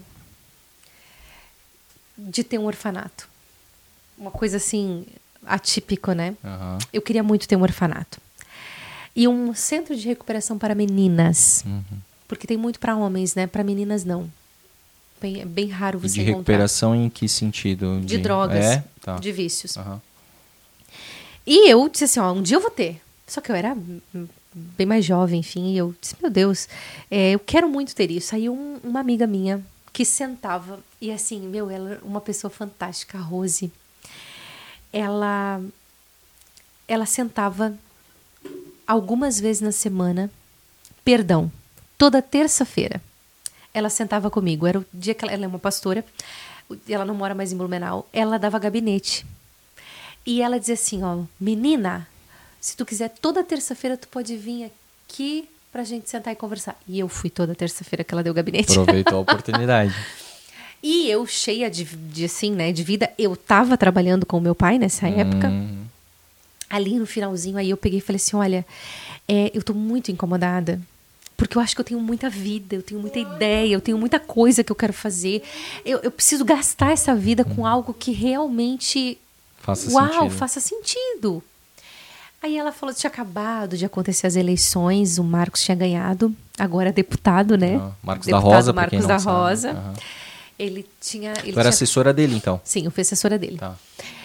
de ter um orfanato. Uma coisa assim, atípico, né? Uhum. Eu queria muito ter um orfanato. E um centro de recuperação para meninas. Uhum. Porque tem muito para homens, né? Para meninas, não. É bem raro você de encontrar. recuperação em que sentido? De drogas, Tá. de vícios. Uhum. E eu disse assim, um dia eu vou ter. Só que eu era bem mais jovem, enfim. E eu disse, meu Deus, eu quero muito ter isso. Aí uma amiga minha que sentava. E assim, ela era uma pessoa fantástica, a Rose. Ela sentava algumas vezes na semana, toda terça-feira, ela sentava comigo. Era o dia que ela é uma pastora, ela não mora mais em Blumenau, ela dava gabinete. E ela dizia assim, menina, se tu quiser, toda terça-feira tu pode vir aqui pra gente sentar e conversar. E eu fui toda terça-feira que ela deu gabinete. Aproveitou a oportunidade. E eu, cheia de vida, eu tava trabalhando com o meu pai nessa época. Ali no finalzinho, aí eu peguei e falei assim, olha, eu tô muito incomodada, porque eu acho que eu tenho muita vida, eu tenho muita ideia, eu tenho muita coisa que eu quero fazer. Eu preciso gastar essa vida com algo que realmente, faça sentido. Aí ela falou que tinha acabado de acontecer as eleições, o Marcos tinha ganhado, agora deputado, né? Marcos da Rosa, Marcos da Rosa. Uhum. Tu era assessora dele, então? Sim, eu fui assessora dele. Tá.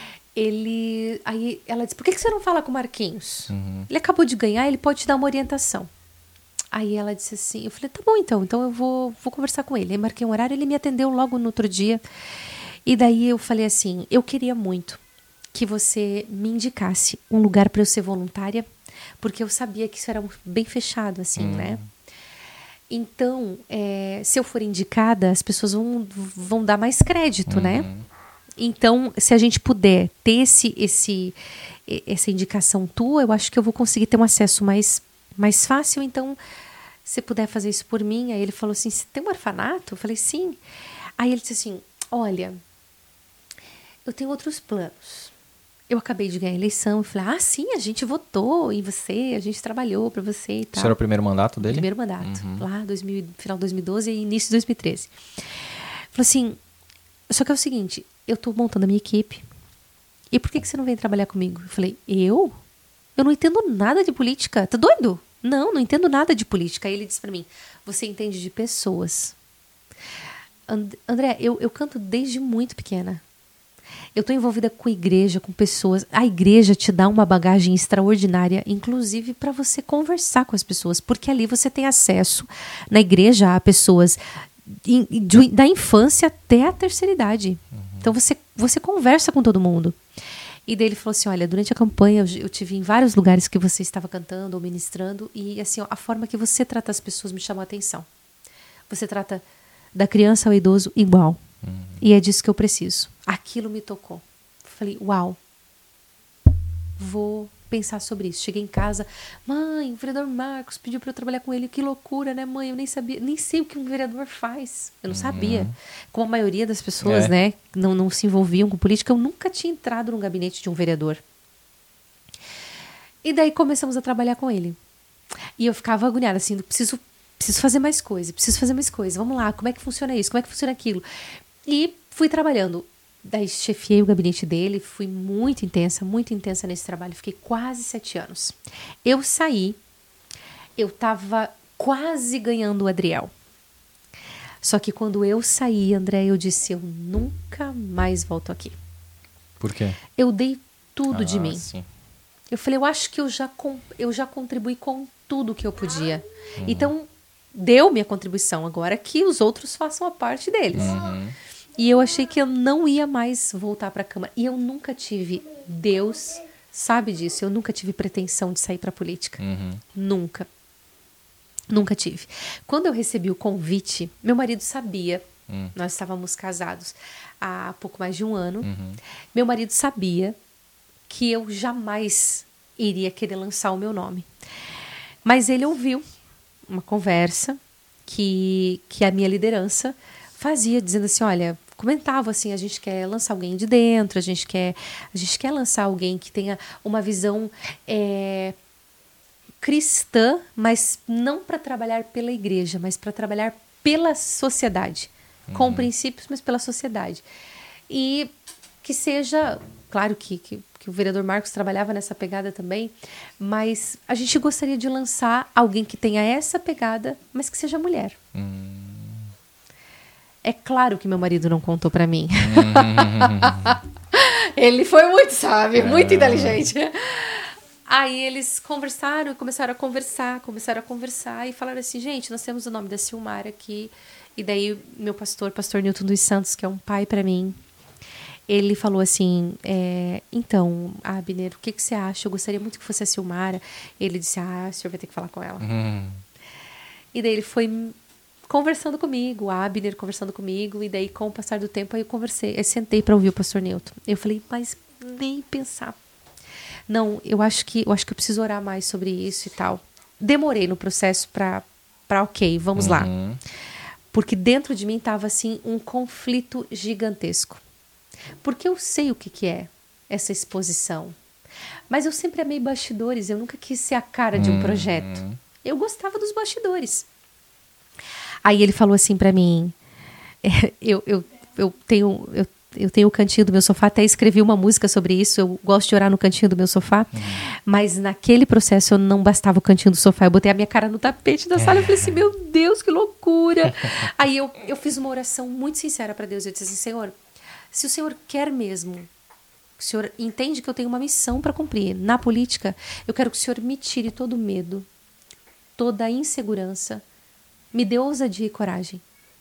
Aí ela disse, por que você não fala com o Marquinhos? Uhum. Ele acabou de ganhar, ele pode te dar uma orientação. Aí ela disse assim, eu falei, tá bom então eu vou conversar com ele. Aí marquei um horário, ele me atendeu logo no outro dia. E daí eu falei assim, eu queria muito que você me indicasse um lugar para eu ser voluntária, porque eu sabia que isso era bem fechado, assim, né? Então, se eu for indicada, as pessoas vão dar mais crédito, né? Então, se a gente puder ter essa indicação tua, eu acho que eu vou conseguir ter um acesso mais fácil. Então, se puder fazer isso por mim. Aí ele falou assim, você tem um orfanato? Eu falei, sim. Aí ele disse assim, olha, eu tenho outros planos. Eu acabei de ganhar a eleição. Eu falei, sim, a gente votou em você, a gente trabalhou para você e tal. Esse era o primeiro mandato dele? Primeiro mandato. Lá, final de 2012 e início de 2013. Falou assim, só que é o seguinte, eu tô montando a minha equipe. E por que você não vem trabalhar comigo? Eu falei, eu? Eu não entendo nada de política. Tá doido? Não entendo nada de política. Aí ele disse pra mim, você entende de pessoas. André, eu canto desde muito pequena. Eu tô envolvida com igreja, com pessoas. A igreja te dá uma bagagem extraordinária, inclusive para você conversar com as pessoas. Porque ali você tem acesso, na igreja, a pessoas da infância até a terceira idade. Então você conversa com todo mundo. E daí ele falou assim, olha, durante a campanha eu tive em vários lugares que você estava cantando ou ministrando, e assim, a forma que você trata as pessoas me chamou a atenção. Você trata da criança ao idoso igual. E é disso que eu preciso. Aquilo me tocou. Falei, uau, vou pensar sobre isso. Cheguei em casa, mãe, o vereador Marcos pediu para eu trabalhar com ele. Que loucura, né, mãe? Eu nem sabia, nem sei o que um vereador faz. Eu não sabia. Como a maioria das pessoas, né, não se envolviam com política, eu nunca tinha entrado no gabinete de um vereador. E daí começamos a trabalhar com ele. E eu ficava agoniada, assim, preciso fazer mais coisa, vamos lá, como é que funciona isso, como é que funciona aquilo? E fui trabalhando. Daí chefiei o gabinete dele, fui muito intensa nesse trabalho, fiquei quase 7 anos. Eu saí, eu tava quase ganhando o Adriel. Só que quando eu saí, André, eu disse, eu nunca mais volto aqui. Por quê? Eu dei tudo de mim. Sim. Eu falei, eu acho que eu já contribuí com tudo que eu podia. Então, deu minha contribuição, agora que os outros façam a parte deles. E eu achei que eu não ia mais voltar para a Câmara. E eu nunca tive, Deus sabe disso, eu nunca tive pretensão de sair para a política. Nunca. Nunca tive. Quando eu recebi o convite, meu marido sabia, nós estávamos casados há pouco mais de um ano, meu marido sabia que eu jamais iria querer lançar o meu nome. Mas ele ouviu uma conversa que a minha liderança fazia, dizendo assim, olha, comentava assim, a gente quer lançar alguém de dentro, a gente quer lançar alguém que tenha uma visão cristã, mas não para trabalhar pela igreja, mas para trabalhar pela sociedade, com princípios, mas pela sociedade. E que seja, claro que o vereador Marcos trabalhava nessa pegada também, mas a gente gostaria de lançar alguém que tenha essa pegada, mas que seja mulher. É claro que meu marido não contou pra mim. Ele foi muito sábio, muito inteligente. Aí eles conversaram, começaram a conversar e falaram assim, gente, nós temos o nome da Silmara aqui. E daí meu pastor Newton dos Santos, que é um pai pra mim, ele falou assim, então, Abner, o que você acha? Eu gostaria muito que fosse a Silmara. Ele disse, o senhor vai ter que falar com ela. E daí ele foi conversando comigo, o Abner conversando comigo, e daí com o passar do tempo eu sentei para ouvir o pastor Newton. Eu falei, mas nem pensar. Não, eu acho que eu preciso orar mais sobre isso e tal. Demorei no processo para ok, vamos lá. Porque dentro de mim estava assim um conflito gigantesco. Porque eu sei o que é essa exposição. Mas eu sempre amei bastidores, eu nunca quis ser a cara de um projeto. Eu gostava dos bastidores. Aí ele falou assim pra mim, eu tenho o cantinho do meu sofá, até escrevi uma música sobre isso, eu gosto de orar no cantinho do meu sofá, mas naquele processo eu não bastava o cantinho do sofá, eu botei a minha cara no tapete da sala, eu falei assim, meu Deus, que loucura. Aí eu fiz uma oração muito sincera pra Deus, eu disse assim, Senhor, se o Senhor quer mesmo, o Senhor entende que eu tenho uma missão para cumprir na política, eu quero que o Senhor me tire todo o medo, toda a insegurança, me dê ousadia e coragem.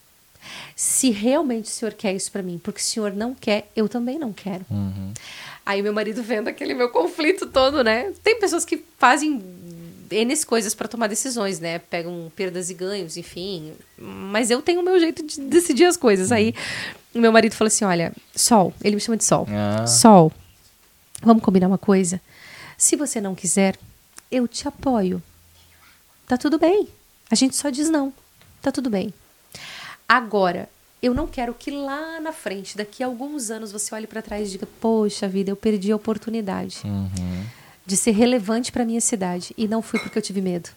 Se realmente o Senhor quer isso para mim, porque se o Senhor não quer, eu também não quero. Aí meu marido vendo aquele meu conflito todo, né? Tem pessoas que fazem N coisas para tomar decisões, né? Pegam perdas e ganhos, enfim. Mas eu tenho o meu jeito de decidir as coisas. Aí meu marido falou assim, olha, Sol, ele me chama de Sol. Sol, vamos combinar uma coisa? Se você não quiser, eu te apoio. Tá tudo bem. A gente só diz não. Tá tudo bem. Agora, eu não quero que lá na frente, daqui a alguns anos, você olhe para trás e diga, poxa vida, eu perdi a oportunidade de ser relevante para minha cidade. E não fui porque eu tive medo.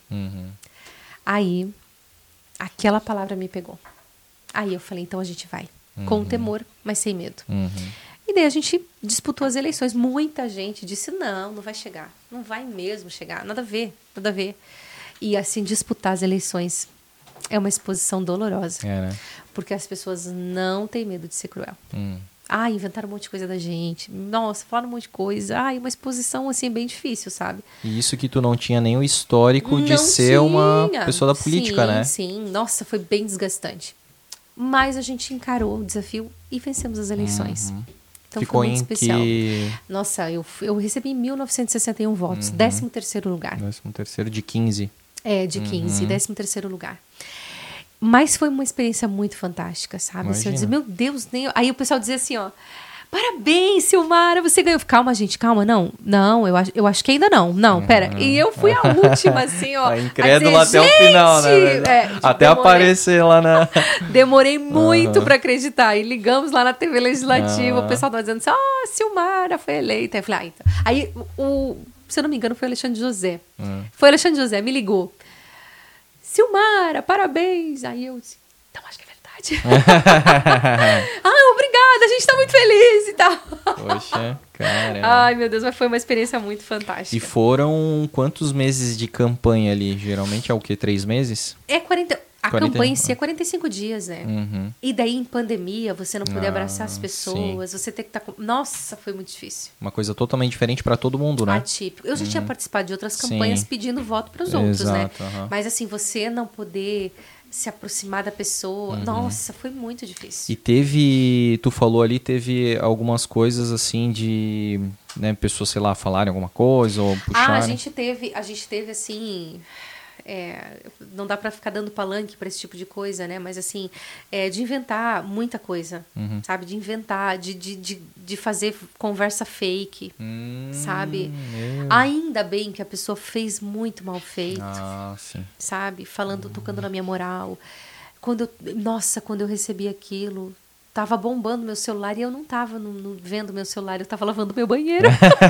Aí, aquela palavra me pegou. Aí eu falei, então a gente vai. Com temor, mas sem medo. E daí a gente disputou as eleições. Muita gente disse, não vai chegar. Não vai mesmo chegar. Nada a ver, nada a ver. E assim, disputar as eleições é uma exposição dolorosa. Né? Porque as pessoas não têm medo de ser cruel. Inventaram um monte de coisa da gente. Nossa, falaram um monte de coisa. Uma exposição, assim, bem difícil, sabe? E isso que tu não tinha nem o histórico de ser uma pessoa da política, né? Sim. Nossa, foi bem desgastante. Mas a gente encarou o desafio e vencemos as eleições. Então ficou foi muito especial. Que... Nossa, eu recebi 1.961 votos. 13º lugar. 13º de 15. De 15, 13º lugar. Mas foi uma experiência muito fantástica, sabe? Assim, eu dizia, meu Deus, nem... Aí o pessoal dizia assim, ó, parabéns, Silmara, você ganhou. Calma, gente, calma, não, eu acho que ainda não, pera. E eu fui a última, assim, ó. Incrédula até o final, né? Até aparecer lá na... Demorei muito pra acreditar. E ligamos lá na TV Legislativa, o pessoal tava dizendo assim, Silmara foi eleita. Aí eu falei, então. Aí, se eu não me engano, foi o Alexandre José. Foi o Alexandre José, me ligou. Silmara, parabéns. Aí eu disse, então acho que é verdade. Obrigada, a gente tá muito feliz e tal. Poxa, cara. Ai, meu Deus, mas foi uma experiência muito fantástica. E foram quantos meses de campanha ali? Geralmente é o quê? 3 meses? A campanha em si é 45 dias, né? E daí, em pandemia, você não poder abraçar as pessoas, você ter que estar com... Nossa, foi muito difícil. Uma coisa totalmente diferente para todo mundo, né? Atípico. Eu já tinha participado de outras campanhas pedindo voto para os outros, né? Mas, assim, você não poder se aproximar da pessoa... Nossa, foi muito difícil. E tu falou ali, teve algumas coisas, assim, de... né, pessoas, sei lá, falarem alguma coisa ou puxarem... A gente teve, assim... não dá pra ficar dando palanque pra esse tipo de coisa, né? Mas assim, de inventar muita coisa, sabe? De inventar, de fazer conversa fake, sabe? Ainda bem que a pessoa fez muito mal feito, sabe? Tocando na minha moral. Quando eu recebi aquilo, tava bombando meu celular e eu não tava vendo meu celular, eu tava lavando meu banheiro.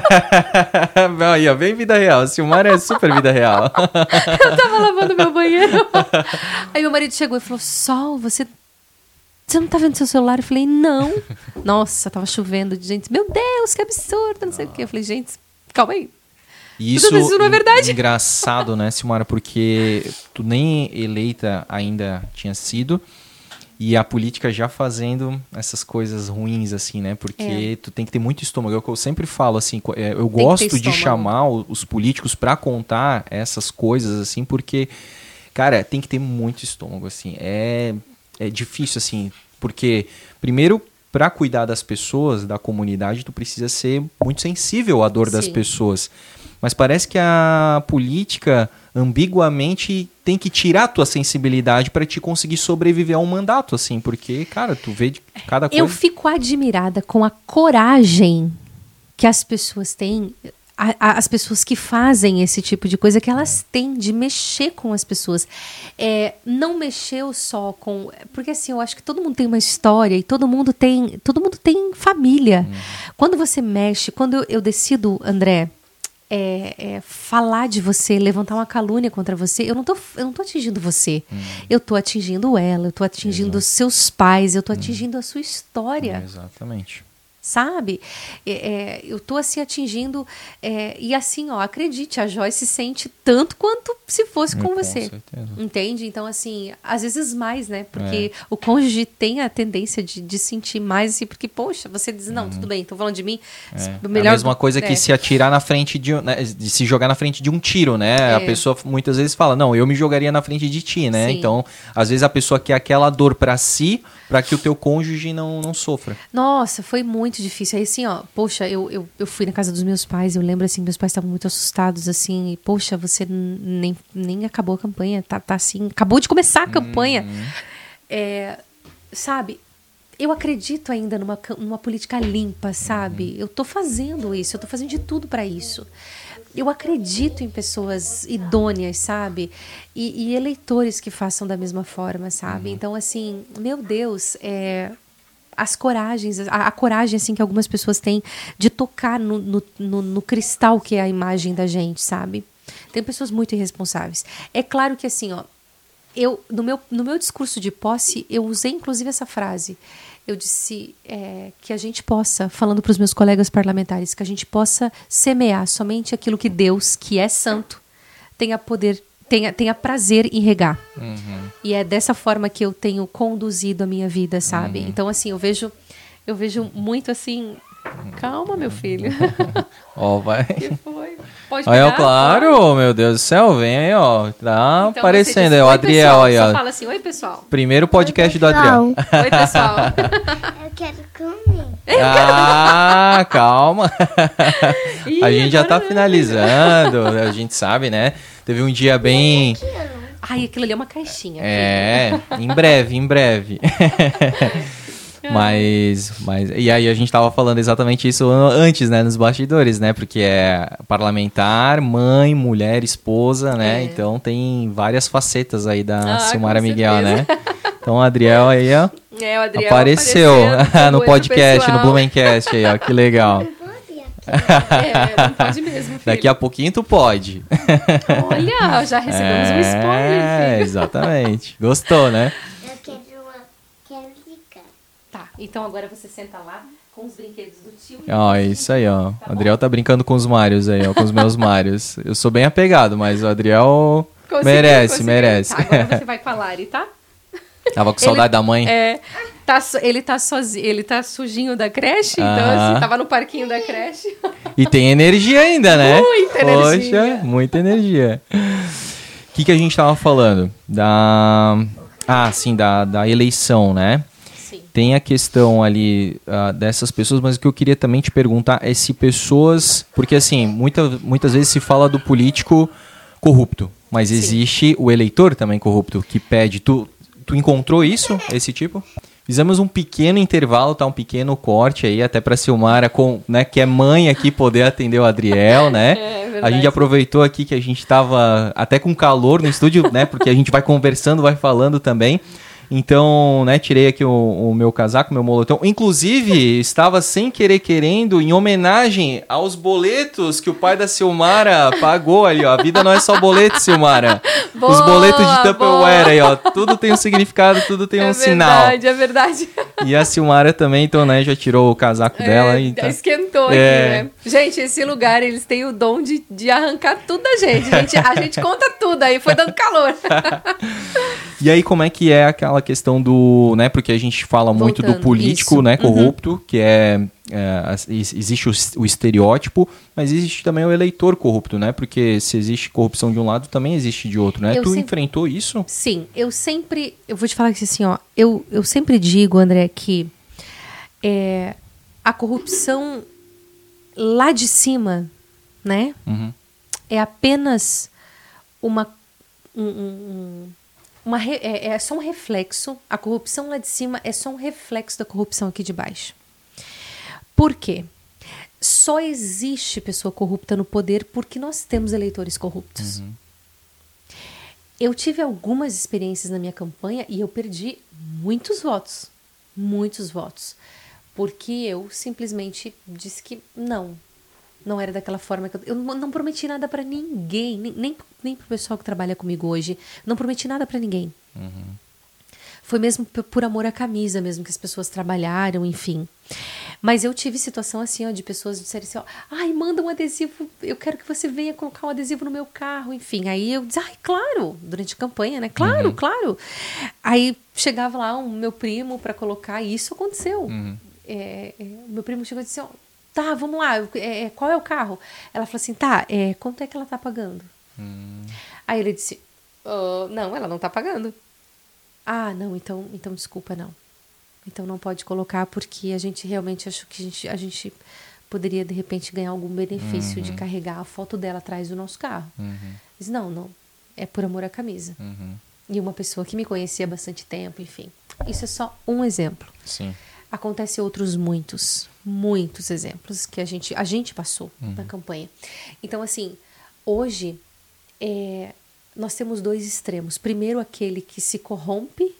Aí, ó, bem vida real. Silmara é super vida real. Eu tava lavando meu banheiro. Aí meu marido chegou e falou, Sol, você não tá vendo seu celular? Eu falei, não. Nossa, tava chovendo. Gente, meu Deus, que absurdo, não sei o quê. Eu falei, gente, calma aí. Isso não é verdade. Engraçado, né, Silmara? Porque tu nem eleita ainda tinha sido. E a política já fazendo essas coisas ruins, assim, né? Porque tu tem que ter muito estômago. É o que eu sempre falo, assim, eu gosto de chamar os políticos pra contar essas coisas, assim, porque, cara, tem que ter muito estômago, assim. É difícil, assim, porque, primeiro, pra cuidar das pessoas, da comunidade, tu precisa ser muito sensível à dor das pessoas. Mas parece que a política ambiguamente tem que tirar a tua sensibilidade para te conseguir sobreviver a um mandato, assim, porque, cara, tu vê de cada coisa... Eu fico admirada com a coragem que as pessoas têm, as pessoas que fazem esse tipo de coisa, que elas têm de mexer com as pessoas. Não mexeu só com... Porque, assim, eu acho que todo mundo tem uma história e todo mundo tem família. Quando você mexe, quando eu decido, André... falar de você, levantar uma calúnia contra você, eu não tô atingindo você. Eu tô atingindo ela, eu tô atingindo os seus pais, eu tô atingindo a sua história. Exatamente. Sabe? Eu tô assim atingindo e assim, ó, acredite, a Joyce sente tanto quanto se fosse com você. Certeza. Entende? Então, assim, às vezes mais, né? Porque o cônjuge tem a tendência de sentir mais, assim, porque, poxa, você diz, não, tudo bem, tô falando de mim. Melhor a mesma coisa que se atirar na frente de se jogar na frente de um tiro, né? A pessoa muitas vezes fala, não, eu me jogaria na frente de ti, né? Sim. Então, às vezes a pessoa quer aquela dor pra si, pra que o teu cônjuge não sofra. Nossa, foi muito difícil. Aí, assim, ó, poxa, eu fui na casa dos meus pais, eu lembro, assim, meus pais estavam muito assustados, assim, e, poxa, você nem acabou a campanha, tá assim, acabou de começar a campanha. Sabe, eu acredito ainda numa política limpa, sabe? Eu tô fazendo isso, eu tô fazendo de tudo para isso. Eu acredito em pessoas idôneas, sabe? E eleitores que façam da mesma forma, sabe? Então, assim, meu Deus, as coragens, a coragem assim que algumas pessoas têm de tocar no cristal que é a imagem da gente, sabe? Tem pessoas muito irresponsáveis. É claro que assim, ó, no meu discurso de posse, eu usei inclusive essa frase. Eu disse que a gente possa, falando para os meus colegas parlamentares, que a gente possa semear somente aquilo que Deus, que é santo, tenha prazer em regar. E é dessa forma que eu tenho conduzido a minha vida, sabe? Então, assim, eu vejo muito assim... Calma, meu filho. Ó, vai. Que foi? Pode Aí, pegar? claro, Pode. meu Deus do céu, vem aí, ó. Tá Então, aparecendo aí, o Adriel pessoal, aí, ó. Só fala assim, oi, pessoal. Primeiro podcast do Adriel. Oi, pessoal. Eu quero comer. Ah, calma. Ih, A gente já tá agora- finalizando, a gente sabe, né? Teve um dia bem... Ai, aquilo ali é uma caixinha. em breve. E aí a gente tava falando exatamente isso antes, né, nos bastidores, né, porque é parlamentar, mãe, mulher, esposa, né, então tem várias facetas aí da Silmara Miguel, né. Então o Adriel aí, ó, o Adriel apareceu no podcast, no Blumencast aí, ó, que legal. Não pode mesmo, filho. Daqui a pouquinho tu pode. Olha, já recebemos um spoiler, filho. Exatamente. Gostou, né? Eu quero ficar. Tá, então agora você senta lá com os brinquedos do tio. Ó, isso aí, ó. O Adriel tá brincando com os Marios aí, ó, com os meus Marios. Eu sou bem apegado, mas o Adriel merece. Tá, agora você vai com a Lari, tá? Tava com saudade da mãe? Ele tá sozinho, ele tá sujinho da creche, então assim, tava no parquinho da creche. E tem energia ainda, né? Muita energia. Poxa, muita energia. O que a gente tava falando? Da eleição, né? Sim. Tem a questão ali dessas pessoas, mas o que eu queria também te perguntar é se pessoas... Porque assim, muitas vezes se fala do político corrupto, mas existe o eleitor também corrupto, que pede... Tu encontrou isso, esse tipo? Fizemos um pequeno intervalo, tá? Um pequeno corte aí, até pra Silmara, né, que é mãe aqui, poder atender o Adriel, né? A gente aproveitou aqui que a gente tava até com calor no estúdio, né? Porque a gente vai conversando, vai falando também. Então, né, tirei aqui o meu casaco, meu moletom. Inclusive, estava sem querer querendo, em homenagem aos boletos que o pai da Silmara pagou ali, ó. A vida não é só boleto, Silmara. Boa, os boletos de Tupperware aí, ó. Tudo tem um significado, tudo tem um sinal. É verdade. E a Silmara também, então, né, já tirou o casaco dela. Já esquentou aqui, né? Gente, esse lugar, eles têm o dom de arrancar tudo da gente. A gente conta tudo aí, foi dando calor. E aí, como é que é aquela questão do, né, porque a gente fala muito do político, né, corrupto, que existe o estereótipo, mas existe também o eleitor corrupto, né, porque se existe corrupção de um lado, também existe de outro, né? Enfrentou isso? Sim, eu vou te falar que assim, ó, eu sempre digo, André, que a corrupção lá de cima, né, é apenas é só um reflexo. A corrupção lá de cima é só um reflexo da corrupção aqui de baixo. Por quê? Só existe pessoa corrupta no poder porque nós temos eleitores corruptos. Eu tive algumas experiências na minha campanha e eu perdi muitos votos. Muitos votos. Porque eu simplesmente disse que não era daquela forma que eu não prometi nada pra ninguém, nem pro pessoal que trabalha comigo hoje. Não prometi nada pra ninguém. Foi mesmo por amor à camisa mesmo que as pessoas trabalharam, enfim. Mas eu tive situação assim, ó, de pessoas disserem assim, ó, ai, manda um adesivo, eu quero que você venha colocar um adesivo no meu carro, enfim. Aí eu disse, ai, claro, durante a campanha, né? Claro. Aí chegava lá o meu primo pra colocar, e isso aconteceu. Meu primo chegou e disse, ó, tá, vamos lá, qual é o carro? Ela falou assim, tá, quanto é que ela tá pagando? Aí ele disse, não, ela não tá pagando. Ah, não, então desculpa, não. Então não pode colocar porque a gente realmente achou que a gente poderia, de repente, ganhar algum benefício de carregar a foto dela atrás do nosso carro. Diz, não, é por amor à camisa. E uma pessoa que me conhecia há bastante tempo, enfim. Isso é só um exemplo. Sim. Acontece outros muitos exemplos que a gente passou na campanha. Então, assim, hoje nós temos dois extremos. Primeiro, aquele que se corrompe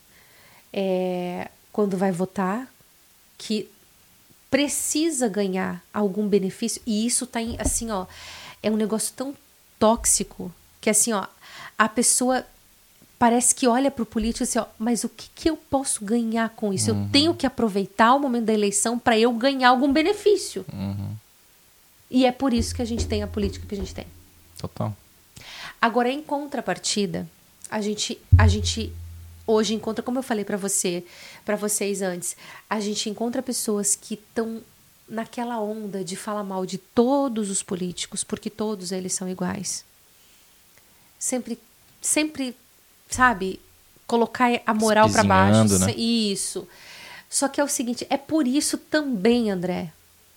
quando vai votar, que precisa ganhar algum benefício. E isso tá assim, ó, é um negócio tão tóxico que assim, ó, a pessoa parece que olha para o político assim, ó, mas o que eu posso ganhar com isso? Eu tenho que aproveitar o momento da eleição para eu ganhar algum benefício. E é por isso que a gente tem a política que a gente tem. Total. Agora, em contrapartida, a gente hoje encontra, como eu falei para vocês antes, a gente encontra pessoas que estão naquela onda de falar mal de todos os políticos, porque todos eles são iguais. Sempre, sabe, colocar a moral para baixo. Né? Isso. Só que é o seguinte, é por isso também, André,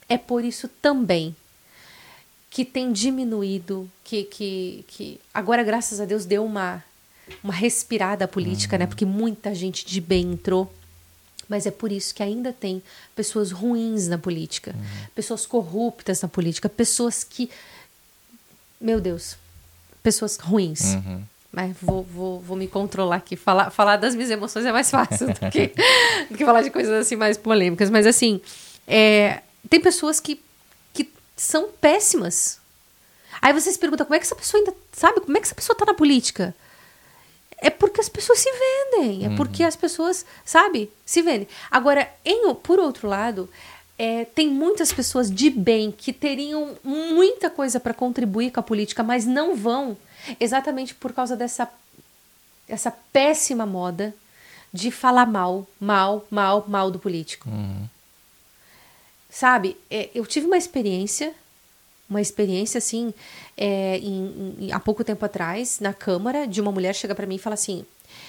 que tem diminuído, que agora, graças a Deus, deu uma respirada política, né? Porque muita gente de bem entrou Mas é por isso que ainda tem pessoas ruins na política, pessoas corruptas na política, pessoas que... Meu Deus, pessoas ruins. Mas vou me controlar aqui. Falar das minhas emoções é mais fácil do que falar de coisas assim mais polêmicas. Mas assim, tem pessoas que são péssimas. Aí você se pergunta, como é que essa pessoa ainda... Sabe, como é que essa pessoa tá na política? É porque as pessoas se vendem. É porque as pessoas, sabe, se vendem. Agora, por outro lado, tem muitas pessoas de bem que teriam muita coisa para contribuir com a política, mas não vão, exatamente por causa dessa péssima moda de falar mal do político. Sabe, eu tive uma experiência assim, há pouco tempo atrás, na Câmara, de uma mulher chega para mim e fala assim,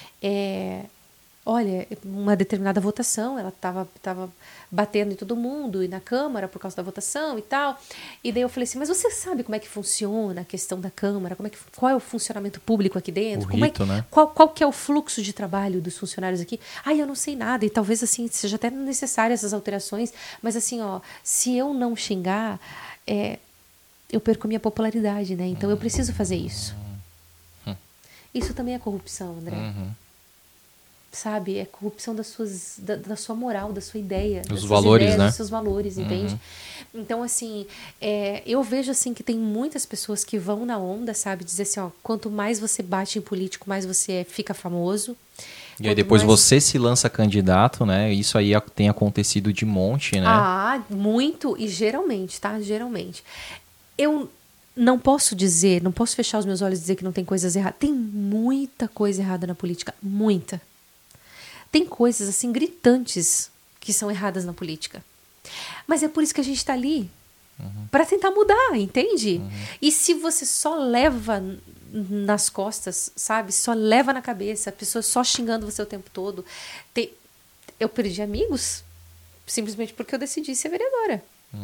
olha, uma determinada votação, ela estava batendo em todo mundo, e na Câmara, por causa da votação e tal, e daí eu falei assim, mas você sabe como é que funciona a questão da Câmara, qual é o funcionamento público aqui dentro? Né? Qual que é o fluxo de trabalho dos funcionários aqui? Eu não sei nada, e talvez assim, seja até necessária essas alterações, mas assim, se eu não xingar, eu perco minha popularidade, né? Então eu preciso fazer isso. Isso também é corrupção, André. Sabe? É corrupção da sua moral, da sua ideia. Os valores, ideias, né? Dos seus valores, entende? Então, assim, eu vejo assim que tem muitas pessoas que vão na onda, sabe? Dizer assim, quanto mais você bate em político, mais você fica famoso. E aí depois você se lança candidato, né? Isso aí tem acontecido de monte, né? Muito. E geralmente, tá? Geralmente. Eu não posso fechar os meus olhos e dizer que não tem coisas erradas. Tem muita coisa errada na política. Muita. Tem coisas, assim, gritantes que são erradas na política. Mas é por isso que a gente está ali. Para tentar mudar, entende? E se você só leva nas costas, sabe? Só leva na cabeça, a pessoa só xingando você o tempo todo. Eu perdi amigos simplesmente porque eu decidi ser vereadora.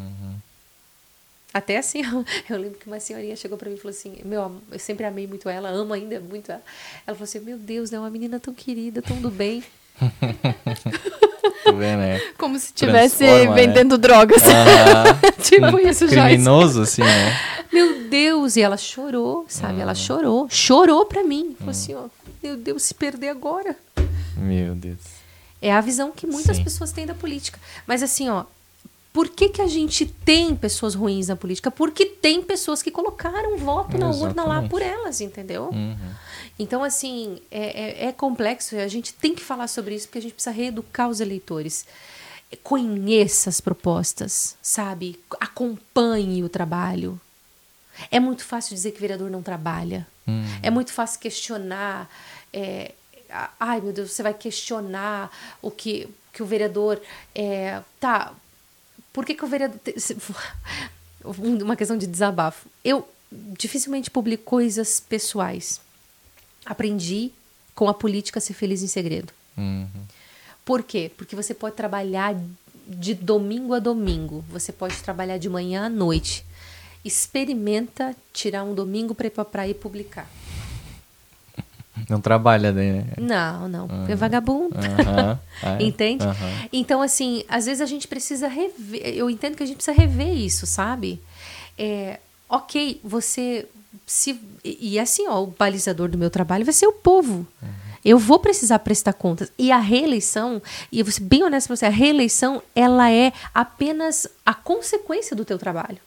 Até assim, eu lembro que uma senhorinha chegou pra mim e falou assim, eu sempre amei muito ela, amo ainda muito ela. Ela falou assim, meu Deus, né, uma menina tão querida, tão do bem. Tu vê, né? Como se estivesse né? vendendo drogas. Tipo isso, Joyce. Criminoso, assim, né? Meu Deus, e ela chorou, sabe? Ela chorou pra mim. Falou assim, meu Deus, se perder agora. Meu Deus. É a visão que muitas pessoas têm da política. Mas assim, por que a gente tem pessoas ruins na política? Porque tem pessoas que colocaram voto na urna lá por elas, entendeu? Então, assim, é complexo. A gente tem que falar sobre isso porque a gente precisa reeducar os eleitores. Conheça as propostas, sabe? Acompanhe o trabalho. É muito fácil dizer que vereador não trabalha. É muito fácil questionar. Ai, meu Deus, você vai questionar o que o vereador... Por que o vereador... Uma questão de desabafo. Eu dificilmente publico coisas pessoais. Aprendi com a política a ser feliz em segredo. Por quê? Porque você pode trabalhar de domingo a domingo. Você pode trabalhar de manhã à noite. Experimenta tirar um domingo para ir publicar. Não trabalha, né? Não. É vagabundo. Entende? Então, assim, às vezes a gente precisa rever. Eu entendo que a gente precisa rever isso, sabe? Ok, você... E assim, o balizador do meu trabalho vai ser o povo. Eu vou precisar prestar contas. E a reeleição, e eu vou ser bem honesta com você, a reeleição, ela é apenas a consequência do teu trabalho.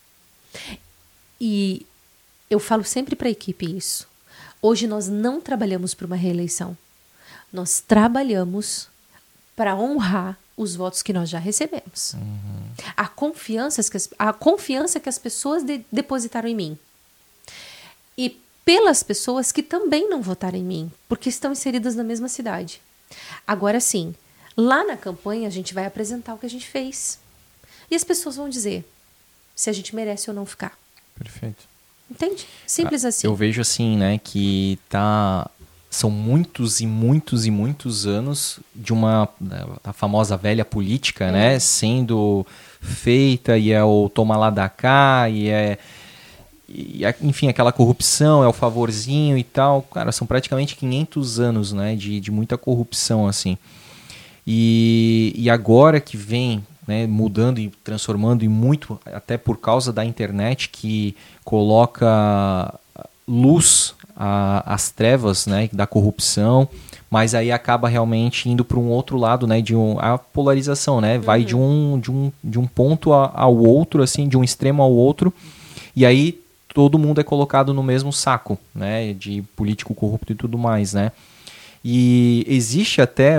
E eu falo sempre para a equipe isso. Hoje nós não trabalhamos para uma reeleição. Nós trabalhamos para honrar os votos que nós já recebemos. A confiança que as pessoas depositaram em mim. E pelas pessoas que também não votaram em mim, porque estão inseridas na mesma cidade. Agora sim, lá na campanha a gente vai apresentar o que a gente fez. E as pessoas vão dizer se a gente merece ou não ficar. Perfeito. Entende? Simples assim. Eu vejo assim, né, que são muitos e muitos e muitos anos de a famosa velha política, né, sendo feita, e é o toma lá da cá, enfim, aquela corrupção, é o favorzinho e tal. Cara, são praticamente 500 anos, né, de muita corrupção, assim. E agora que vem, né, mudando e transformando, e muito até por causa da internet, que coloca luz às trevas, né, da corrupção, mas aí acaba realmente indo para um outro lado, né, a polarização, né, vai de um ponto ao outro, assim, de um extremo ao outro, e aí todo mundo é colocado no mesmo saco, né, de político corrupto e tudo mais, né. E existe até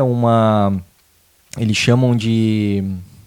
eles chamam de...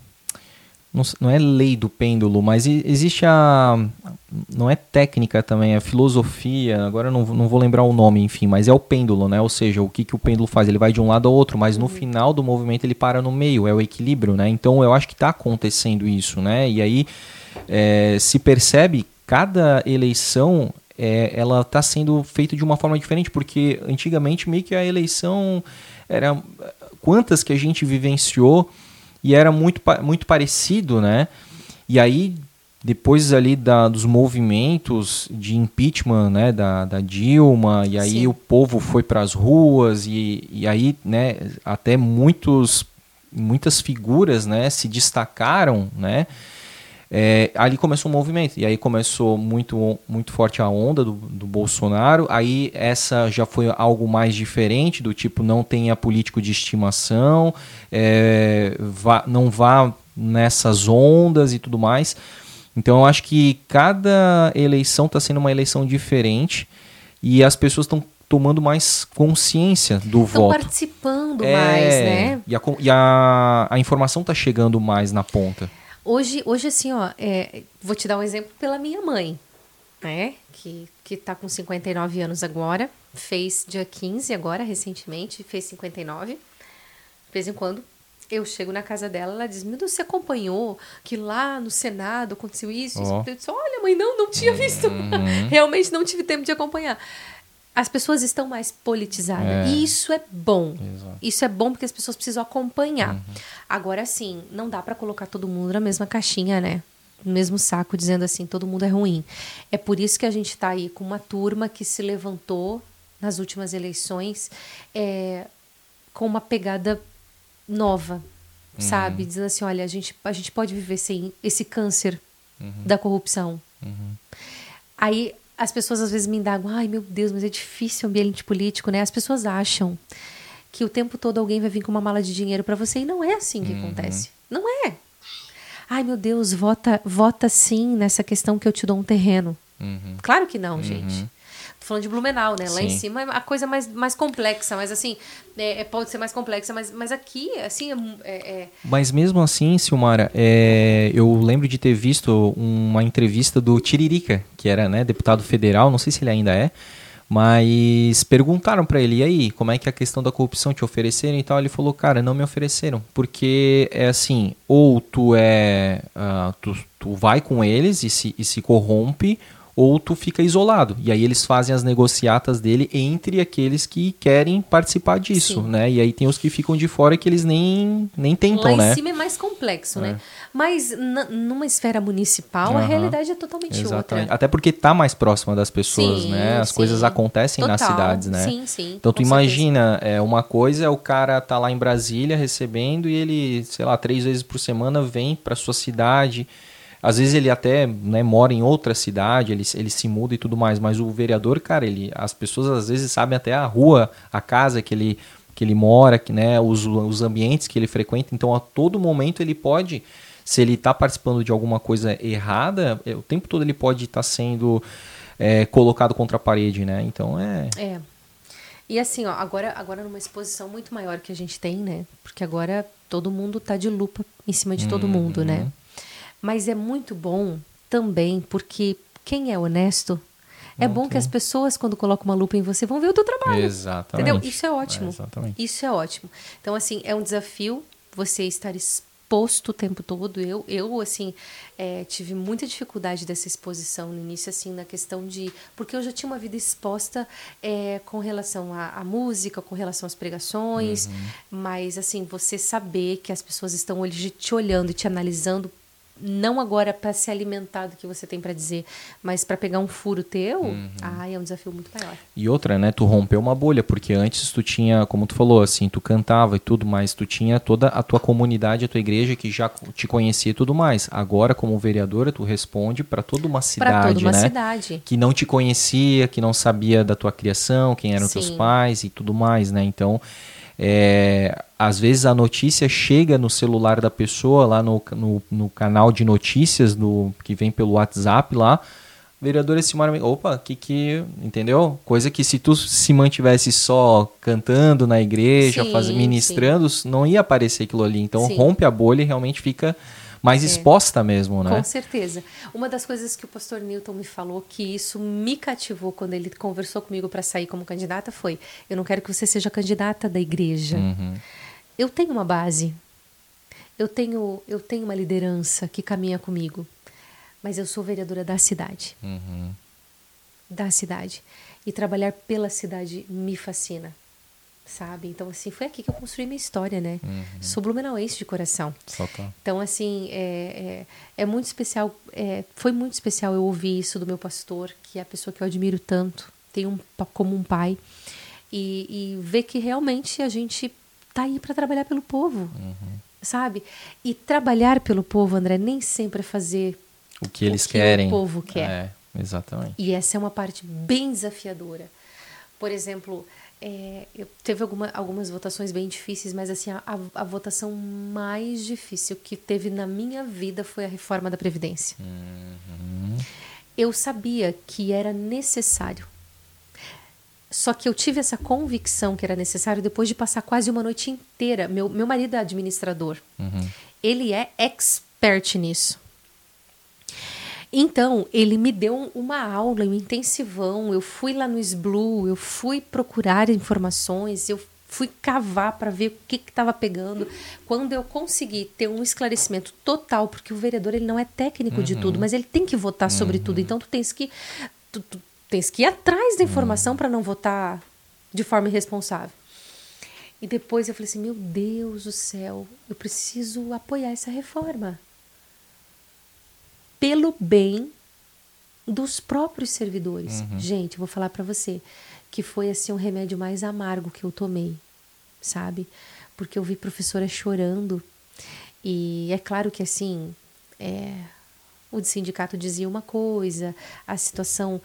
Não é lei do pêndulo, mas existe não é técnica também, é filosofia, agora eu não vou lembrar o nome, enfim, mas é o pêndulo, né? Ou seja, o que o pêndulo faz? Ele vai de um lado ao outro, mas no final do movimento ele para no meio, é o equilíbrio, né? Então eu acho que está acontecendo isso, né? E aí se percebe, cada eleição ela está sendo feita de uma forma diferente, porque antigamente meio que a eleição era... Quantas que a gente vivenciou e era muito parecido, né? E aí, depois ali dos movimentos de impeachment, né, da Dilma, e aí Sim. o povo foi para as ruas, e aí, né, até muitas figuras, né, se destacaram, né? Ali começou um movimento, e aí começou muito, muito forte a onda do Bolsonaro. Aí essa já foi algo mais diferente, do tipo, não tenha político de estimação, não vá nessas ondas e tudo mais. Então eu acho que cada eleição está sendo uma eleição diferente, e as pessoas estão tomando mais consciência do voto. Estão participando mais, né? E a informação está chegando mais na ponta. Hoje assim, ó, vou te dar um exemplo pela minha mãe, né? Que tá com 59 anos agora, fez dia 15 agora, recentemente, fez 59. De vez em quando eu chego na casa dela, ela diz: meu Deus, você acompanhou que lá no Senado aconteceu isso? Eu disse: olha, mãe, não tinha visto. Realmente não tive tempo de acompanhar. As pessoas estão mais politizadas. E isso é bom. Exato. Isso é bom porque as pessoas precisam acompanhar. Agora, sim, não dá para colocar todo mundo na mesma caixinha, né? No mesmo saco, dizendo assim, todo mundo é ruim. É por isso que a gente está aí com uma turma que se levantou nas últimas eleições com uma pegada nova, sabe? Dizendo assim, olha, a gente pode viver sem esse câncer da corrupção. Aí... As pessoas às vezes me indagam: ai, meu Deus, mas é difícil o ambiente político, né? As pessoas acham que o tempo todo alguém vai vir com uma mala de dinheiro para você, e não é assim que acontece. Não é. Ai, meu Deus, vota sim nessa questão que eu te dou um terreno. Claro que não, gente. Tô falando de Blumenau, né? Lá em cima é a coisa mais complexa, mas assim, pode ser mais complexa, mas aqui, assim, Mas mesmo assim, Silmara, eu lembro de ter visto uma entrevista do Tiririca, que era, né, deputado federal, não sei se ele ainda é, mas perguntaram para ele: e aí, como é que é a questão da corrupção, te ofereceram e tal? Ele falou: cara, não me ofereceram, porque é assim, ou tu tu vai com eles e se corrompe, ou tu fica isolado. E aí eles fazem as negociatas dele entre aqueles que querem participar disso, né? E aí tem os que ficam de fora, que eles nem tentam, né? Lá em cima é mais complexo, né? Mas numa esfera municipal, a realidade é totalmente outra. Até porque tá mais próxima das pessoas, né? As coisas acontecem nas cidades, né? Sim. Então tu imagina, uma coisa é o cara tá lá em Brasília recebendo, e ele, sei lá, 3 vezes por semana vem pra sua cidade. Às vezes ele até, né, mora em outra cidade, ele se muda e tudo mais, mas o vereador, cara, as pessoas às vezes sabem até a rua, a casa que ele mora, né, os ambientes que ele frequenta. Então a todo momento ele pode, se ele está participando de alguma coisa errada, o tempo todo ele pode estar sendo colocado contra a parede, né? Então E assim, ó, agora numa exposição muito maior que a gente tem, né? Porque agora todo mundo tá de lupa em cima de todo mundo, né? Mas é muito bom também, porque quem é honesto, é bom que as pessoas, quando colocam uma lupa em você, vão ver o teu trabalho. Exatamente. Entendeu? Isso é ótimo. Exatamente. Isso é ótimo. Então, assim, é um desafio você estar exposto o tempo todo. Eu assim, tive muita dificuldade dessa exposição no início, assim, na questão de... Porque eu já tinha uma vida exposta com relação à música, com relação às pregações, mas, assim, você saber que as pessoas estão hoje te olhando e te analisando não agora para se alimentar do que você tem para dizer, mas para pegar um furo teu, é um desafio muito maior. E outra, né, tu rompeu uma bolha, porque antes tu tinha, como tu falou, assim, tu cantava e tudo mais, tu tinha toda a tua comunidade, a tua igreja que já te conhecia e tudo mais. Agora, como vereadora, tu responde para toda uma cidade, Para toda uma né? cidade. Que não te conhecia, que não sabia da tua criação, quem eram teus Sim. pais e tudo mais, né? Então, às vezes a notícia chega no celular da pessoa, lá no canal de notícias que vem pelo WhatsApp lá, vereadora Silmara, opa, entendeu? Coisa que se tu se mantivesse só cantando na igreja, Sim, ministrando, não ia aparecer aquilo ali. Então Sim. rompe a bolha e realmente fica mais exposta mesmo, né? Com certeza. Uma das coisas que o pastor Newton me falou, que isso me cativou quando ele conversou comigo para sair como candidata, foi: eu não quero que você seja candidata da igreja. Eu tenho uma base, eu tenho uma liderança que caminha comigo, mas eu sou vereadora da cidade. Da cidade. E trabalhar pela cidade me fascina, sabe? Então, assim, foi aqui que eu construí minha história, né? Sou blumenauense de coração. Então, assim, é muito especial, foi muito especial eu ouvir isso do meu pastor, que é a pessoa que eu admiro tanto, tenho como um pai, e ver que realmente a gente tá aí para trabalhar pelo povo, sabe? E trabalhar pelo povo, André, nem sempre é fazer o que eles querem. O povo quer. Exatamente. E essa é uma parte bem desafiadora. Por exemplo, teve algumas votações bem difíceis, mas assim, a votação mais difícil que teve na minha vida foi a reforma da Previdência. Eu sabia que era necessário. Só que eu tive essa convicção que era necessário depois de passar quase uma noite inteira. Meu marido é administrador. Ele é expert nisso. Então, ele me deu uma aula, um intensivão. Eu fui lá no SBLU, eu fui procurar informações, eu fui cavar para ver o que estava pegando. Quando eu consegui ter um esclarecimento total, porque o vereador ele não é técnico de tudo, mas ele tem que votar sobre tudo. Então, tu tens que ir atrás da informação para não votar de forma irresponsável. E depois eu falei assim, meu Deus do céu, eu preciso apoiar essa reforma. Pelo bem dos próprios servidores. Gente, eu vou falar para você que foi assim um remédio mais amargo que eu tomei, sabe? Porque eu vi professora chorando e é claro que assim, o sindicato dizia uma coisa, a situação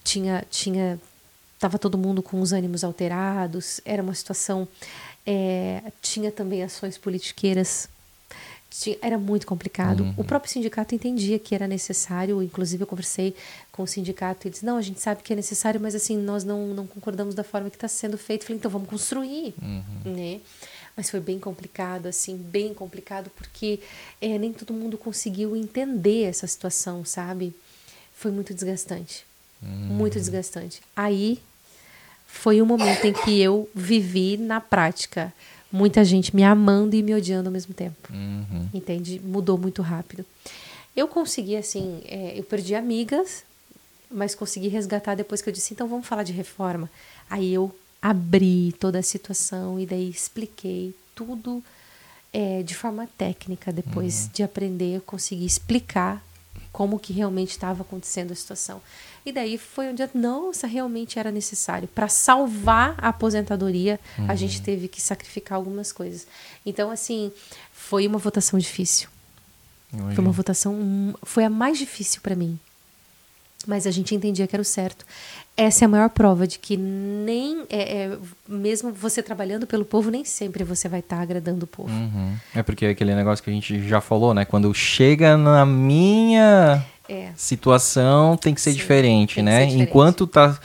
tava todo mundo com os ânimos alterados, era uma situação, tinha também ações politiqueiras. Era muito complicado. O próprio sindicato entendia que era necessário, inclusive eu conversei com o sindicato e eles, não, a gente sabe que é necessário, mas assim, nós não concordamos da forma que está sendo feito. Falei, então vamos construir, né? Mas foi bem complicado, assim, bem complicado, porque nem todo mundo conseguiu entender essa situação, sabe? Foi muito desgastante, muito desgastante. Aí foi um momento em que eu vivi na prática muita gente me amando e me odiando ao mesmo tempo. Entende? Mudou muito rápido. Eu consegui, assim, eu perdi amigas, mas consegui resgatar depois que eu disse, então vamos falar de reforma. Aí eu abri toda a situação e daí expliquei tudo de forma técnica. Depois de aprender, eu consegui explicar como que realmente estava acontecendo a situação. E daí foi onde, nossa, realmente era necessário. Para salvar a aposentadoria, a gente teve que sacrificar algumas coisas. Então, assim, foi uma votação difícil. Foi uma votação, foi a mais difícil para mim. Mas a gente entendia que era o certo. Essa é a maior prova de que mesmo você trabalhando pelo povo, nem sempre você vai estar agradando o povo. É porque é aquele negócio que a gente já falou, né? Quando chega na minha situação, tem que ser diferente, né? Ser diferente. Enquanto tá...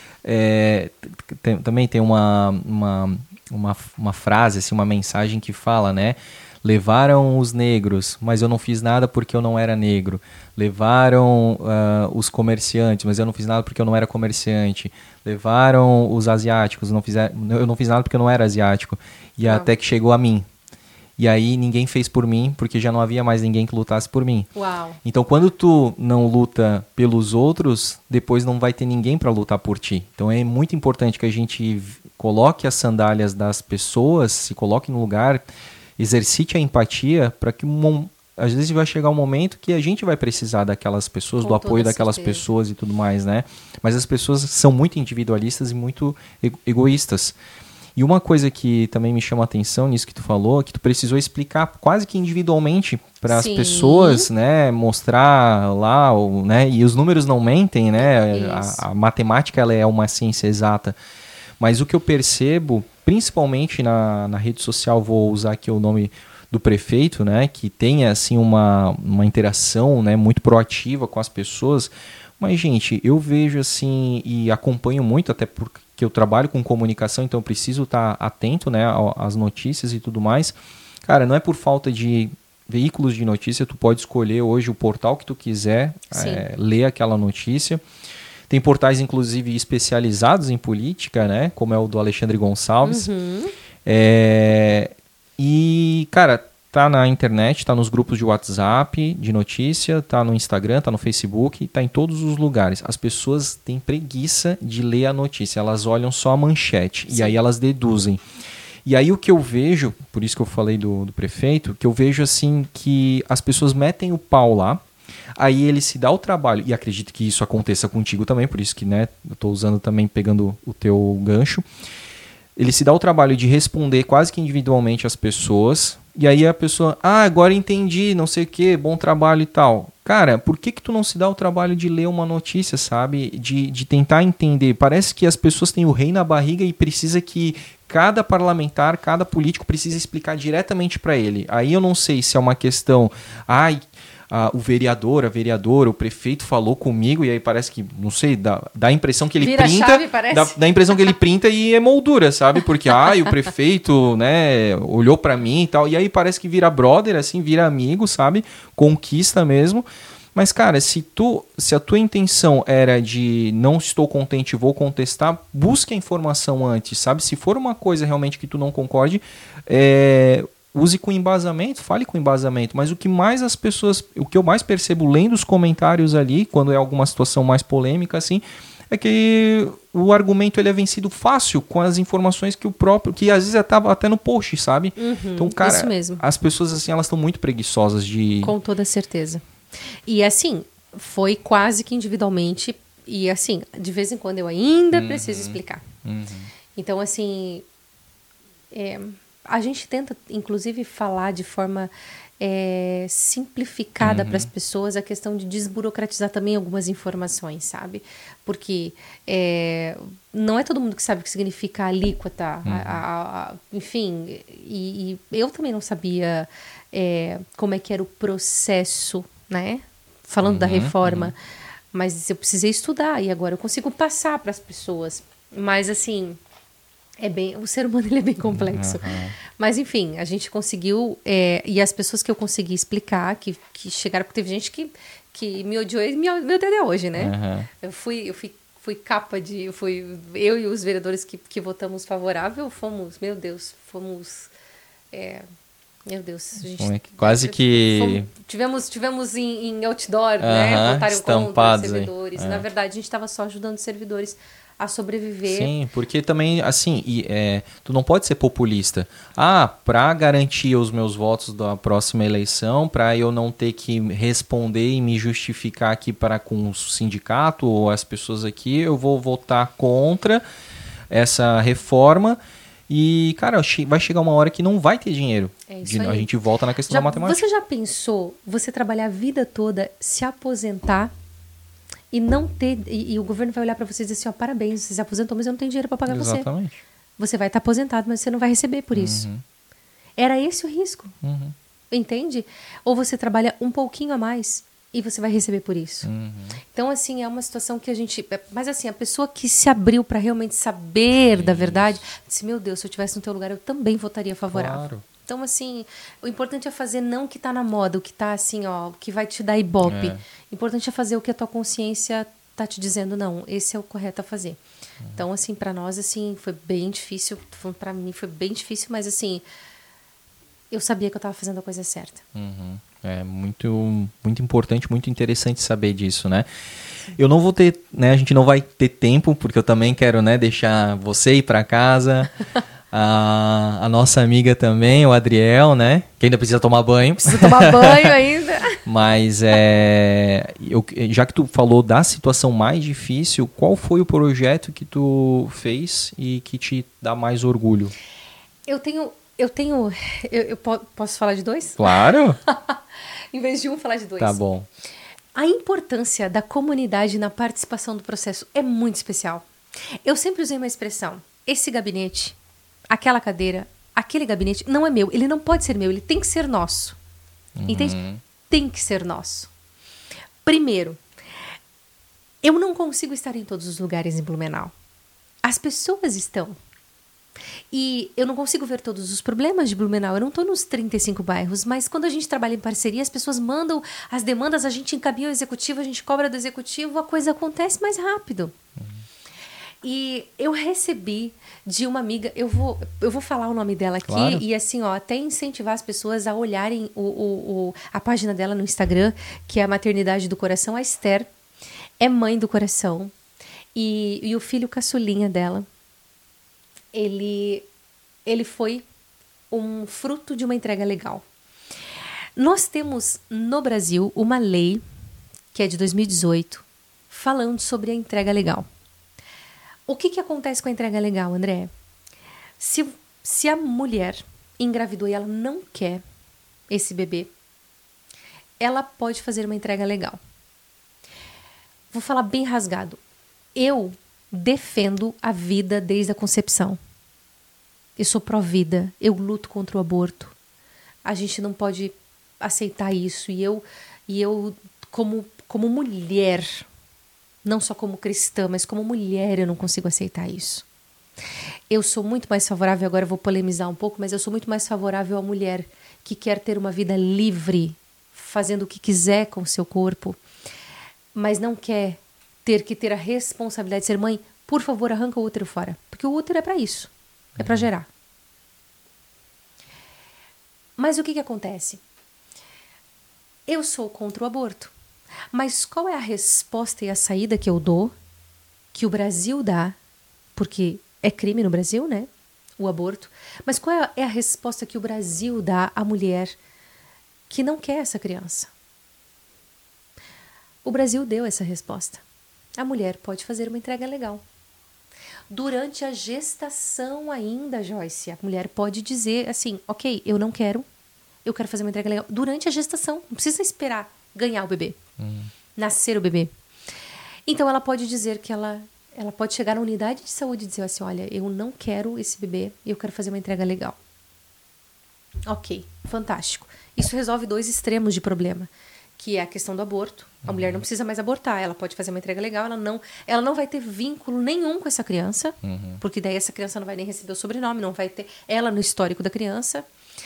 também tem uma frase, assim, uma mensagem que fala, né? Levaram os negros, mas eu não fiz nada porque eu não era negro. Levaram os comerciantes, mas eu não fiz nada porque eu não era comerciante. Levaram os asiáticos, eu não fiz nada porque eu não era asiático. E até que chegou a mim. E aí ninguém fez por mim, porque já não havia mais ninguém que lutasse por mim. Uau. Então quando tu não luta pelos outros, depois não vai ter ninguém para lutar por ti. Então é muito importante que a gente coloque as sandálias das pessoas, se coloque no lugar, exercite a empatia para que às vezes vai chegar um momento que a gente vai precisar daquelas pessoas, Com do apoio toda daquelas certeza. pessoas e tudo mais, né? Mas as pessoas são muito individualistas e muito egoístas. E uma coisa que também me chama a atenção nisso que tu falou, que tu precisou explicar quase que individualmente para as Sim. pessoas, né, mostrar lá, né, e os números não mentem, né, Isso. a matemática ela é uma ciência exata, mas o que eu percebo, principalmente na rede social, vou usar aqui o nome do prefeito, né, que tenha assim uma interação, né, muito proativa com as pessoas. Mas, gente, eu vejo assim e acompanho muito, até porque eu trabalho com comunicação, então eu preciso estar atento, né, às notícias e tudo mais. Cara, não é por falta de veículos de notícia, tu pode escolher hoje o portal que tu quiser, ler aquela notícia. Tem portais, inclusive, especializados em política, né, como é o do Alexandre Gonçalves. E, cara, tá na internet, tá nos grupos de WhatsApp, de notícia, tá no Instagram, tá no Facebook, tá em todos os lugares. As pessoas têm preguiça de ler a notícia, elas olham só a manchete. Sim. E aí elas deduzem. E aí o que eu vejo, por isso que eu falei do prefeito, que eu vejo assim que as pessoas metem o pau lá, aí ele se dá o trabalho, e acredito que isso aconteça contigo também, por isso que, né, eu tô usando também, pegando o teu gancho. Ele se dá o trabalho de responder quase que individualmente às pessoas. E aí a pessoa, agora entendi, não sei o que, bom trabalho e tal. Cara, por que tu não se dá o trabalho de ler uma notícia, sabe? De tentar entender. Parece que as pessoas têm o rei na barriga e precisa que cada parlamentar, cada político precisa explicar diretamente para ele. Aí eu não sei se é uma questão... o vereador, a vereadora, o prefeito falou comigo e aí parece que, não sei, dá a impressão que ele Vira printa, chave, parece. dá a impressão que ele printa e é moldura, sabe? Porque, o prefeito, né, olhou pra mim e tal, e aí parece que vira brother, assim, vira amigo, sabe? Conquista mesmo. Mas, cara, se a tua intenção era de não estou contente, vou contestar, busque a informação antes, sabe? Se for uma coisa realmente que tu não concorde, use com embasamento, fale com embasamento, mas o que eu mais percebo lendo os comentários ali, quando é alguma situação mais polêmica assim, é que o argumento ele é vencido fácil com as informações que às vezes estava até no post, sabe? Então, cara, isso mesmo. as pessoas assim, elas estão muito preguiçosas de... Com toda certeza. E assim, foi quase que individualmente, e assim, de vez em quando eu ainda preciso explicar. Então, assim... a gente tenta, inclusive, falar de forma simplificada para as pessoas a questão de desburocratizar também algumas informações, sabe? Porque não é todo mundo que sabe o que significa alíquota, enfim, e eu também não sabia como é que era o processo, né? Falando da reforma, mas eu precisei estudar e agora eu consigo passar para as pessoas. Mas, assim... o ser humano ele é bem complexo. Mas, enfim, a gente conseguiu... e as pessoas que eu consegui explicar, que chegaram... Porque teve gente que me odiou e me odeia até hoje, né? Eu fui capa de... Eu e os vereadores que votamos favorável, meu Deus, meu Deus. A gente, quase que... Tivemos em outdoor, né? Votaram contra os servidores. É. Na verdade, a gente estava só ajudando os servidores a sobreviver. Sim, porque também, assim, tu não pode ser populista. Para garantir os meus votos da próxima eleição, para eu não ter que responder e me justificar aqui com o sindicato ou as pessoas aqui, eu vou votar contra essa reforma. E, cara, vai chegar uma hora que não vai ter dinheiro. A gente volta na questão da matemática. Você já pensou você trabalhar a vida toda, se aposentar e não ter... E o governo vai olhar para você e dizer assim, parabéns, você se aposentou, mas eu não tenho dinheiro para pagar você. Exatamente. Você vai estar aposentado, mas você não vai receber por isso. Era esse o risco. Entende? Ou você trabalha um pouquinho a mais e você vai receber por isso. Então, assim, é uma situação que a gente... Mas, assim, a pessoa que se abriu para realmente saber da verdade, disse, meu Deus, se eu estivesse no teu lugar, eu também votaria favorável. Claro. Então, assim, o importante é fazer não o que está na moda, o que está, assim, o que vai te dar ibope. O importante é fazer o que a tua consciência está te dizendo, não, esse é o correto a fazer. Então, assim, para nós, assim, foi bem difícil. Para mim foi bem difícil, mas, assim, eu sabia que eu estava fazendo a coisa certa. É muito, muito importante, muito interessante saber disso, né? Eu não vou ter, né? A gente não vai ter tempo, porque eu também quero, né, deixar você ir para casa. A nossa amiga também, o Adriel, né? Que ainda precisa tomar banho. Precisa tomar banho ainda. Mas já que tu falou da situação mais difícil, qual foi o projeto que tu fez e que te dá mais orgulho? Posso falar de dois? Claro! Em vez de um, falar de dois. Tá bom. A importância da comunidade na participação do processo é muito especial. Eu sempre usei uma expressão: esse gabinete, aquela cadeira, aquele gabinete não é meu, ele não pode ser meu, ele tem que ser nosso. Entende? Tem que ser nosso. Primeiro, eu não consigo estar em todos os lugares em Blumenau. As pessoas estão. E eu não consigo ver todos os problemas de Blumenau. Eu não estou nos 35 bairros, mas quando a gente trabalha em parceria, as pessoas mandam as demandas, a gente encaminha o executivo, a gente cobra do executivo, a coisa acontece mais rápido. E eu recebi de uma amiga, eu vou falar o nome dela aqui, claro. E assim, ó, até incentivar as pessoas a olharem a página dela no Instagram, que é a Maternidade do Coração. A Esther é mãe do coração e o filho caçulinha dela, ele foi um fruto de uma entrega legal. Nós temos no Brasil uma lei, que é de 2018, falando sobre a entrega legal. O que acontece com a entrega legal, André? Se a mulher engravidou e ela não quer esse bebê, ela pode fazer uma entrega legal. Vou falar bem rasgado. Eu defendo a vida desde a concepção. Eu sou pró-vida. Eu luto contra o aborto. A gente não pode aceitar isso. E eu como mulher, não só como cristã, mas como mulher, eu não consigo aceitar isso. Eu sou muito mais favorável, agora eu vou polemizar um pouco, mas eu sou muito mais favorável à mulher que quer ter uma vida livre, fazendo o que quiser com o seu corpo, mas não quer ter que ter a responsabilidade de ser mãe. Por favor, arranca o útero fora. Porque o útero é para isso. É para gerar. Mas o que acontece? Eu sou contra o aborto. Mas qual é a resposta e a saída que eu dou, que o Brasil dá, porque é crime no Brasil, né? O aborto. Mas qual é a resposta que o Brasil dá à mulher que não quer essa criança? O Brasil deu essa resposta. A mulher pode fazer uma entrega legal. Durante a gestação ainda, Joyce, a mulher pode dizer assim, ok, eu não quero, eu quero fazer uma entrega legal. Durante a gestação, não precisa esperar ganhar o bebê, nascer o bebê. Então ela pode dizer que ela pode chegar na unidade de saúde e dizer assim, olha, eu não quero esse bebê e eu quero fazer uma entrega legal. Ok, fantástico. Isso resolve dois extremos de problema, que é a questão do aborto. A mulher não precisa mais abortar, ela pode fazer uma entrega legal, ela não vai ter vínculo nenhum com essa criança, porque daí essa criança não vai nem receber o sobrenome, não vai ter ela no histórico da criança.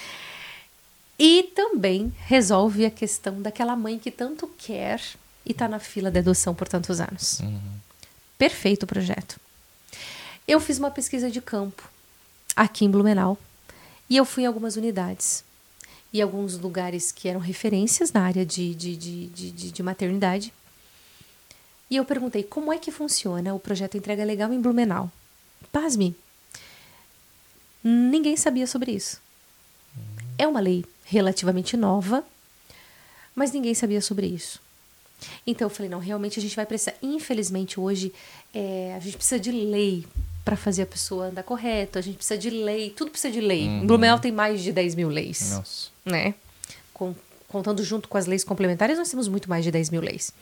E também resolve a questão daquela mãe que tanto quer e está na fila de adoção por tantos anos. Perfeito o projeto. Eu fiz uma pesquisa de campo aqui em Blumenau e eu fui em algumas unidades e alguns lugares que eram referências na área de maternidade. E eu perguntei como é que funciona o projeto Entrega Legal em Blumenau. Pasme, ninguém sabia sobre isso. É uma lei relativamente nova, mas ninguém sabia sobre isso. Então eu falei, não, realmente a gente vai precisar. Infelizmente hoje a gente precisa de lei para fazer a pessoa andar correto, a gente precisa de lei, tudo precisa de lei. Em Blumenau tem mais de 10 mil leis. Nossa. Né? Contando junto com as leis complementares, nós temos muito mais de 10 mil leis.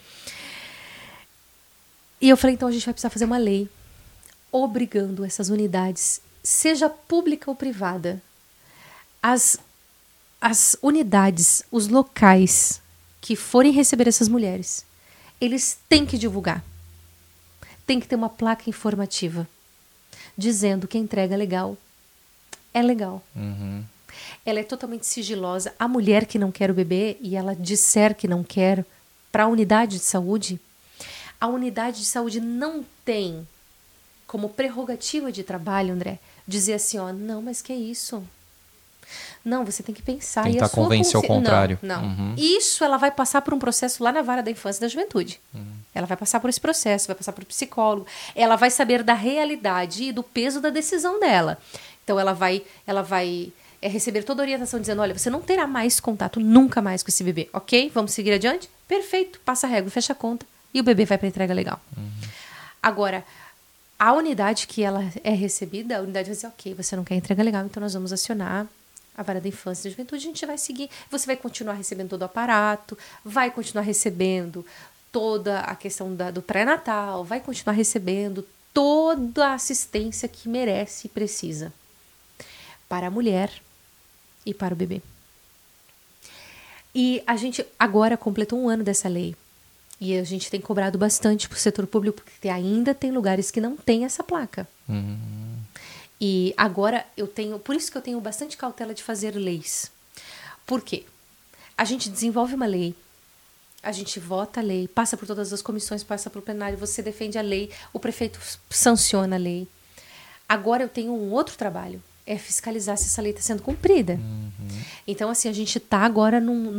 E eu falei, então a gente vai precisar fazer uma lei obrigando essas unidades, seja pública ou privada, as unidades, os locais que forem receber essas mulheres, eles têm que divulgar. Tem que ter uma placa informativa dizendo que a entrega legal é legal. Ela é totalmente sigilosa. A mulher que não quer o bebê e ela disser que não quer para a unidade de saúde, a unidade de saúde não tem como prerrogativa de trabalho, André, dizer assim, ó, não, mas que é isso? Não, você tem que pensar. Tentar convencer ao contrário. Não. Isso ela vai passar por um processo lá na vara da infância e da juventude. Ela vai passar por esse processo, vai passar por psicólogo. Ela vai saber da realidade e do peso da decisão dela. Então, Então ela vai receber toda a orientação dizendo, olha, você não terá mais contato nunca mais com esse bebê, ok? Vamos seguir adiante? Perfeito, passa a régua, fecha a conta e o bebê vai para a entrega legal. Agora, a unidade que ela é recebida, a unidade vai dizer, ok, você não quer entrega legal, então nós vamos acionar a vara da infância e da juventude, a gente vai seguir, você vai continuar recebendo todo o aparato, vai continuar recebendo toda a questão do pré-natal, vai continuar recebendo toda a assistência que merece e precisa para a mulher e para o bebê. E a gente agora completou 1 ano dessa lei. E a gente tem cobrado bastante para o setor público, porque ainda tem lugares que não tem essa placa. E agora por isso que eu tenho bastante cautela de fazer leis. Por quê? A gente desenvolve uma lei, a gente vota a lei, passa por todas as comissões, passa para o plenário, você defende a lei, o prefeito sanciona a lei. Agora eu tenho um outro trabalho, é fiscalizar se essa lei está sendo cumprida. Então, assim, a gente está agora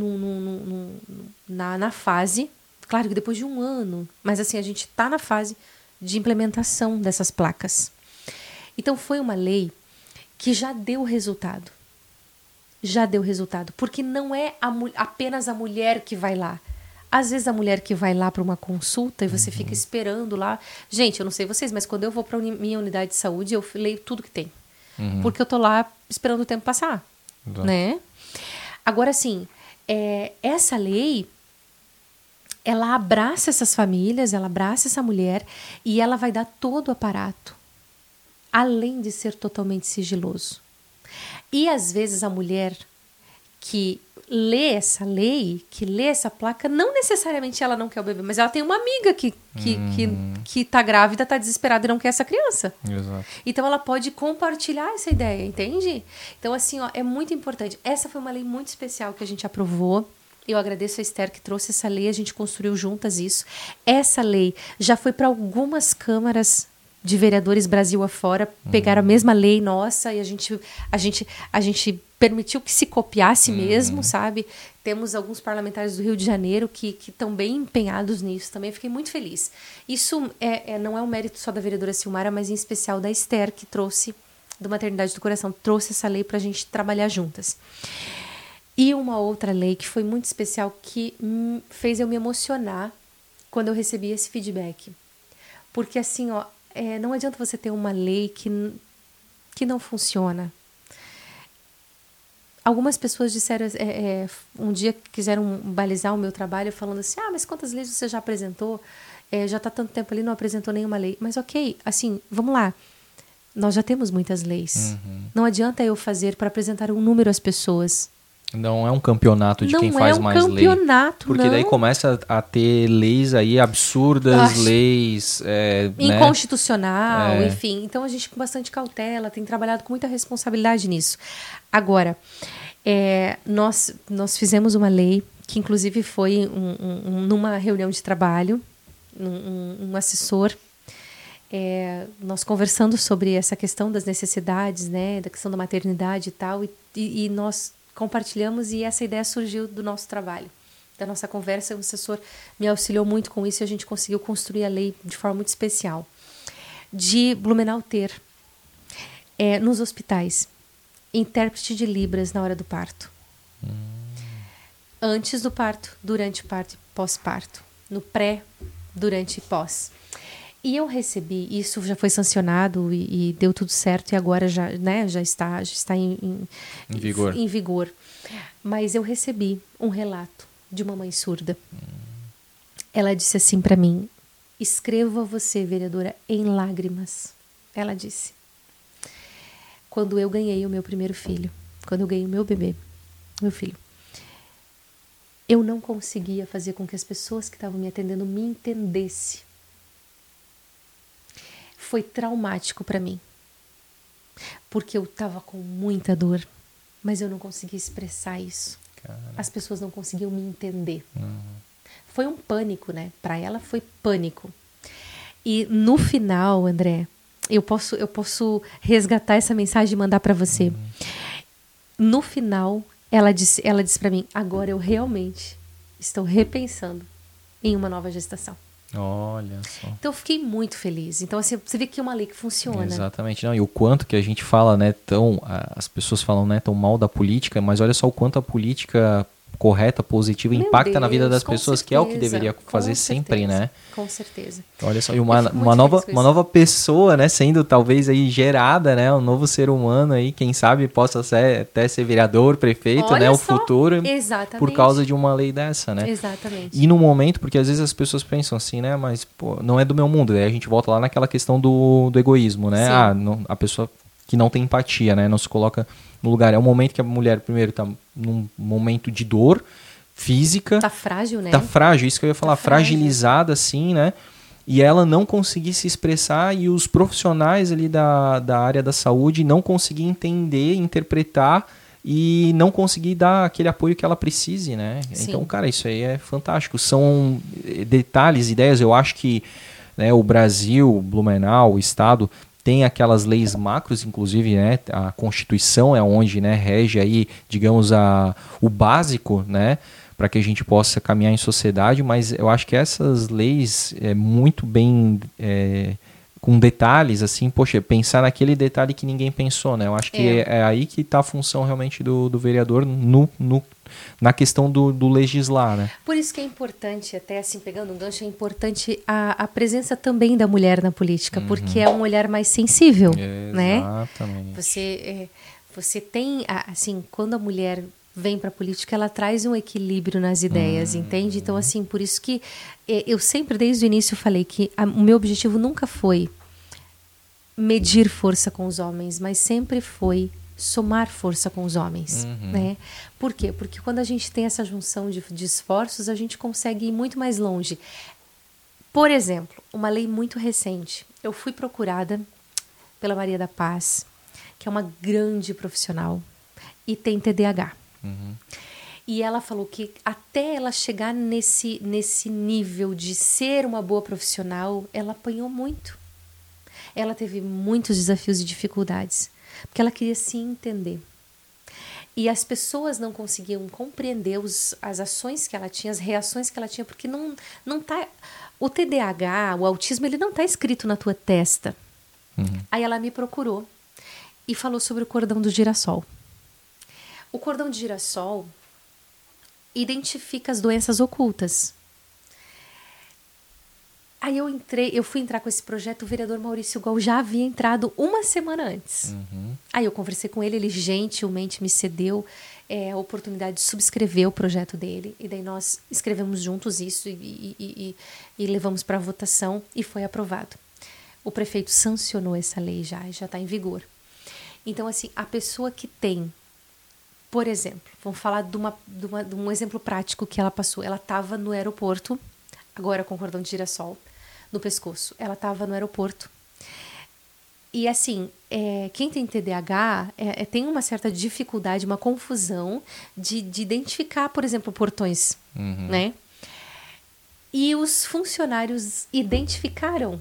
na fase, claro que depois de 1 ano, mas assim, a gente está na fase de implementação dessas placas. Então, foi uma lei que já deu resultado. Já deu resultado, porque não é apenas a mulher que vai lá. Às vezes a mulher que vai lá para uma consulta e você fica esperando lá. Gente, eu não sei vocês, mas quando eu vou para minha unidade de saúde, eu leio tudo que tem. Porque eu tô lá esperando o tempo passar. Né? Agora, assim, essa lei, ela abraça essas famílias, ela abraça essa mulher e ela vai dar todo o aparato, além de ser totalmente sigiloso. E, às vezes, a mulher que lê essa lei, que lê essa placa, não necessariamente ela não quer o bebê, mas ela tem uma amiga que tá grávida, tá desesperada e não quer essa criança. Exato. Então ela pode compartilhar essa ideia, entende? Então, assim, ó, é muito importante. Essa foi uma lei muito especial que a gente aprovou. Eu agradeço a Esther que trouxe essa lei, a gente construiu juntas isso. Essa lei já foi para algumas câmaras de vereadores Brasil afora, pegaram a mesma lei nossa e a gente permitiu que se copiasse mesmo, sabe? Temos alguns parlamentares do Rio de Janeiro que estão bem empenhados nisso também. Fiquei muito feliz. Isso não é um mérito só da vereadora Silmara, mas em especial da Esther, que trouxe, do Maternidade do Coração, trouxe essa lei para a gente trabalhar juntas. E uma outra lei que foi muito especial, que fez eu me emocionar quando eu recebi esse feedback. Porque, assim, ó, não adianta você ter uma lei que não funciona. Algumas pessoas disseram, um dia quiseram balizar o meu trabalho falando assim, mas quantas leis você já apresentou? Já está tanto tempo ali, não apresentou nenhuma lei. Mas ok, assim, vamos lá. Nós já temos muitas leis. Não adianta eu fazer para apresentar um número às pessoas. Não é um campeonato de quem faz mais lei. Não é um campeonato, porque daí começa a ter leis aí absurdas, leis... inconstitucional, enfim. Então, a gente com bastante cautela, tem trabalhado com muita responsabilidade nisso. Agora, nós fizemos uma lei, que inclusive foi numa reunião de trabalho, um assessor, nós conversando sobre essa questão das necessidades, né, da questão da maternidade e tal, e nós compartilhamos e essa ideia surgiu do nosso trabalho, da nossa conversa. O assessor me auxiliou muito com isso e a gente conseguiu construir a lei de forma muito especial. De Blumenau ter, nos hospitais, intérprete de Libras na hora do parto. Antes do parto, durante o parto e pós-parto. No pré, durante e pós. E eu recebi, isso já foi sancionado e deu tudo certo e agora já está em vigor. Mas eu recebi um relato de uma mãe surda. Ela disse assim para mim, escrevo a você, vereadora, em lágrimas. Ela disse, quando eu ganhei o meu primeiro filho, quando eu ganhei o meu bebê, meu filho, eu não conseguia fazer com que as pessoas que estavam me atendendo me entendessem. Foi traumático para mim, porque eu estava com muita dor, mas eu não conseguia expressar isso. Caramba. As pessoas não conseguiam me entender. Foi um pânico, né? Para ela foi pânico. E no final, André, eu posso resgatar essa mensagem e mandar para você. No final, ela disse para mim, agora eu realmente estou repensando em uma nova gestação. Olha só. Então eu fiquei muito feliz. Então assim, você vê que é uma lei que funciona. Exatamente. Não, e o quanto que a gente fala, né, as pessoas falam, né, tão mal da política, mas olha só o quanto a política correta, positiva, Meu impacta na vida Deus, das com pessoas, que é o que certeza, deveria com fazer sempre, certeza, né? Com certeza. Então, olha só, e Eu fico muito uma nova, feliz com uma isso. nova pessoa, né, sendo talvez aí gerada, né, um novo ser humano aí, quem sabe possa até ser vereador, prefeito, Olha né, o só, futuro, exatamente. por causa de uma lei dessa, né? Exatamente. E no momento, porque às vezes as pessoas pensam assim, né, mas pô, não é do meu mundo, aí a gente volta lá naquela questão do egoísmo, né? Sim. A pessoa que não tem empatia, né, não se coloca no lugar. É um momento que a mulher, primeiro, tá num momento de dor física. Tá frágil, né? Tá frágil, isso que eu ia falar, Tá frágil. fragilizada assim, né? E ela não conseguir se expressar e os profissionais ali da área da saúde não conseguir entender, interpretar e não conseguir dar aquele apoio que ela precise, né? Sim. Então, cara, isso aí é fantástico. São detalhes, ideias. Eu acho que, né, o Brasil, Blumenau, o Estado, tem aquelas leis macros, inclusive, né? A Constituição é onde, né, rege aí, digamos, o básico, né? Para que a gente possa caminhar em sociedade, mas eu acho que essas leis muito bem com detalhes, assim, poxa, pensar naquele detalhe que ninguém pensou, né? Eu acho que é aí que está a função realmente do vereador na questão do legislar, né? Por isso que é importante, até assim, pegando um gancho, é importante a presença também da mulher na política, porque é um olhar mais sensível, né? Exatamente. Você tem, assim, quando a mulher vem para a política, ela traz um equilíbrio nas ideias, entende? Então, assim, por isso que eu sempre, desde o início, falei que o meu objetivo nunca foi medir força com os homens, mas sempre foi somar força com os homens, né? Por quê? Porque quando a gente tem essa junção de esforços, a gente consegue ir muito mais longe. Por exemplo, uma lei muito recente. Eu fui procurada pela Maria da Paz, que é uma grande profissional e tem TDAH. E ela falou que até ela chegar nesse nível de ser uma boa profissional, ela apanhou muito. Ela teve muitos desafios e dificuldades, porque ela queria se entender. E as pessoas não conseguiam compreender as ações que ela tinha, as reações que ela tinha, porque não tá... O TDAH, o autismo, ele não está escrito na tua testa. Aí ela me procurou e falou sobre o cordão do girassol. O cordão de girassol identifica as doenças ocultas. Aí eu fui entrar com esse projeto, o vereador Maurício Gol já havia entrado uma semana antes. Aí eu conversei com ele, ele gentilmente me cedeu a oportunidade de subscrever o projeto dele. E daí nós escrevemos juntos isso e levamos para votação e foi aprovado. O prefeito sancionou essa lei já está em vigor. Então, assim, a pessoa que tem, por exemplo, vamos falar de um exemplo prático que ela passou. Ela estava no aeroporto, agora com cordão de girassol no pescoço. Ela estava no aeroporto. E assim, quem tem TDAH tem uma certa dificuldade, uma confusão de identificar, por exemplo, portões, né? E os funcionários identificaram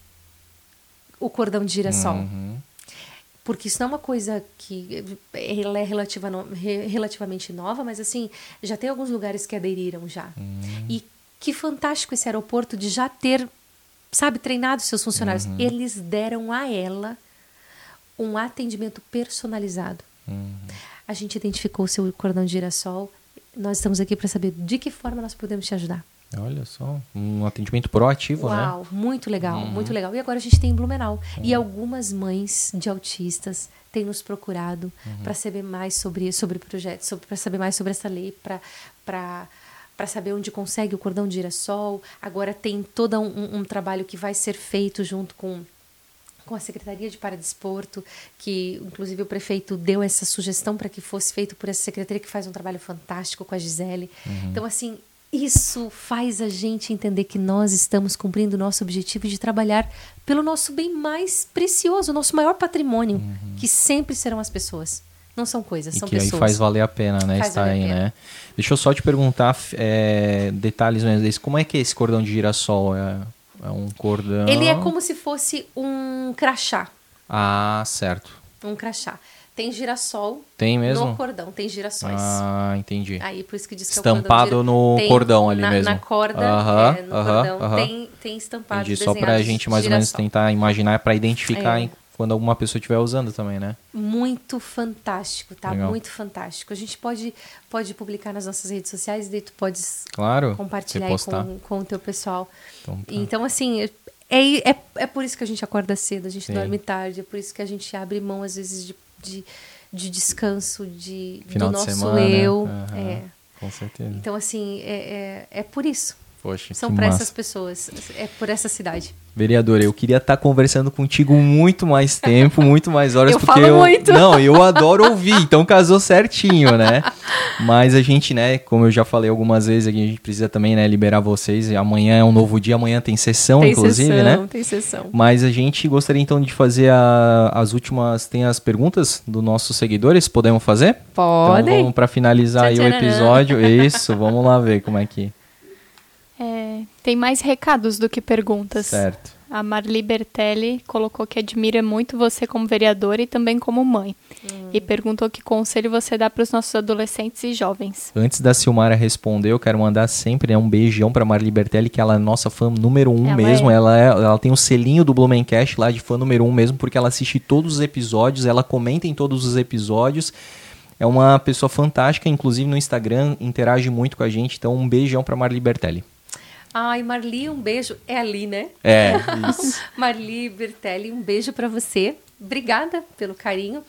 o cordão de girassol. Porque isso não é uma coisa que ela é relativamente nova, mas assim, já tem alguns lugares que aderiram já. E que fantástico esse aeroporto de já ter, sabe, treinado seus funcionários. Eles deram a ela um atendimento personalizado. A gente identificou o seu cordão de girassol. Nós estamos aqui para saber de que forma nós podemos te ajudar. Olha só, um atendimento proativo, né? Uau, muito legal, muito legal. E agora a gente tem em Blumenau. E algumas mães de autistas têm nos procurado para saber mais sobre o projeto, para saber mais sobre essa lei, para saber onde consegue o cordão de girassol. Agora tem todo um trabalho que vai ser feito junto com a Secretaria de Paradesporto, que inclusive o prefeito deu essa sugestão para que fosse feito por essa secretaria, que faz um trabalho fantástico com a Gisele. Então, assim, isso faz a gente entender que nós estamos cumprindo o nosso objetivo de trabalhar pelo nosso bem mais precioso, o nosso maior patrimônio, que sempre serão as pessoas. Não são coisas, são pessoas. E que aí faz valer a pena, né? Estar aí, né? Deixa eu só te perguntar detalhes mais desse. Como é que é esse cordão de girassol? É um cordão... Ele é como se fosse um crachá. Ah, certo. Um crachá. Tem girassol. Tem mesmo? No cordão, tem girassóis. Ah, entendi. Aí por isso que diz que estampado é o cordão no cordão ali mesmo. Na corda, no cordão, tem estampado. Entendi, só pra gente mais ou menos tentar imaginar, pra identificar quando alguma pessoa estiver usando também, né? Muito fantástico, tá? Legal. Muito fantástico. A gente pode publicar nas nossas redes sociais e daí tu pode compartilhar aí com o teu pessoal. Então, assim, é por isso que a gente acorda cedo, a gente dorme tarde, é por isso que a gente abre mão, às vezes, de descanso, do nosso semana, eu. Com certeza. Então, assim, é por isso. Poxa, são para essas pessoas, é por essa cidade. Vereadora, eu queria estar conversando contigo muito mais tempo, muito mais horas. Eu falo muito. Não, eu adoro ouvir, então casou certinho, né? Mas a gente, né, como eu já falei algumas vezes, a gente precisa também, né, liberar vocês. Amanhã é um novo dia, amanhã tem sessão, inclusive, né? Tem sessão. Mas a gente gostaria então de fazer as últimas, tem as perguntas dos nossos seguidores, podemos fazer? Podem. Então vamos para finalizar aí o episódio. Isso, vamos lá ver como é que... Tem mais recados do que perguntas. Certo. A Marli Bertelli colocou que admira muito você como vereadora e também como mãe. E perguntou que conselho você dá para os nossos adolescentes e jovens. Antes da Silmara responder, eu quero mandar sempre um beijão para Marli Bertelli, que ela é nossa fã número 1 mesmo. Ela tem o selinho do Blumencast lá de fã número 1 mesmo, porque ela assiste todos os episódios, ela comenta em todos os episódios. É uma pessoa fantástica, inclusive no Instagram, interage muito com a gente. Então, um beijão para Marli Bertelli. Ai, Marli, um beijo. É ali, né? É, isso. Marli Bertelli, um beijo para você. Obrigada pelo carinho.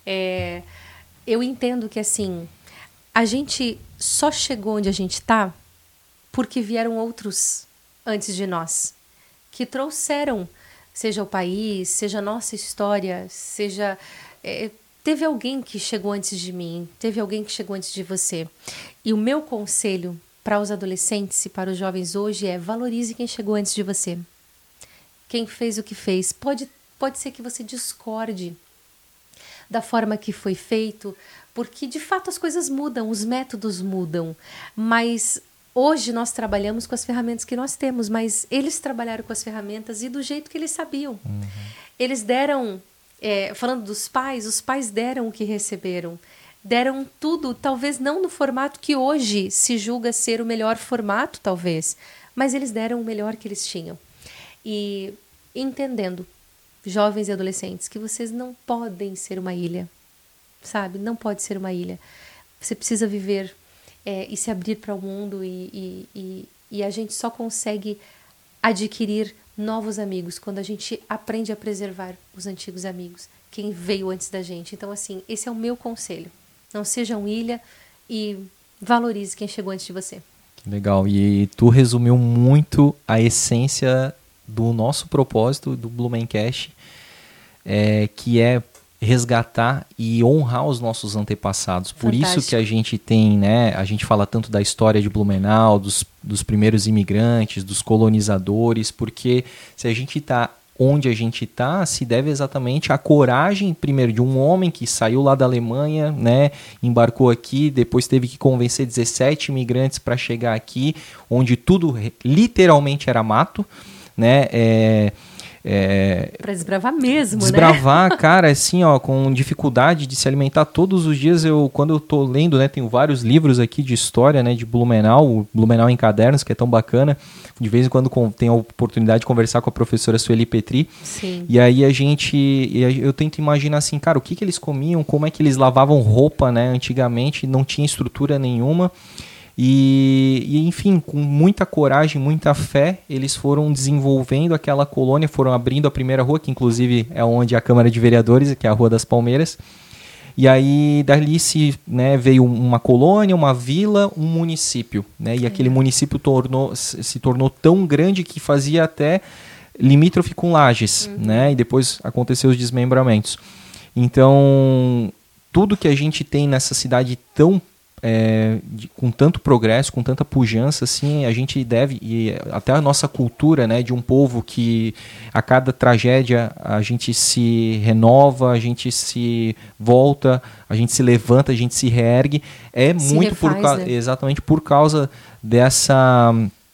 Eu entendo que, assim, a gente só chegou onde a gente está porque vieram outros antes de nós, que trouxeram, seja o país, seja a nossa história, seja... teve alguém que chegou antes de mim, teve alguém que chegou antes de você. E o meu conselho para os adolescentes e para os jovens hoje valorize quem chegou antes de você. Quem fez o que fez. Pode ser que você discorde da forma que foi feito, porque de fato as coisas mudam, os métodos mudam. Mas hoje nós trabalhamos com as ferramentas que nós temos, mas eles trabalharam com as ferramentas e do jeito que eles sabiam. Eles deram, falando dos pais, os pais deram o que receberam. Deram tudo, talvez não no formato que hoje se julga ser o melhor formato, talvez, mas eles deram o melhor que eles tinham. E entendendo, jovens e adolescentes, que vocês não podem ser uma ilha, sabe? Não pode ser uma ilha. Você precisa viver e se abrir para o mundo e a gente só consegue adquirir novos amigos quando a gente aprende a preservar os antigos amigos, quem veio antes da gente. Então, assim, esse é o meu conselho. Não sejam ilha e valorize quem chegou antes de você. Que legal. E tu resumiu muito a essência do nosso propósito do Blumencast, que é resgatar e honrar os nossos antepassados. Por Fantástico. isso que a gente tem, né? A gente fala tanto da história de Blumenau, dos primeiros imigrantes, dos colonizadores, porque se a gente está onde a gente está, se deve exatamente à coragem, primeiro, de um homem que saiu lá da Alemanha, né, embarcou aqui, depois teve que convencer 17 imigrantes para chegar aqui, onde tudo literalmente era mato, né, para desbravar mesmo, desbravar, né? Cara, assim, ó, com dificuldade de se alimentar todos os dias. Quando eu tô lendo, né, tenho vários livros aqui de história, né, de Blumenau, o Blumenau em Cadernos, que é tão bacana. De vez em quando tenho a oportunidade de conversar com a professora Sueli Petri. Sim. E aí eu tento imaginar assim, cara, o que eles comiam, como é que eles lavavam roupa, né, antigamente, não tinha estrutura nenhuma. E, enfim, com muita coragem, muita fé, eles foram desenvolvendo aquela colônia, foram abrindo a primeira rua, que inclusive é onde é a Câmara de Vereadores, que é a Rua das Palmeiras. E aí, dali veio uma colônia, uma vila, um município. Né? E aquele município se tornou tão grande que fazia até limítrofe com Lages. Né? E depois aconteceu os desmembramentos. Então, tudo que a gente tem nessa cidade tão com tanto progresso, com tanta pujança, assim, a gente deve, e até a nossa cultura, né, de um povo que a cada tragédia a gente se renova, a gente se volta, a gente se levanta, a gente se reergue, muito refaz, né? Exatamente por causa dessa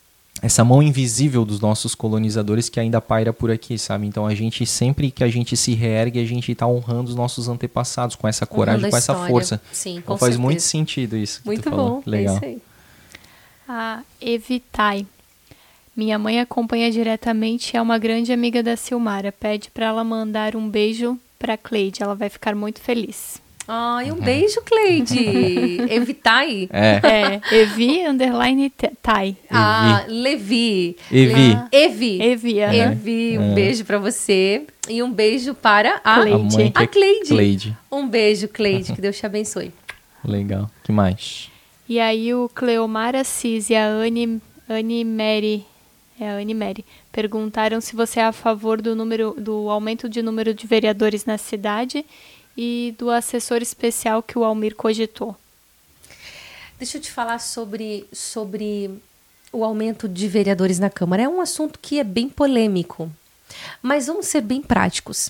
essa mão invisível dos nossos colonizadores que ainda paira por aqui, sabe? Então a gente, sempre que a gente se reergue, a gente está honrando os nossos antepassados com essa coragem, com essa força. Sim, então faz muito sentido isso que muito tu falou. bom, Legal. é isso aí. A Evitai. Minha mãe acompanha diretamente e é uma grande amiga da Silmara. Pede para ela mandar um beijo para Cleide. Ela vai ficar muito feliz. Ai, um beijo, Cleide. Evitai. É, Evi_Tai. Levi. Evi. Evi. Evia. Evi, um beijo pra você. E um beijo para a Cleide. A mãe que é Cleide. Cleide. Um beijo, Cleide. Que Deus te abençoe. Legal. Que mais? E aí o Cleomar Assis e a Anne Mary perguntaram se você é a favor do aumento de número de vereadores na cidade e do assessor especial que o Almir cogitou. Deixa eu te falar sobre o aumento de vereadores na Câmara. É um assunto que é bem polêmico, mas vamos ser bem práticos.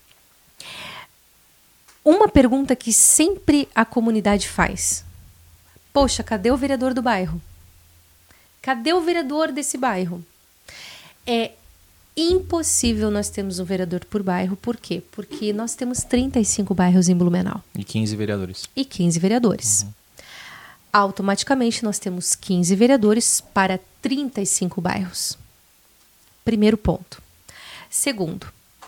Uma pergunta que sempre a comunidade faz: poxa, cadê o vereador do bairro? Cadê o vereador desse bairro? É impossível nós termos um vereador por bairro. Por quê? Porque nós temos 35 bairros em Blumenau. E 15 vereadores. E 15 vereadores. Automaticamente nós temos 15 vereadores para 35 bairros. Primeiro ponto. Segundo,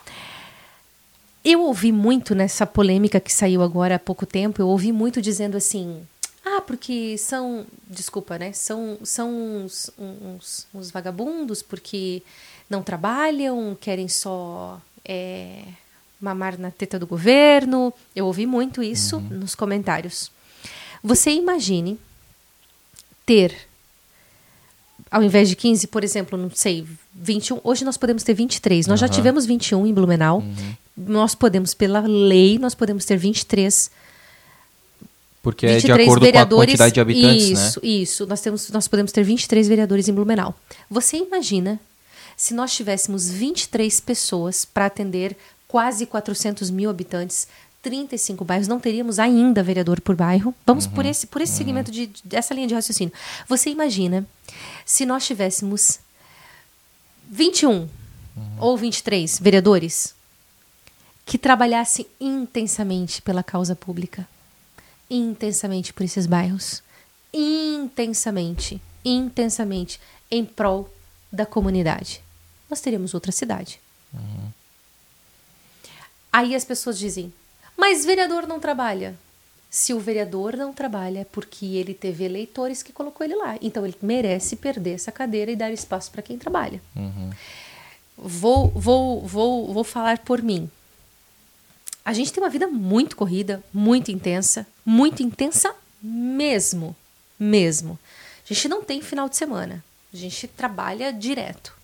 eu ouvi muito nessa polêmica que saiu agora há pouco tempo, eu ouvi muito dizendo assim: porque são, desculpa, né? São uns vagabundos, porque não trabalham, querem só mamar na teta do governo. Eu ouvi muito isso nos comentários. Você imagine ter, ao invés de 15, por exemplo, não sei, 21, hoje nós podemos ter 23. Nós já tivemos 21 em Blumenau. Nós podemos, pela lei, nós podemos ter 23. Porque é de acordo com a quantidade de habitantes, isso, né? Isso. Nós podemos ter 23 vereadores em Blumenau. Você imagina se nós tivéssemos 23 pessoas para atender quase 400 mil habitantes, 35 bairros, não teríamos ainda vereador por bairro. Vamos por esse segmento dessa linha de raciocínio. Você imagina se nós tivéssemos 21 ou 23 vereadores que trabalhassem intensamente pela causa pública, intensamente por esses bairros, intensamente em prol da comunidade. Nós teríamos outra cidade. Aí as pessoas dizem: mas vereador não trabalha. Se o vereador não trabalha, é porque ele teve eleitores que colocou ele lá. Então ele merece perder essa cadeira e dar espaço para quem trabalha. Vou falar por mim. A gente tem uma vida muito corrida, muito intensa mesmo. A gente não tem final de semana. A gente trabalha direto.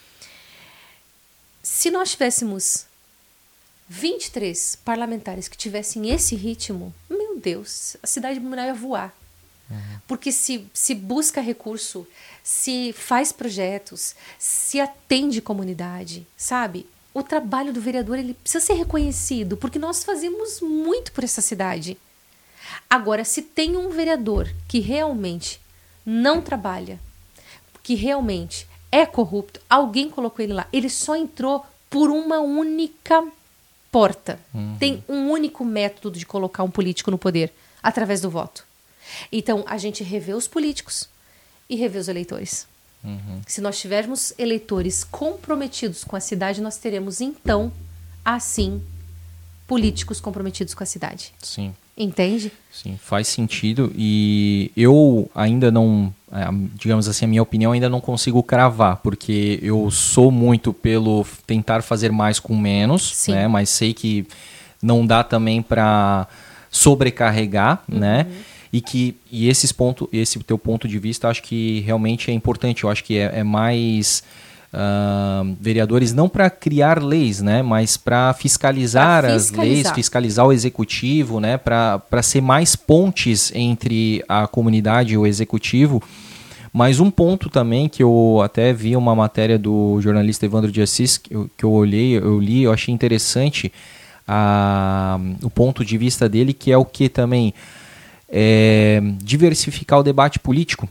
Se nós tivéssemos 23 parlamentares que tivessem esse ritmo, meu Deus, a cidade de Blumenau ia voar. Porque se busca recurso, se faz projetos, se atende comunidade, sabe? O trabalho do vereador, ele precisa ser reconhecido, porque nós fazemos muito por essa cidade. Agora, se tem um vereador que realmente não trabalha, que realmente é corrupto, alguém colocou ele lá, ele só entrou por uma única porta. Tem um único método de colocar um político no poder, através do voto. Então, a gente revê os políticos e revê os eleitores. Se nós tivermos eleitores comprometidos com a cidade, nós teremos, então, assim, políticos comprometidos com a cidade. Sim. Entende? Sim, faz sentido. E eu ainda não, digamos assim, a minha opinião ainda não consigo cravar, porque eu sou muito pelo tentar fazer mais com menos, né? Mas sei que não dá também para sobrecarregar, né? E esse teu ponto de vista, acho que realmente é importante. Eu acho que é mais vereadores não para criar leis, né, mas para fiscalizar as leis, fiscalizar o executivo, né, para ser mais pontes entre a comunidade e o executivo. Mas um ponto também que eu até vi uma matéria do jornalista Evandro de Assis que eu li, eu achei interessante o ponto de vista dele, que é o que também diversificar o debate político.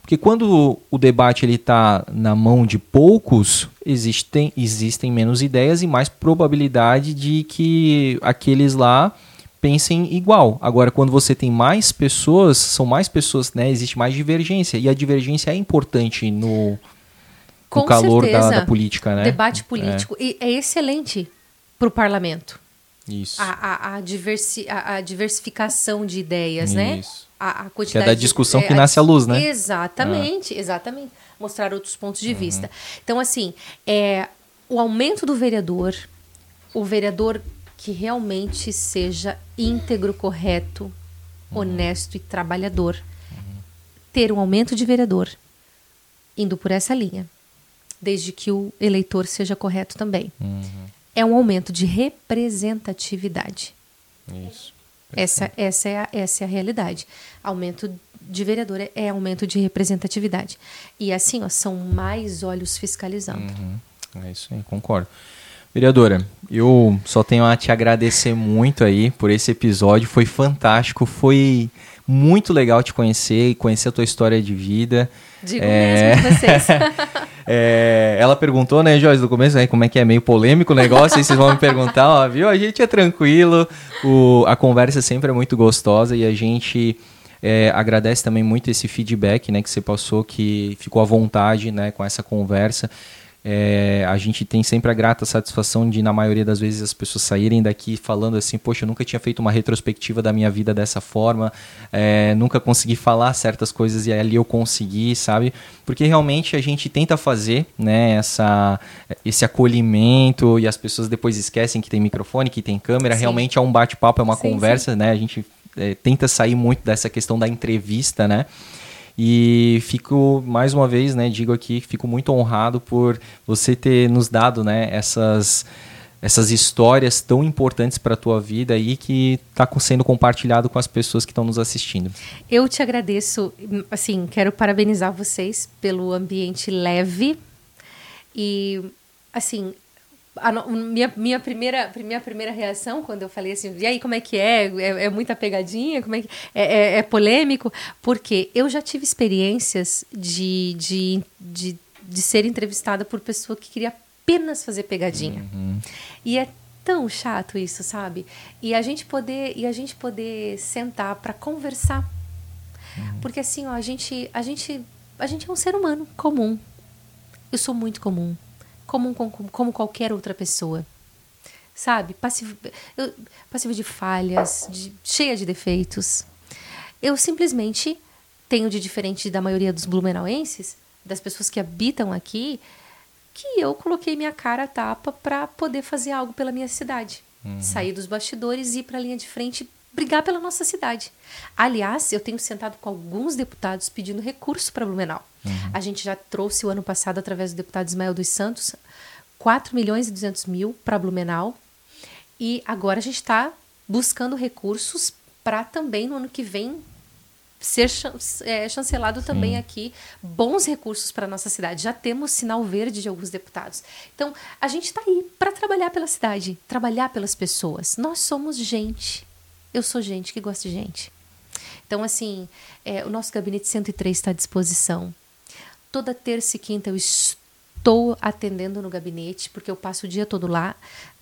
Porque quando o debate ele está na mão de poucos, existem menos ideias e mais probabilidade de que aqueles lá pensem igual. Agora, quando você tem mais pessoas, são mais pessoas, né? Existe mais divergência. E a divergência é importante no calor da política, né? Debate político. E é excelente para o parlamento. Isso. A diversificação de ideias, né? A quantidade que é da discussão que nasce a luz, né? Exatamente. Mostrar outros pontos de vista. Então, assim, o aumento do vereador, o vereador que realmente seja íntegro, correto, honesto e trabalhador, ter um aumento de vereador indo por essa linha, desde que o eleitor seja correto também. É um aumento de representatividade. Isso. Essa é a realidade. Aumento de vereador é aumento de representatividade. E assim, ó, são mais olhos fiscalizando. É isso aí, concordo. Vereadora, eu só tenho a te agradecer muito aí por esse episódio. Foi fantástico, foi muito legal te conhecer e conhecer a tua história de vida. Digo mesmo de vocês. Ela perguntou, né, Joyce, no começo, como é que é meio polêmico o negócio, aí vocês vão me perguntar, ó, viu? A gente é tranquilo, a conversa sempre é muito gostosa e a gente agradece também muito esse feedback, né, que você passou, que ficou à vontade, né, com essa conversa. A gente tem sempre a grata satisfação de, na maioria das vezes, as pessoas saírem daqui falando assim, poxa, eu nunca tinha feito uma retrospectiva da minha vida dessa forma, nunca consegui falar certas coisas e ali eu consegui, sabe? Porque realmente a gente tenta fazer, né, esse acolhimento e as pessoas depois esquecem que tem microfone, que tem câmera. Sim. Realmente é um bate-papo, é uma conversa, né? A gente tenta sair muito dessa questão da entrevista, né? E fico, mais uma vez, né, digo aqui, fico muito honrado por você ter nos dado, né, essas histórias tão importantes para a tua vida e que está sendo compartilhado com as pessoas que estão nos assistindo. Eu te agradeço, assim, quero parabenizar vocês pelo ambiente leve e, assim, minha primeira reação quando eu falei assim, e aí como é que é muita pegadinha, como é que é polêmico, porque eu já tive experiências de ser entrevistada por pessoa que queria apenas fazer pegadinha. E é tão chato isso, sabe? E a gente poder sentar para conversar, porque assim, ó, a gente é um ser humano comum. Eu sou muito comum como qualquer outra pessoa, sabe? Passiva de falhas, cheia de defeitos. Eu simplesmente tenho de diferente da maioria dos blumenauenses, das pessoas que habitam aqui, que eu coloquei minha cara a tapa para poder fazer algo pela minha cidade. Sair dos bastidores e ir para a linha de frente, brigar pela nossa cidade. Aliás, eu tenho sentado com alguns deputados pedindo recurso para Blumenau. A gente já trouxe o ano passado, através do deputado Ismael dos Santos, 4.200.000 para Blumenau. E agora a gente está buscando recursos para também, no ano que vem, ser chancelado também aqui bons recursos para a nossa cidade. Já temos sinal verde de alguns deputados. Então, a gente está aí para trabalhar pela cidade, trabalhar pelas pessoas. Nós somos gente. Eu sou gente que gosta de gente. Então, assim, o nosso gabinete 103 está à disposição. Toda terça e quinta eu estou atendendo no gabinete, porque eu passo o dia todo lá.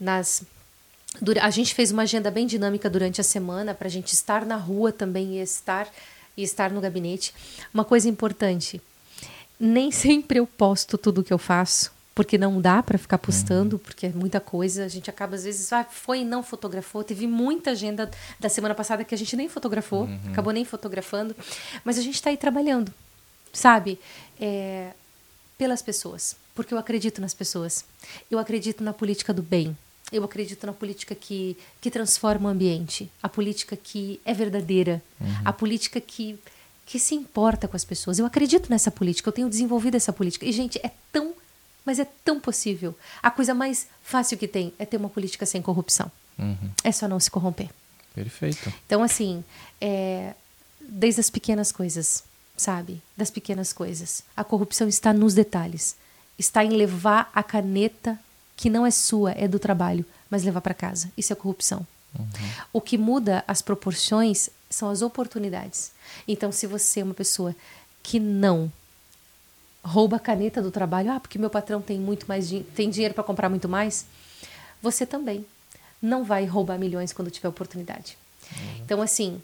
A gente fez uma agenda bem dinâmica durante a semana para a gente estar na rua também e estar no gabinete. Uma coisa importante, nem sempre eu posto tudo o que eu faço, porque não dá para ficar postando, porque é muita coisa. A gente acaba, às vezes, foi e não fotografou. Teve muita agenda da semana passada que a gente nem fotografou, acabou nem fotografando. Mas a gente está aí trabalhando, sabe? Pelas pessoas, porque eu acredito nas pessoas. Eu acredito na política do bem. Eu acredito na política que transforma o ambiente. A política que é verdadeira. A política que se importa com as pessoas. Eu acredito nessa política. Eu tenho desenvolvido essa política. E, gente, mas é tão possível. A coisa mais fácil que tem é ter uma política sem corrupção. É só não se corromper. Perfeito. Então, assim, desde as pequenas coisas, sabe? Das pequenas coisas. A corrupção está nos detalhes. Está em levar a caneta que não é sua, é do trabalho, mas levar para casa. Isso é corrupção. O que muda as proporções são as oportunidades. Então, se você é uma pessoa que não rouba a caneta do trabalho, porque meu patrão tem muito mais tem dinheiro para comprar muito mais, você também não vai roubar milhões quando tiver oportunidade. Então, assim,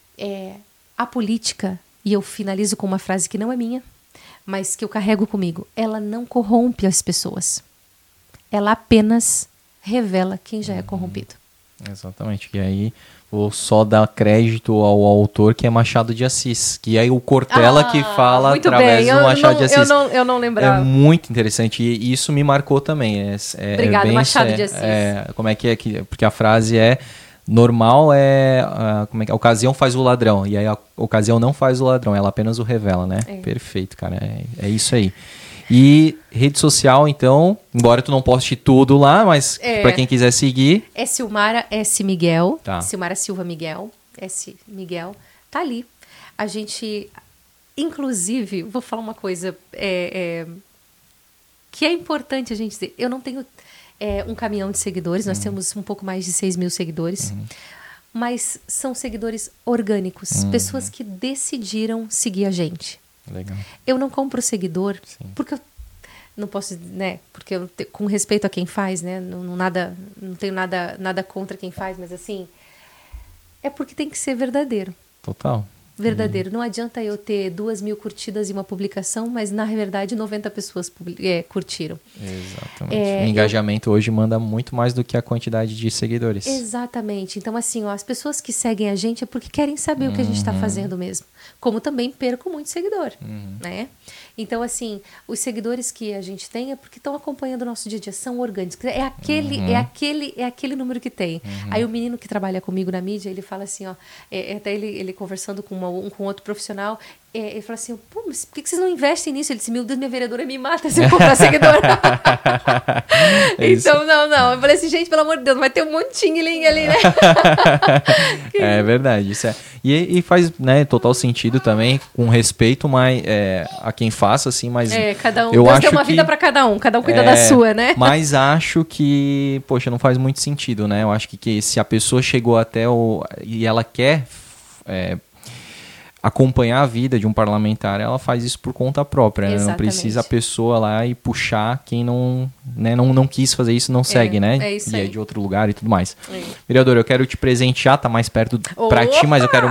a política, e eu finalizo com uma frase que não é minha, mas que eu carrego comigo, ela não corrompe as pessoas. Ela apenas revela quem já é corrompido. Exatamente. E aí, vou só dar crédito ao autor, que é Machado de Assis. Que é o Cortella que fala muito através bem. do Machado de Assis. Eu não lembrava. É muito interessante. E isso me marcou também. Obrigada, bem, Machado de Assis. Como é que é? Porque a frase é... Normal como é que a ocasião faz o ladrão. E aí a ocasião não faz o ladrão. Ela apenas o revela, né? Perfeito, cara. É isso aí. E rede social, então, embora tu não poste tudo lá, mas para quem quiser seguir... É Silmara S. Miguel. Tá. Silmara Silva Miguel. S. Miguel. Tá ali. A gente... Inclusive, vou falar uma coisa que é importante a gente dizer. Eu não tenho um caminhão de seguidores. Nós temos um pouco mais de 6 mil seguidores. Mas são seguidores orgânicos. Pessoas que decidiram seguir a gente. Legal. Eu não compro seguidor porque eu não posso, né? Porque eu com respeito a quem faz, né? Não tenho nada contra quem faz, mas assim, é porque tem que ser verdadeiro. Total. Verdadeiro. Não adianta eu ter 2.000 curtidas em uma publicação, mas na verdade 90 pessoas curtiram. Exatamente. O engajamento hoje manda muito mais do que a quantidade de seguidores. Exatamente. Então, assim, as pessoas que seguem a gente é porque querem saber o que a gente está fazendo mesmo. Como também perco muito seguidor, né? Então, assim, os seguidores que a gente tem é porque estão acompanhando o nosso dia a dia, são orgânicos. É aquele número que tem. Aí o menino que trabalha comigo na mídia, ele fala assim, ó, até ele conversando com outro profissional, ele falou assim, pô, mas por que vocês não investem nisso? Ele disse, meu Deus, minha vereadora me mata se eu comprar seguidor. Então, não. Eu falei assim, gente, pelo amor de Deus, vai ter um montinho ali, né? É verdade, isso é. E faz, né, total sentido também, com respeito a quem faça, assim, mas... cada um, eu Deus acho deu uma vida para cada um cuida da sua, né? Mas acho que, poxa, não faz muito sentido, né? Eu acho que se a pessoa chegou até e ela quer... acompanhar a vida de um parlamentar, ela faz isso por conta própria, né? Não precisa a pessoa lá e puxar quem não quis fazer isso, não segue, né? É isso e aí. É de outro lugar e tudo mais. Vereador, eu quero te presentear, tá mais perto pra ti, mas eu quero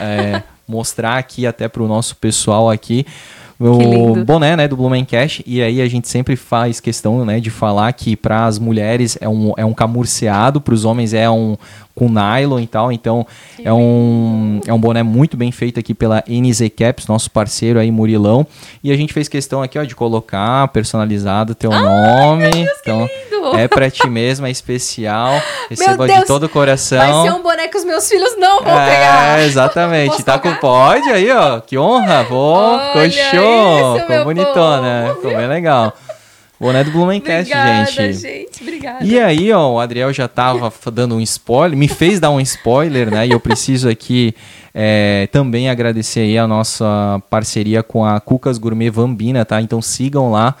mostrar aqui até pro nosso pessoal aqui o boné, né, do Blumencast, e aí a gente sempre faz questão, né, de falar que para as mulheres é um camurceado, para os homens com nylon e tal, então é um boné muito bem feito aqui pela NZ Caps, nosso parceiro aí, Murilão, e a gente fez questão aqui, ó, de colocar personalizado teu nome, meu Deus, então que lindo! É pra ti mesmo, é especial, receba de todo o coração. Vai ser um boné que os meus filhos não vão pegar. Exatamente, tá com pode aí, ó, que honra, ficou show, ficou bonitona, ficou bem legal. Boné do Blumencast, gente. Obrigada. E aí, ó, o Adriel já tava dando um spoiler, me fez dar um spoiler, né? E eu preciso aqui também agradecer aí a nossa parceria com a Cucas Gourmet Vambina, tá? Então sigam lá,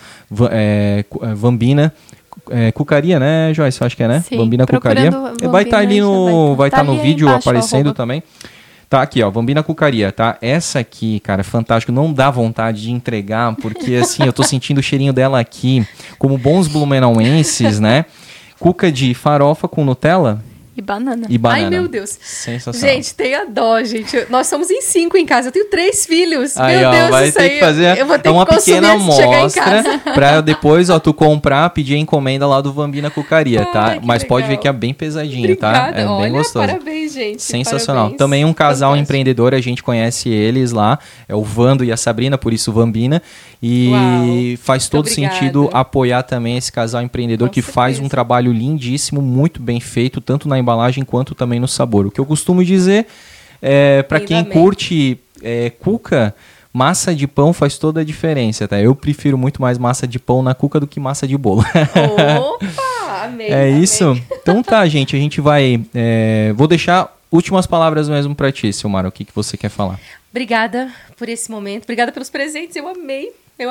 Vambina. Cucaria, né, Joyce? Eu acho que é, né? Sim, Vambina Cucaria. Vai estar ali vai estar no vídeo embaixo, aparecendo também. Tá aqui, ó, Vambina Cucaria, tá? Essa aqui, cara, fantástico. Não dá vontade de entregar, porque assim, eu tô sentindo o cheirinho dela aqui. Como bons blumenauenses, né? Cuca de farofa com Nutella. E banana. Ai, meu Deus. Sensacional. Gente, tenha dó, gente. Nós somos em 5 em casa. Eu tenho 3 filhos. Aí, meu Deus, vai isso ter aí. que fazer Eu vou ter uma que consumir pequena antes de chegar em casa. amostra pra depois, ó, tu comprar, pedir a encomenda lá do Vambina Cucaria, tá? Ai, mas legal. Pode ver que é bem pesadinho, Obrigada. tá? É Olha, bem gostoso. Parabéns, gente. Sensacional. Parabéns. Também um casal Fantástico. empreendedor, a gente conhece eles lá, é o Vando e a Sabrina, por isso Vambina. E Uau. faz todo Obrigada. sentido apoiar também esse casal empreendedor Com que faz certeza. um trabalho lindíssimo, muito bem feito, tanto na embalagem quanto também no sabor. O que eu costumo dizer, para quem Lindamente. curte cuca, massa de pão faz toda a diferença, tá? Eu prefiro muito mais massa de pão na cuca do que massa de bolo. Opa, amei. amei. Isso. Então tá, gente, a gente vai... vou deixar últimas palavras mesmo pra ti, Silmara. O que você quer falar? Obrigada por esse momento. Obrigada pelos presentes. Eu amei.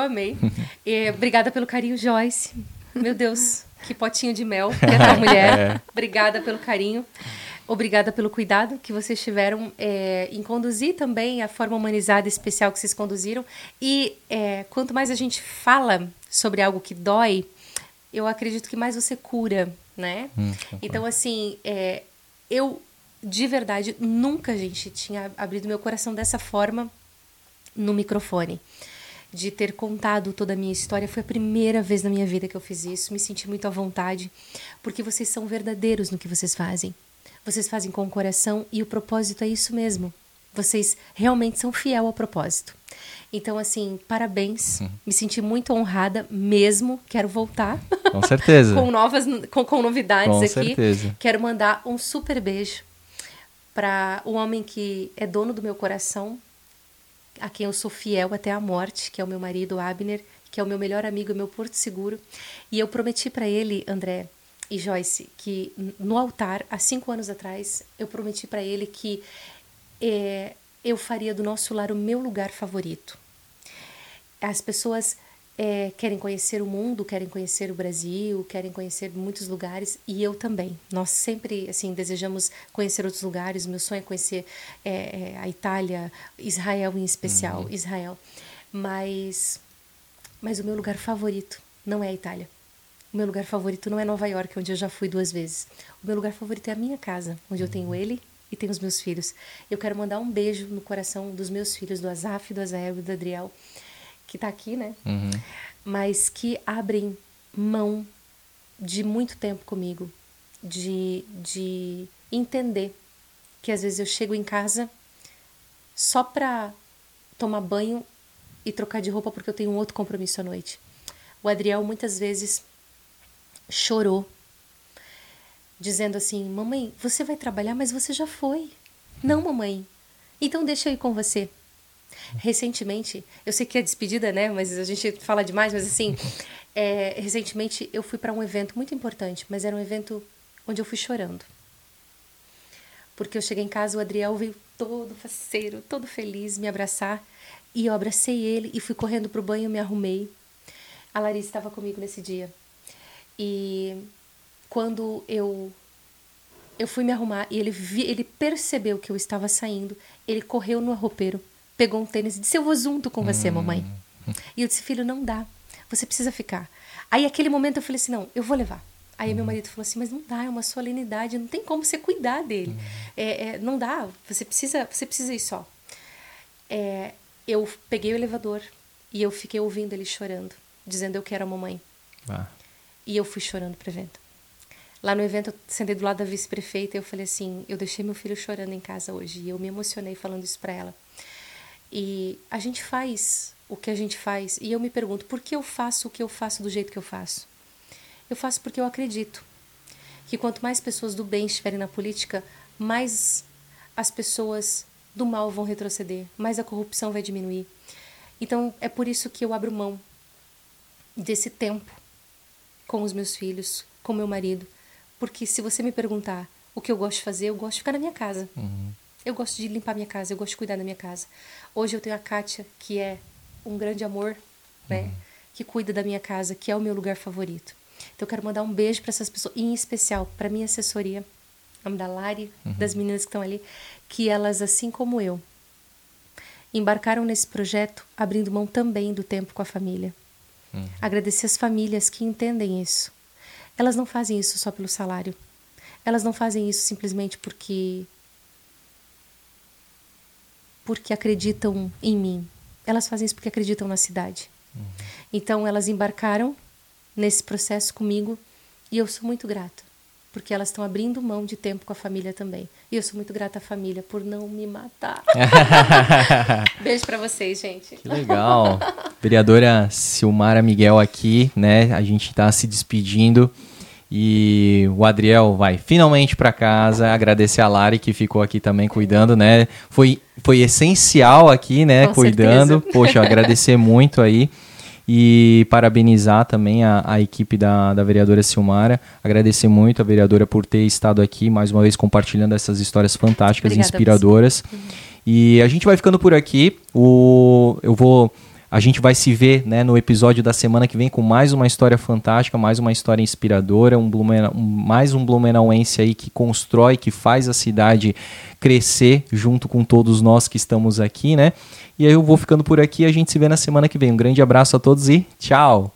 E, obrigada pelo carinho, Joyce. Meu Deus, que potinho de mel que é tua mulher. Obrigada pelo carinho. Obrigada pelo cuidado que vocês tiveram em conduzir também a forma humanizada e especial que vocês conduziram. E quanto mais a gente fala sobre algo que dói, eu acredito que mais você cura, né? Então, assim, eu, de verdade, nunca, gente, tinha abrido meu coração dessa forma no microfone. De ter contado toda a minha história. Foi a primeira vez na minha vida que eu fiz isso. Me senti muito à vontade. Porque vocês são verdadeiros no que vocês fazem. Vocês fazem com o coração e o propósito é isso mesmo. Vocês realmente são fiel ao propósito. Então, assim, parabéns. Me senti muito honrada mesmo. Quero voltar. Com certeza. com novidades com aqui. Certeza. Quero mandar um super beijo para o homem que é dono do meu coração, a quem eu sou fiel até a morte, que é o meu marido, Abner, que é o meu melhor amigo e meu porto seguro. E eu prometi para ele, André e Joyce, que no altar, há 5 anos atrás, eu prometi para ele que eu faria do nosso lar o meu lugar favorito. As pessoas querem conhecer o mundo, querem conhecer o Brasil, querem conhecer muitos lugares, e eu também. Nós sempre, assim, desejamos conhecer outros lugares. Meu sonho é conhecer a Itália, Israel em especial, Israel. Mas o meu lugar favorito não é a Itália. O meu lugar favorito não é Nova York, onde eu já fui 2 vezes. O meu lugar favorito é a minha casa, onde eu tenho ele e tenho os meus filhos. Eu quero mandar um beijo no coração dos meus filhos, do Azaf, do Azael e do Adriel, que tá aqui, né? Mas que abrem mão de muito tempo comigo, de entender que às vezes eu chego em casa só pra tomar banho e trocar de roupa porque eu tenho um outro compromisso à noite. O Adriel muitas vezes chorou, dizendo assim: mamãe, você vai trabalhar, mas você já foi. Não, mamãe, então deixa eu ir com você. Recentemente, eu sei que é despedida, né? Mas a gente fala demais, mas assim, recentemente eu fui para um evento muito importante, mas era um evento onde eu fui chorando. Porque eu cheguei em casa, o Adriel veio todo faceiro, todo feliz, me abraçar, e eu abracei ele e fui correndo pro banho, me arrumei. A Larissa estava comigo nesse dia. E quando eu fui me arrumar e ele percebeu que eu estava saindo, ele correu no roupeiro, pegou um tênis e disse: eu vou junto com você, mamãe. E eu disse: filho, não dá, você precisa ficar. Aí, aquele momento, eu falei assim: não, eu vou levar. Aí, meu marido falou assim: mas não dá, é uma solenidade, não tem como você cuidar dele. Não dá, você precisa ir só. Eu peguei o elevador e eu fiquei ouvindo ele chorando, dizendo: eu quero a mamãe. E eu fui chorando pro evento. Lá no evento, eu sentei do lado da vice-prefeita e eu falei assim: eu deixei meu filho chorando em casa hoje. E eu me emocionei falando isso para ela. E a gente faz o que a gente faz. E eu me pergunto: por que eu faço o que eu faço do jeito que eu faço? Eu faço porque eu acredito que quanto mais pessoas do bem estiverem na política, mais as pessoas do mal vão retroceder, mais a corrupção vai diminuir. Então, é por isso que eu abro mão desse tempo com os meus filhos, com meu marido. Porque se você me perguntar o que eu gosto de fazer, eu gosto de ficar na minha casa. Eu gosto de limpar minha casa, eu gosto de cuidar da minha casa. Hoje eu tenho a Kátia, que é um grande amor, né? Que cuida da minha casa, que é o meu lugar favorito. Então eu quero mandar um beijo para essas pessoas, em especial para minha assessoria, o nome da Lari, das meninas que estão ali, que elas, assim como eu, embarcaram nesse projeto, abrindo mão também do tempo com a família. Agradecer as famílias que entendem isso. Elas não fazem isso só pelo salário. Elas não fazem isso simplesmente porque acreditam em mim. Elas fazem isso porque acreditam na cidade. Então, elas embarcaram nesse processo comigo e eu sou muito grata, porque elas estão abrindo mão de tempo com a família também. E eu sou muito grata à família por não me matar. Beijo pra vocês, gente. Que legal. Vereadora Silmara Miguel aqui, né? A gente tá se despedindo e o Adriel vai finalmente para casa. Agradecer a Lari que ficou aqui também cuidando, né? Foi essencial aqui, né? Com cuidando. certeza. Poxa, agradecer muito aí. E parabenizar também a equipe da vereadora Silmara. Agradecer muito a vereadora por ter estado aqui, mais uma vez compartilhando essas histórias fantásticas, Obrigada, inspiradoras. E a gente vai ficando por aqui. A gente vai se ver, né, no episódio da semana que vem com mais uma história fantástica, mais uma história inspiradora, mais um blumenauense aí que constrói, que faz a cidade crescer junto com todos nós que estamos aqui, né? E aí eu vou ficando por aqui, a gente se vê na semana que vem. Um grande abraço a todos e tchau!